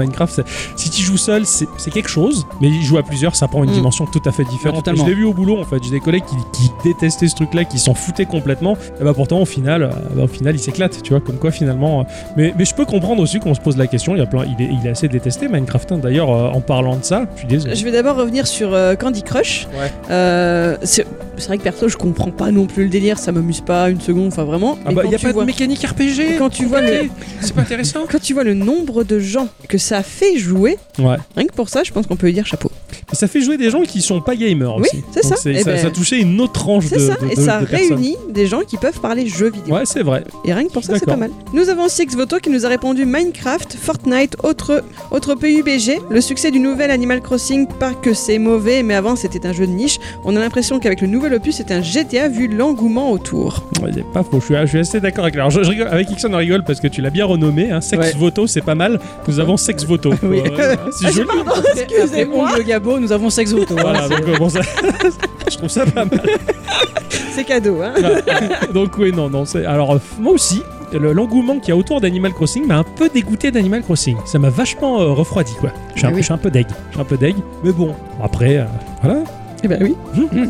si tu joues seul, c'est quelque chose, mais y jouer à plusieurs, ça prend une dimension tout à fait différente. Ouais, je l'ai vu au boulot, en fait, j'ai des collègues qui détestaient ce truc-là, qui s'en foutaient complètement. Et pourtant, au final, ils s'éclatent, tu vois, comme quoi finalement. Mais je peux comprendre aussi qu'on se pose la question. Il est assez détesté Minecraft. Hein. D'ailleurs, en parlant de ça, je suis désolé. Je vais d'abord revenir sur Candy Crush. Ouais. C'est vrai que perso, je comprends pas non plus le délire, ça m'amuse pas une seconde, enfin vraiment. Il y a pas de mécanique RPG. Quand tu vois c'est pas intéressant. Quand tu vois le nombre de gens que ça fait jouer, rien que pour ça, je pense qu'on peut lui dire chapeau. Mais ça fait jouer des gens qui sont pas gamers oui, aussi. C'est donc ça. Ça touchait une autre tranche de ça, et ça de réunit des gens qui peuvent parler jeux vidéo. Ouais, c'est vrai. Et rien que pour ça, c'est pas mal. Nous avons aussi Exvoto qui nous a répondu Minecraft, Fortnite, autre PUBG. Le succès du nouvel Animal Crossing, pas que c'est mauvais, mais avant c'était un jeu de niche. On a l'impression qu'avec le nouvel opus, c'est un GTA vu l'engouement autour. Ouais, c'est pas faux, je suis assez d'accord avec. Alors, je rigole, avec Ixon, on rigole parce que tu l'as bien renommé. Hein, Sex Voto, c'est pas mal. Nous avons Sex Voto. Oui. C'est joli. Pardon, excusez-moi. Après, le Gabo, nous avons Sex Voto. Voilà, donc ça, je trouve ça pas mal. C'est cadeau, hein. Donc oui, non, c'est. Alors moi aussi. L'engouement qu'il y a autour d'Animal Crossing m'a un peu dégoûté d'Animal Crossing. Ça m'a vachement refroidi, quoi. Je suis un peu deg. Mais bon, après, voilà. Eh ben oui.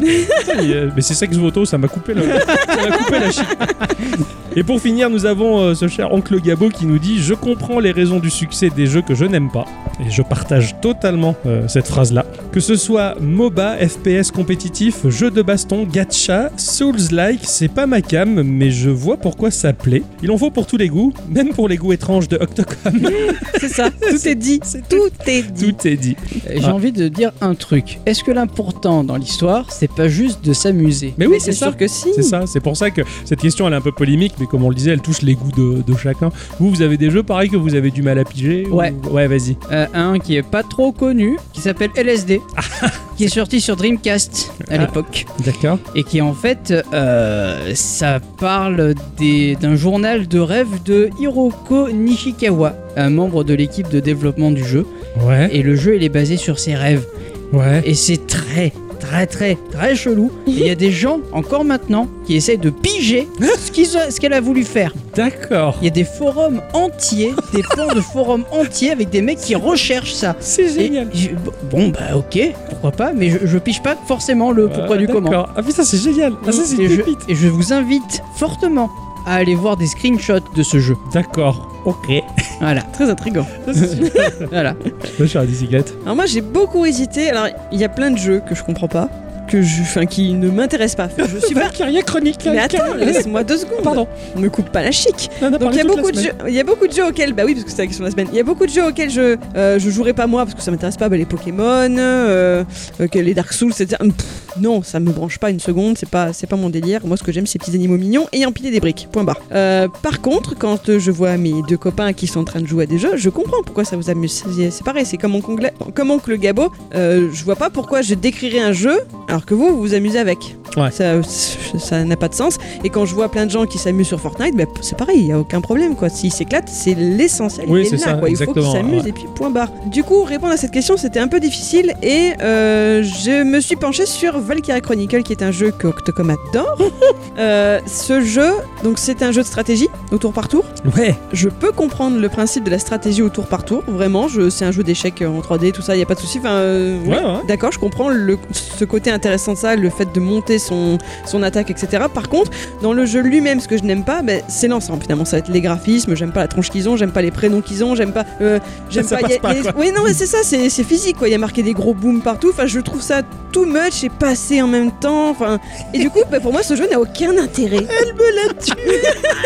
Mais c'est Sex Voto, ça m'a coupé la chic. Et pour finir, nous avons ce cher oncle Gabo qui nous dit « Je comprends les raisons du succès des jeux que je n'aime pas. » Et je partage totalement cette phrase-là. Que ce soit MOBA, FPS compétitif, jeu de baston, gacha, Souls-like, c'est pas ma cam, mais je vois pourquoi ça plaît. Il en faut pour tous les goûts, même pour les goûts étranges de Octocom. C'est ça, tout est dit. Tout est dit. Tout est dit. J'ai envie de dire un truc. Est-ce que l'important dans l'histoire, c'est pas juste de s'amuser? Mais oui, c'est sûr que si. C'est ça, c'est pour ça que cette question elle est un peu polémique, mais comme on le disait, elle touche les goûts de chacun. Vous avez des jeux pareils que vous avez du mal à piger? Ouais. Ouais, vas-y. Un qui est pas trop connu, qui s'appelle LSD, qui est sorti sur Dreamcast à l'époque. D'accord. Et qui en fait, ça parle d'un journal de rêve de Hiroko Nishikawa, un membre de l'équipe de développement du jeu. Ouais. Et le jeu, il est basé sur ses rêves. Ouais. Et c'est très chelou. Et il y a des gens, encore maintenant, qui essayent de piger ce qu'elle a voulu faire. D'accord. Il y a des forums entiers, des pans de forums entiers avec des mecs qui recherchent ça. C'est génial. Bon, bah ok, pourquoi pas, mais je pige pas forcément le pourquoi du comment. D'accord. Ah putain, c'est génial. Ah, ça, c'est et je vous invite fortement à aller voir des screenshots de ce jeu. D'accord. Ok. Voilà. Très intriguant. Voilà. Je suis à la bicyclette. Alors moi j'ai beaucoup hésité. Alors il y a plein de jeux que je comprends pas. qui ne m'intéresse pas. Je suis pas. Valkyria Chronicle. Mais attends, laisse-moi 2 secondes. Pardon. On me coupe pas la chic. On en a Donc parlé toute la semaine. il y a beaucoup de jeux auxquels, bah oui, parce que c'est la question de la semaine. Il y a beaucoup de jeux auxquels je jouerai pas moi parce que ça m'intéresse pas. Bah, les Pokémon, les Dark Souls, etc. Non, ça me branche pas une seconde. C'est pas mon délire. Moi, ce que j'aime, c'est les petits animaux mignons et empiler des briques. Point barre. Par contre, quand je vois mes 2 copains qui sont en train de jouer à des jeux, je comprends pourquoi ça vous amuse. C'est pareil, c'est comme oncle Gabo. Je vois pas pourquoi je décrirais un jeu alors que vous vous amusez avec. Ouais. Ça n'a pas de sens. Et quand je vois plein de gens qui s'amusent sur Fortnite, bah, c'est pareil, il y a aucun problème quoi. S'ils s'éclatent, c'est l'essentiel. Oui, il est c'est là, ça, quoi. Il faut qu'ils exactement, s'amusent ouais. et puis point barre. Du coup, répondre à cette question, c'était un peu difficile et je me suis penchée sur Valkyria Chronicle, qui est un jeu que Octocom adore. Ce jeu, donc c'est un jeu de stratégie au tour par tour. Ouais. Je peux comprendre le principe de la stratégie au tour par tour, vraiment. C'est un jeu d'échecs en 3D, tout ça, il y a pas de souci. Enfin, Ouais. d'accord, je comprends ce côté intéressant de ça, le fait de monter son attaque, etc. Par contre, dans le jeu lui-même, ce que je n'aime pas, c'est l'ensemble. Finalement, ça va être les graphismes. J'aime pas la tronche qu'ils ont, j'aime pas les prénoms qu'ils ont, j'aime pas. Ça passe pas, quoi. Oui, non, mais c'est ça, c'est physique, quoi. Il y a marqué des gros booms partout. Enfin, je trouve ça too much et passé en même temps. Enfin, et du coup, pour moi, ce jeu n'a aucun intérêt. Elle me l'a tué.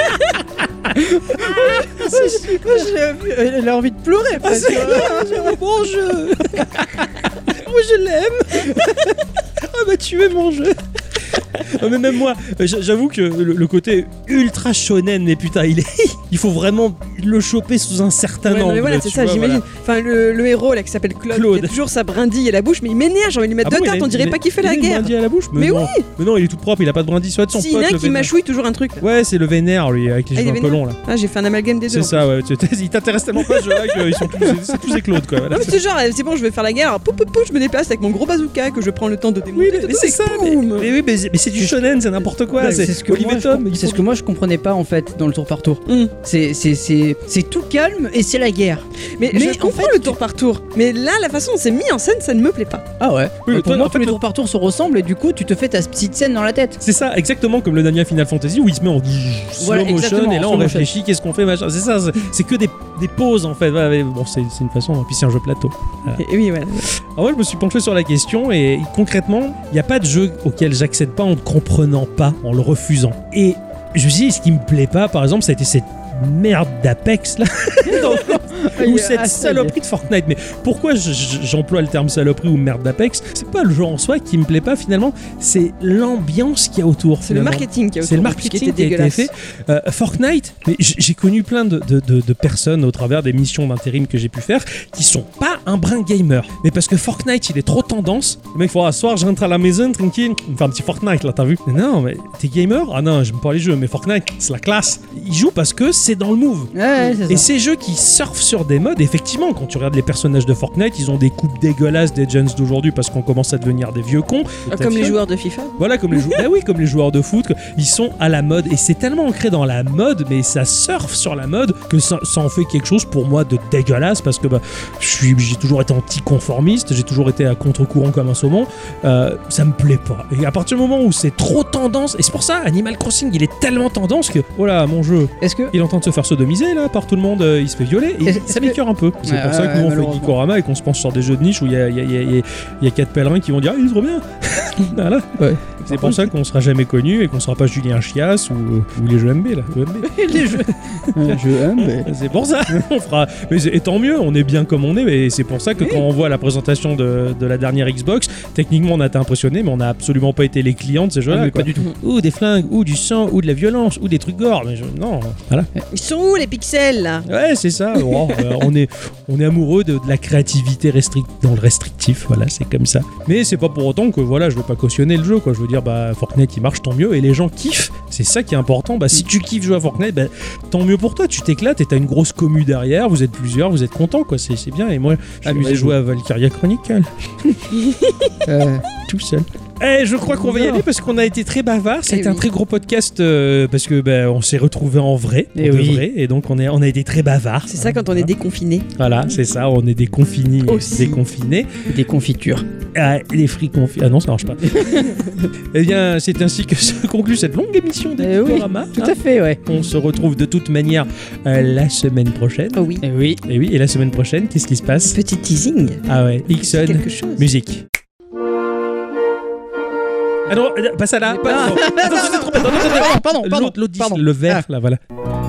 Elle a envie de pleurer. C'est un bon jeu. Moi je l'aime. Ah bah tu es mon jeu. Non, mais même moi, j'avoue que le côté ultra shonen, mais putain, il faut vraiment le choper sous un certain Ouais, non, angle. mais voilà, c'est tu ça, vois, j'imagine. Enfin, le héros là qui s'appelle Claude, Claude. il a toujours sa brindille à la bouche, mais il m'énerve. J'ai envie de lui mettre Ah bon, deux tartes, on dirait pas qu'il fait la il a guerre. une brindille à la bouche. Mais non. Mais non, il est tout propre, il a pas de brindille. Soit de son Si, il y en pote, a le un qui vénère. mâchouille toujours un truc. Là. Ouais, c'est le vénère, lui, avec les Ah, il cheveux est un peu vénère. longs là. Ah, j'ai fait un amalgame des deux. C'est ça, ouais. Il t'intéresse tellement pas ce jeu-là qu'ils sont tous, c'est tous des Claude, quoi. Voilà. Non, mais c'est genre, c'est bon, je vais faire la guerre. Alors, pou, je me déplace avec mon gros bazooka que je prends le temps de démonter. Oui, mais c'est ça. Mais c'est du shonen, c'est n'importe quoi. C'est ce que Olivier moi, Tom. c'est ce que moi je comprenais pas en fait dans le tour par tour. Mm. C'est tout calme et c'est la guerre. Mais Mais je en comprends fait, le tour par tour. Mais là, la façon dont c'est mis en scène, ça ne me plaît pas. Ah ouais. Oui, mais Pour toi, moi en fait, tous les le- tours par tour se ressemblent et du coup tu te fais ta petite scène dans la tête. C'est ça, exactement comme le dernier Final Fantasy où il se met en slow Voilà, motion exactement, et là en on slow motion. réfléchit, qu'est-ce qu'on fait, machin. C'est ça, c'est que des pauses en fait. Ouais, mais bon, c'est une façon, et puis c'est un jeu plateau. Et oui, voilà. Alors moi je me suis penché sur la question et concrètement, il n'y a pas de jeu auquel j'accède pas en ne comprenant pas, en le refusant. Et je me suis dit, ce qui me plaît pas, par exemple, ça a été cette merde d'Apex là. Ou cette saloperie de Fortnite. Mais pourquoi j'emploie le terme saloperie ou merde d'Apex? C'est pas le jeu en soi qui me plaît pas finalement, c'est l'ambiance qu'il y a autour. C'est le finalement. marketing qui a C'est le autour, marketing qui qui a était été dégueulasse. fait. Fortnite, mais j'ai connu plein de personnes au travers des missions d'intérim que j'ai pu faire qui sont pas un brin gamer. Mais parce que Fortnite, il est trop tendance. Le mec, il faut un soir, je rentre à la maison tranquille, il me fait un petit Fortnite là, t'as vu? Mais non, mais t'es gamer? Ah non, j'aime pas les jeux, mais Fortnite, c'est la classe. Ils jouent parce que c'est dans le move. Ouais, c'est Et ça. ces jeux qui surfent sur des modes, effectivement, quand tu regardes les personnages de Fortnite, ils ont des coupes dégueulasses des gens d'aujourd'hui parce qu'on commence à devenir des vieux cons. Comme les joueurs de FIFA. Voilà, comme les joueurs. Bah oui, comme les joueurs de foot, ils sont à la mode et c'est tellement ancré dans la mode, mais ça surfe sur la mode que ça en fait quelque chose pour moi de dégueulasse parce que bah, j'ai toujours été anticonformiste, j'ai toujours été à contre-courant comme un saumon. Ça me plaît pas. Et à partir du moment où c'est trop tendance, et c'est pour ça, Animal Crossing, il est tellement tendance que voilà, mon jeu. Est-ce que Il est en train de se faire sodomiser là par tout le monde, il se fait violer et Est-ce ça que- m'écœure un peu. C'est Ouais, pour ça que nous on fait malheureusement. Geekorama et qu'on se penche sur des jeux de niche où il y a 4 pèlerins qui vont dire ah, il est trop bien. Voilà. Ouais. C'est pour ça qu'on sera jamais connu et qu'on sera pas Julien Chias ou les jeux MB là. les jeux je aime mais... C'est pour ça. On fera. Et tant mieux, on est bien comme on est. Et c'est pour ça que quand on voit la présentation de la dernière Xbox, techniquement on a été impressionné, mais on n'a absolument pas été les clients de ces jeux-là. Ah, mais quoi. pas du tout. Ou des flingues, ou du sang, ou de la violence, ou des trucs gore. Mais non, voilà. Ils sont où les pixels là? Ouais, c'est ça. Oh, on est amoureux de la créativité dans le restrictif. Voilà, c'est comme ça. Mais c'est pas pour autant que voilà, je veux pas cautionner le jeu. Quoi. Je veux dire, bah Fortnite il marche, tant mieux. Et les gens kiffent. C'est ça qui est important. Bah si tu kiffes jouer à Fortnite, bah, tant mieux pour toi. Tu t'éclates et t'as une grosse commu derrière. Vous êtes plusieurs, vous êtes contents. Quoi. C'est bien. Et moi, je Amusez-vous. vais jouer à Valkyria Chronicle tout seul. Eh, je crois qu'on va y aller parce qu'on a été très bavard. C'était Eh un oui. très gros podcast parce que bah, on s'est retrouvés en vrai, Eh pour de oui. vrai, et donc on a été très bavard. C'est ça quand on est déconfiné. Voilà, c'est ça, on est déconfinés. Aussi. Déconfinés. des confitures. Ah, les fruits confits. Ah non, ça marche pas. Eh bien, c'est ainsi que se conclut cette longue émission de Eh oui, Geekorama, tout hein. à fait, ouais. On se retrouve de toute manière la semaine prochaine. Oh oui. Et oui. Et oui, et la semaine prochaine, qu'est-ce qui se passe? Petit teasing. Ah ouais, Ixon, Quelque chose. musique. Ah non, pas ça là. Pas, Ah. non. Attends, je me suis trompé. Attends, Pardon. L'autre 10, Pardon. le vert, Ah. là, voilà.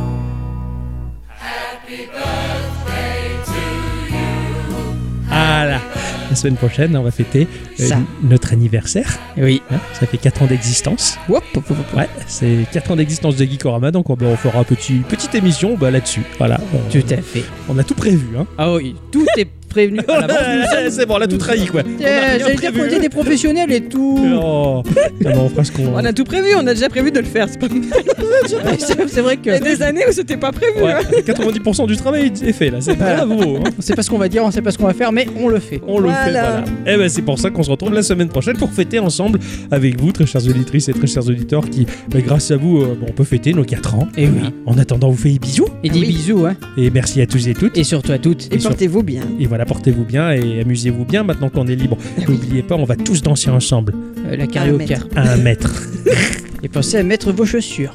Voilà. La semaine prochaine, on va fêter Ça. notre anniversaire. Oui. Hein, ça fait 4 ans d'existence. Hop, hop, hop, hop. Ouais, c'est 4 ans d'existence de Geekorama, donc on fera petite émission là-dessus. Voilà. Tout à fait. On a tout prévu. Hein. Ah oui, tout est prévenu à l'avance. C'est bon, on a tout trahi, quoi. On a rien J'allais dire prévu. qu'on était des professionnels et tout. Oh. Ah non, on fera ce qu'on... On a tout prévu, on a déjà prévu de le faire. C'est pas mal. C'est vrai Il y a que des années où c'était pas prévu. Ouais, hein. 90% du travail est fait, là. C'est bravo. Hein. on sait pas ce qu'on va dire, on sait pas ce qu'on va faire, mais on le fait. On le fait, Voilà. voilà. Et ben c'est pour ça qu'on se retrouve la semaine prochaine pour fêter ensemble avec vous, très chères auditrices et très chers auditeurs, qui, grâce à vous, on peut fêter nos 4 ans. Et oui. En attendant, on vous fait des bisous. Et des Oui. bisous, hein. Et merci à tous et toutes. Et surtout à toutes. Et portez-vous bien. Et voilà, portez-vous bien et amusez-vous bien maintenant qu'on est libre. N'oubliez pas, on va tous danser ensemble La carioca. à 1 mètre. Et pensez à mettre vos chaussures.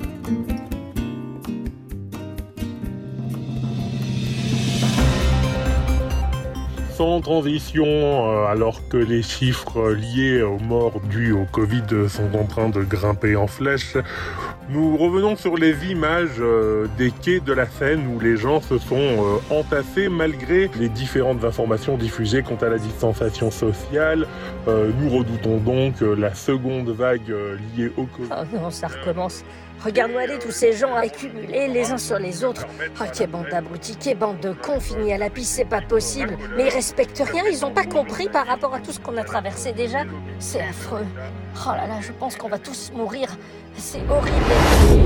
Sans transition, alors que les chiffres liés aux morts dues au Covid sont en train de grimper en flèche, nous revenons sur les images des quais de la Seine où les gens se sont entassés malgré les différentes informations diffusées quant à la distanciation sociale. Nous redoutons donc la seconde vague liée au Covid. Oh non, ça recommence. Regarde-nous aller, tous ces gens accumulés les uns sur les autres. Oh, quelle bande d'abrutis, quelle bande de cons finis à la piste, c'est pas possible. Mais ils respectent rien, ils ont pas compris par rapport à tout ce qu'on a traversé déjà. C'est affreux. Oh là là, je pense qu'on va tous mourir. C'est horrible.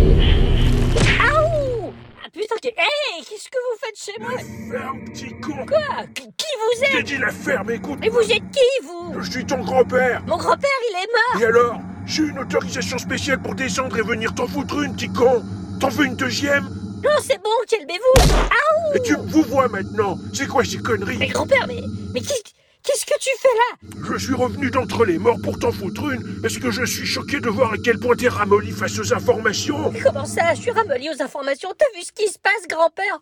Aouh! Ah putain, hey, qu'est-ce que vous faites chez moi? Ferme, petit con! Quoi? Qui vous Je t'ai êtes? dit la ferme, écoute! Mais vous êtes qui, vous? Je suis ton grand-père! Mon grand-père, il est mort! Et alors? J'ai une autorisation spéciale pour descendre et venir t'en foutre une, petit con! T'en veux une deuxième? Non, c'est bon, calmez-vous! Et tu me vois maintenant! C'est quoi ces Mais conneries? grand-père, mais qu'est-ce que tu fais là? Je suis revenu d'entre les morts pour t'en foutre une! Est-ce que je suis choqué de voir à quel point t'es ramolli face aux informations? Comment ça? Je suis ramolli aux informations. T'as vu ce qui se passe, grand-père?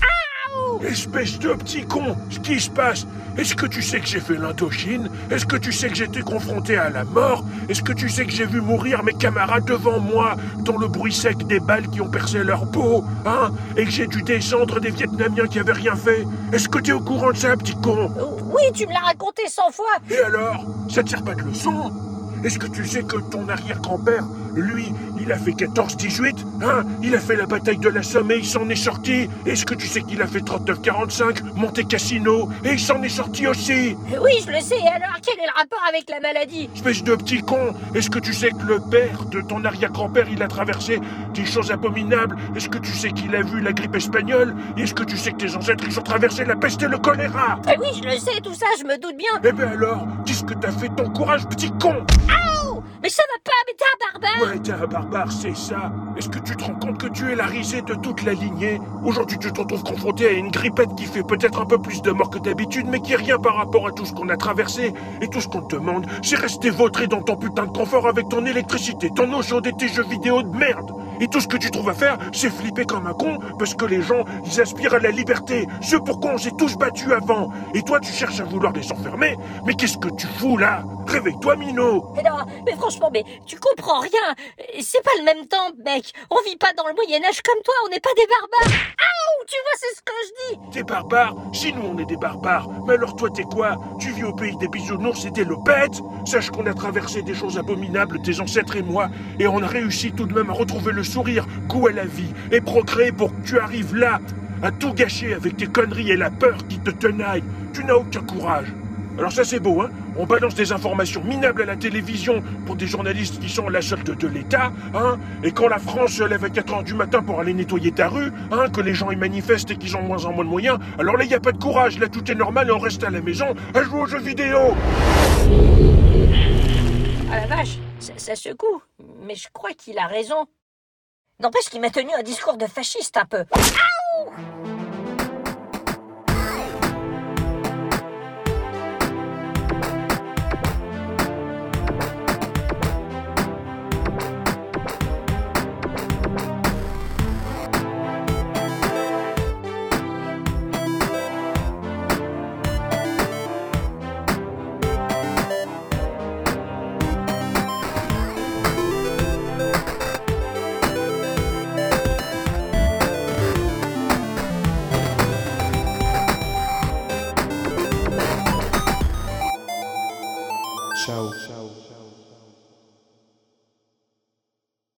Espèce de petit con! Ce qui se passe? Est-ce que tu sais que j'ai fait l'Indochine? Est-ce que tu sais que j'étais confronté à la mort? Est-ce que tu sais que j'ai vu mourir mes camarades devant moi, dans le bruit sec des balles qui ont percé leur peau? Hein? Et que j'ai dû descendre des Vietnamiens qui avaient rien fait? Est-ce que t'es au courant de ça, petit con? Oui, tu me l'as raconté 100 fois. Et alors? Ça te sert pas de leçon? Est-ce que tu sais que ton arrière-grand-père, lui, il a fait 14-18, hein? Il a fait la bataille de la Somme et il s'en est sorti. Est-ce que tu sais qu'il a fait 39-45, Monte Cassino, et il s'en est sorti aussi? Oui, je le sais. Et alors, quel est le rapport avec la maladie? Espèce de petit con, est-ce que tu sais que le père de ton arrière-grand-père, il a traversé des choses abominables? Est-ce que tu sais qu'il a vu la grippe espagnole? Et est-ce que tu sais que tes ancêtres, ils ont traversé la peste et le choléra? Oui, je le sais, tout ça, je me doute bien. Eh ben alors, qu'est-ce que t'as fait de ton courage, petit con? Mais ça va pas, mais t'es un barbare. Ouais, t'es un barbare, c'est ça. Est-ce que tu te rends compte que tu es la risée de toute la lignée? Aujourd'hui, tu te retrouves confronté à une grippette qui fait peut-être un peu plus de morts que d'habitude, mais qui est rien par rapport à tout ce qu'on a traversé. Et tout ce qu'on te demande, c'est rester vautré dans ton putain de confort avec ton électricité, ton eau chaude et tes jeux vidéo de merde. Et tout ce que tu trouves à faire, c'est flipper comme un con, parce que les gens, ils aspirent à la liberté. Ce pour quoi on s'est tous battus avant. Et toi, tu cherches à vouloir les enfermer? Mais qu'est-ce que tu fous là? Réveille-toi, Minot. Mais non, mais franchement, mais tu comprends rien. C'est pas le même temps, mec. On vit pas dans le Moyen-Âge comme toi, on n'est pas des barbares. Aouh, tu vois, c'est ce que je dis. T'es barbare? Si nous on est des barbares, mais alors toi t'es quoi? Tu vis au pays des bisounours et des lopettes? Sache qu'on a traversé des choses abominables, tes ancêtres et moi, et on a réussi tout de même à retrouver le sourire, goût à la vie, et procréer pour que tu arrives là, à tout gâcher avec tes conneries et la peur qui te tenaille. Tu n'as aucun courage. Alors ça c'est beau, hein? On balance des informations minables à la télévision pour des journalistes qui sont à la solde de l'État, hein? Et quand la France se lève à 4h du matin pour aller nettoyer ta rue, hein? Que les gens y manifestent et qu'ils ont moins en moins de moyens, alors là y a pas de courage, là tout est normal et on reste à la maison à jouer aux jeux vidéo. Ah la vache, ça secoue. Mais je crois qu'il a raison. N'empêche qu'il m'a tenu un discours de fasciste un peu. Aouh! Ciao.